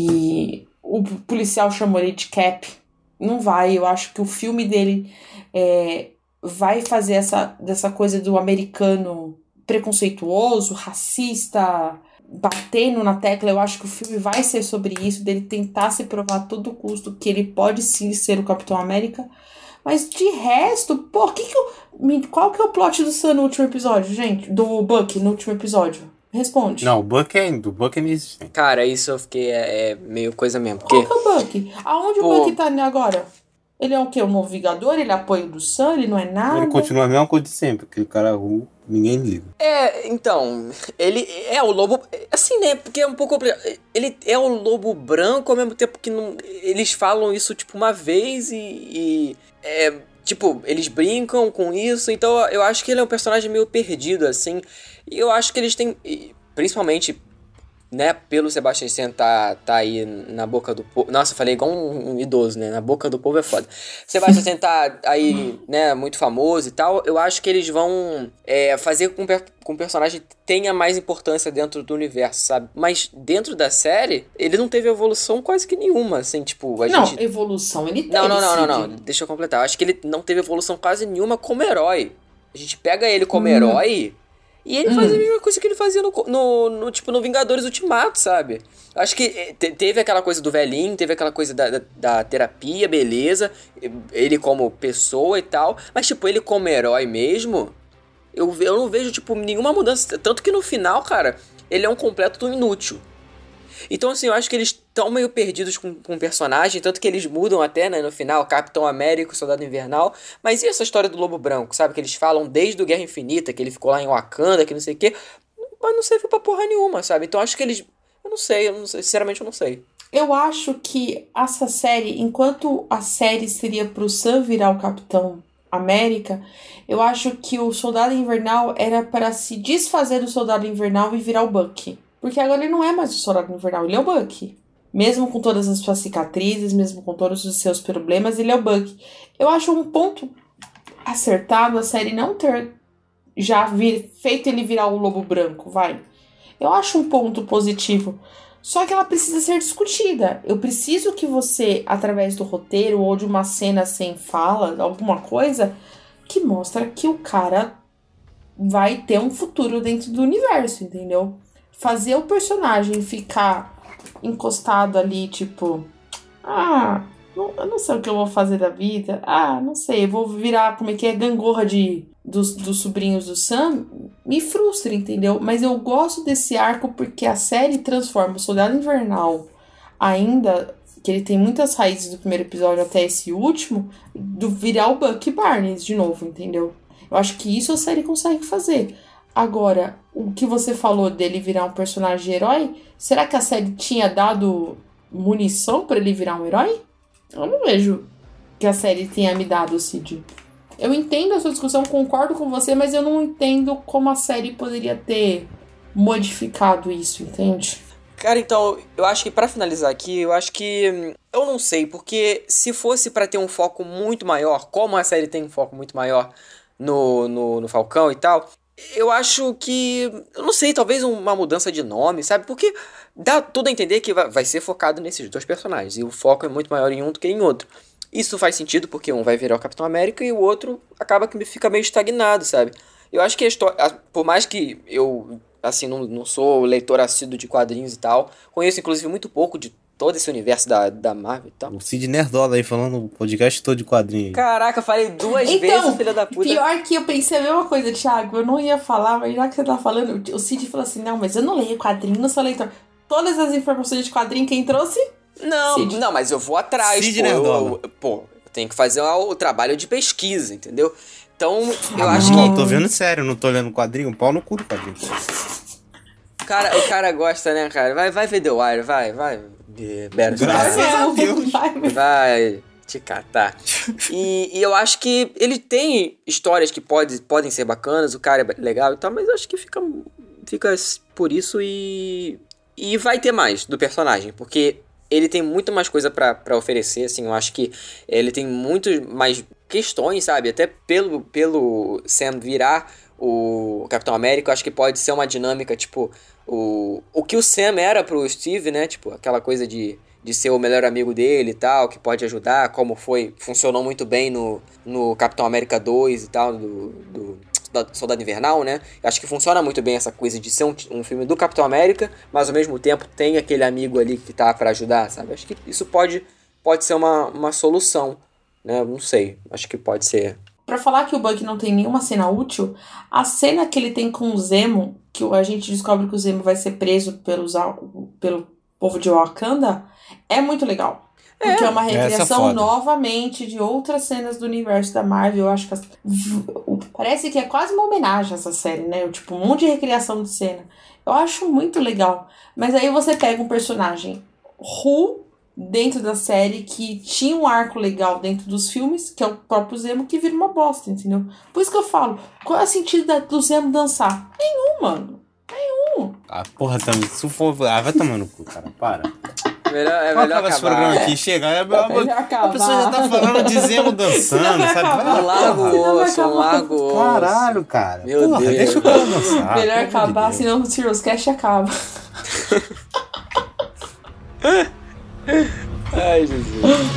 e o policial chamou ele de Cap. Não vai. Eu acho que o filme dele é, vai fazer essa, dessa coisa do americano preconceituoso, racista, batendo na tecla. Eu acho que o filme vai ser sobre isso, dele tentar se provar a todo custo que ele pode sim ser o Capitão América. Mas de resto, pô, que que eu, me- qual que é o plot do Sam no último episódio, gente? Do Bucky no último episódio? Responde. Não, o Buck é, do Buck é inexistente. Cara, isso eu fiquei... É, é meio coisa mesmo. Qual Porque... que é o Bucky? Aonde Pô. o Bucky tá agora? Ele é o quê? O novo Vingador? Ele é apoio do Sam? Ele não é nada? Ele continua a mesma coisa de sempre, aquele cara ruim, ninguém liga. É, então, ele é o lobo... Assim, né, porque é um pouco... complicado. Ele é o lobo branco ao mesmo tempo que não... Eles falam isso, tipo, uma vez e... e é, tipo, eles brincam com isso. Então, eu acho que ele é um personagem meio perdido, assim. E eu acho que eles têm... e, principalmente... Né, pelo Sebastian Stan tá, tá aí na boca do povo. Nossa, eu falei igual um, um idoso, né? Na boca do povo é foda. Sebastian Stan tá aí, né, muito famoso e tal. Eu acho que eles vão é, fazer com que com o personagem tenha mais importância dentro do universo, sabe? Mas dentro da série, ele não teve evolução quase que nenhuma, assim, tipo, a Não, gente... evolução ele teve. Não, não, não, não, não. Cid. Deixa eu completar. Eu acho que ele não teve evolução quase nenhuma como herói. A gente pega ele como Hum. herói e ele faz Hum. a mesma coisa que ele fazia no, no, no, tipo, no Vingadores Ultimato, sabe? Acho que eh, te- teve aquela coisa do velhinho, teve aquela coisa da, da, da terapia, beleza. Ele como pessoa e tal. Mas, tipo, ele como herói mesmo, eu, eu não vejo, tipo, nenhuma mudança. Tanto que no final, cara, ele é um completo inútil. Então, assim, eu acho que eles estão meio perdidos com, com o personagem, tanto que eles mudam até, né, no final, Capitão América, o Soldado Invernal. Mas e essa história do Lobo Branco, sabe? Que eles falam desde o Guerra Infinita, que ele ficou lá em Wakanda, que não sei o quê. Mas não serviu pra porra nenhuma, sabe? Então, acho que eles... Eu não sei, eu não sei, sinceramente eu não sei. Eu acho que essa série, enquanto a série seria pro Sam virar o Capitão América, eu acho que o Soldado Invernal era para se desfazer do Soldado Invernal e virar o Bucky. Porque agora ele não é mais o Soldado Invernal, ele é o Bucky. Mesmo com todas as suas cicatrizes, mesmo com todos os seus problemas, ele é o Bucky. Eu acho um ponto acertado a série não ter já vir, feito ele virar o Lobo Branco, vai. Eu acho um ponto positivo. Só que ela precisa ser discutida. Eu preciso que você, através do roteiro ou de uma cena sem fala, alguma coisa, que mostra que o cara vai ter um futuro dentro do universo, entendeu? Fazer o personagem ficar encostado ali, tipo... Ah, não, eu não sei o que eu vou fazer da vida. Ah, não sei, eu vou virar, como é que é, gangorra de, dos, dos sobrinhos do Sam. Me frustra, entendeu? Mas eu gosto desse arco porque a série transforma o Soldado Invernal, ainda que ele tem muitas raízes do primeiro episódio até esse último, do virar o Bucky Barnes de novo, entendeu? Eu acho que isso a série consegue fazer. Agora, o que você falou dele virar um personagem herói, será que a série tinha dado munição pra ele virar um herói? Eu não vejo que a série tenha me dado, Cid. Eu entendo a sua discussão, concordo com você, mas eu não entendo como a série poderia ter modificado isso, entende? Cara, então, eu acho que pra finalizar aqui, eu acho que... hum, Eu não sei, porque se fosse pra ter um foco muito maior, como a série tem um foco muito maior no, no, no Falcão e tal... Eu acho que... Eu não sei, talvez uma mudança de nome, sabe? Porque dá tudo a entender que vai, vai ser focado nesses dois personagens. E o foco é muito maior em um do que em outro. Isso faz sentido porque um vai virar o Capitão América e o outro acaba que fica meio estagnado, sabe? Eu acho que a história, por mais que eu, assim, não, não sou leitor assíduo de quadrinhos e tal, conheço inclusive muito pouco de todo esse universo da, da Marvel e tal. O Cid Nerdola aí falando o podcast todo de quadrinhos. Caraca, eu falei duas então, vezes, filha da puta. Pior que eu pensei a mesma coisa, Thiago. Eu não ia falar, mas já que você tá falando, o Cid falou assim, não, mas eu não leio quadrinho, não sou leitor. Todas as informações de quadrinho, quem trouxe? Não, Cid. não, mas eu vou atrás, Cid pô. Nerdola. Eu, pô, eu tenho que fazer o, o trabalho de pesquisa, entendeu? Então, eu Ah, acho não, que... tô vendo sério, não tô lendo quadrinho, pau no cu do quadrinho. O cara, o cara gosta, né, cara? Vai, vai ver The Wire, vai, vai. Beto, Graças vai, a Deus. vai te catar. E, e eu acho que ele tem histórias que pode, podem ser bacanas, o cara é legal e tal, mas eu acho que fica, fica por isso e... E vai ter mais do personagem, porque ele tem muito mais coisa pra, pra oferecer, assim, eu acho que ele tem muito mais questões, sabe? Até pelo, pelo Sam virar o Capitão América, eu acho que pode ser uma dinâmica, tipo, o, o que o Sam era pro Steve, né? Tipo, aquela coisa de, de ser o melhor amigo dele e tal, que pode ajudar, como foi, funcionou muito bem no, no Capitão América dois e tal, do... do Soldado Invernal, né? Eu acho que funciona muito bem essa coisa de ser um, um filme do Capitão América, mas ao mesmo tempo tem aquele amigo ali que tá pra ajudar, sabe? Acho que isso pode, pode ser uma, uma solução, né? Eu não sei, acho que pode ser. Pra falar que o Bucky não tem nenhuma cena útil, a cena que ele tem com o Zemo, que a gente descobre que o Zemo vai ser preso pelos, pelo povo de Wakanda, é muito legal. Porque é, é uma recriação novamente de outras cenas do universo da Marvel. Eu acho que as... parece que é quase uma homenagem a essa série, né? Tipo, um monte de recriação de cena. Eu acho muito legal. Mas aí você pega um personagem Who dentro da série que tinha um arco legal dentro dos filmes, que é o próprio Zemo, que vira uma bosta, entendeu? Por isso que eu falo, qual é o sentido do Zemo dançar? Nenhum, mano. Nenhum. Ah, porra, também. Se for... Ah, vai tomar no cu, cara. Para. Melhor, é melhor acabar. Esse programa aqui, chega, é, é a pessoa já tá falando de Zemo dançando, sabe? Um largo o osso, um largo o osso. Caralho, cara. Meu Porra, Deus. deixa o cara dançar. Melhor acabar, de senão o Serious Cast acaba. Ai, Jesus.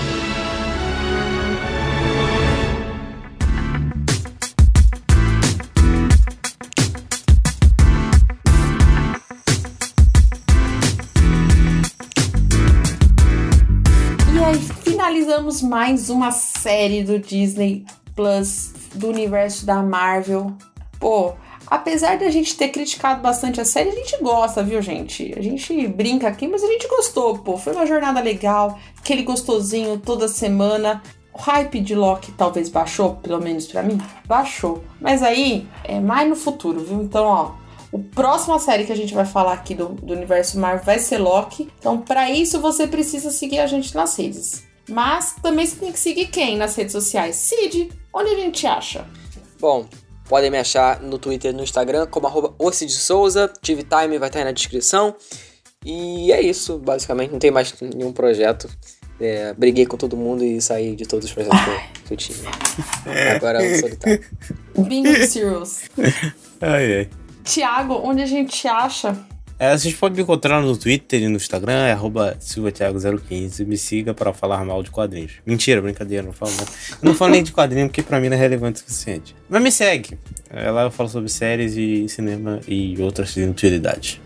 Finalizamos mais uma série do Disney Plus, do universo da Marvel. Pô, apesar de a gente ter criticado bastante a série, a gente gosta, viu, gente? A gente brinca aqui, mas a gente gostou, pô. Foi uma jornada legal, aquele gostosinho toda semana. O hype de Loki talvez baixou, pelo menos pra mim. Baixou. Mas aí, é mais no futuro, viu? Então, ó, a próxima série que a gente vai falar aqui do, do universo Marvel vai ser Loki. Então, pra isso, você precisa seguir a gente nas redes. Mas também você tem que seguir quem nas redes sociais? Cid, onde a gente acha? Bom, podem me achar no Twitter e no Instagram como arroba o Cid Souza. T V Time vai estar aí na descrição. E é isso, basicamente. Não tem mais nenhum projeto. É, briguei com todo mundo e saí de todos os projetos que eu tinha. Agora eu solitário. Bingo de Serious. Ai, ai. Thiago, onde a gente acha? É, vocês podem me encontrar no Twitter e no Instagram, é arroba silva thiago zero quinze. Me siga para falar mal de quadrinhos. Mentira, brincadeira, não falo mal. Eu não falo nem de quadrinho porque pra mim não é relevante o suficiente. Mas me segue. É, lá eu falo sobre séries e cinema e outras inutilidades.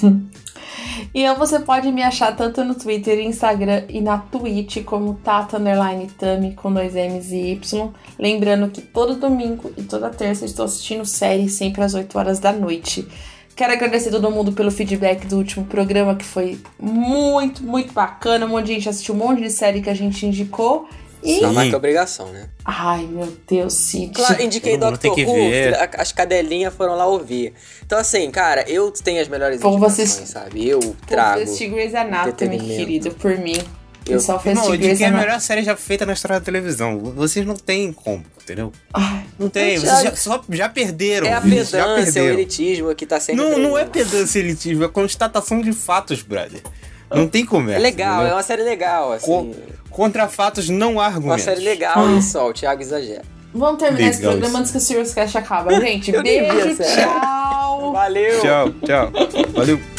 E aí você pode me achar tanto no Twitter, Instagram e na Twitch como Tata Underline Tami com dois M's e Y. Lembrando que todo domingo e toda terça eu estou assistindo série sempre às oito horas da noite. Quero agradecer a todo mundo pelo feedback do último programa, que foi muito, muito bacana. Um monte de gente assistiu um monte de série que a gente indicou. E... Não, mas que obrigação, né? Ai, meu Deus, Cid. Claro, indiquei doutor Who, as cadelinhas foram lá ouvir. Então, assim, cara, eu tenho as melhores Pô, indicações, vocês... sabe? Eu trago. Pô, assisti Grey's Anatomy, querido, por mim. Eu só fiz Não, eu digo que é a melhor série já feita na história da televisão. Vocês não têm como, entendeu? Ai, não tem, vocês já, só, já perderam. É a pedância, o elitismo que tá sendo... Não, não é pedância e elitismo, é constatação de fatos, brother. Não tem conversa. É legal, entendeu? É uma série legal, assim. Co- contra fatos não há argumentos. Uma série legal, e só, o Thiago exagera. Vamos terminar legal esse programa antes que o Serious Cast acaba, gente. Beijo, tchau. Valeu. Tchau, tchau. Valeu.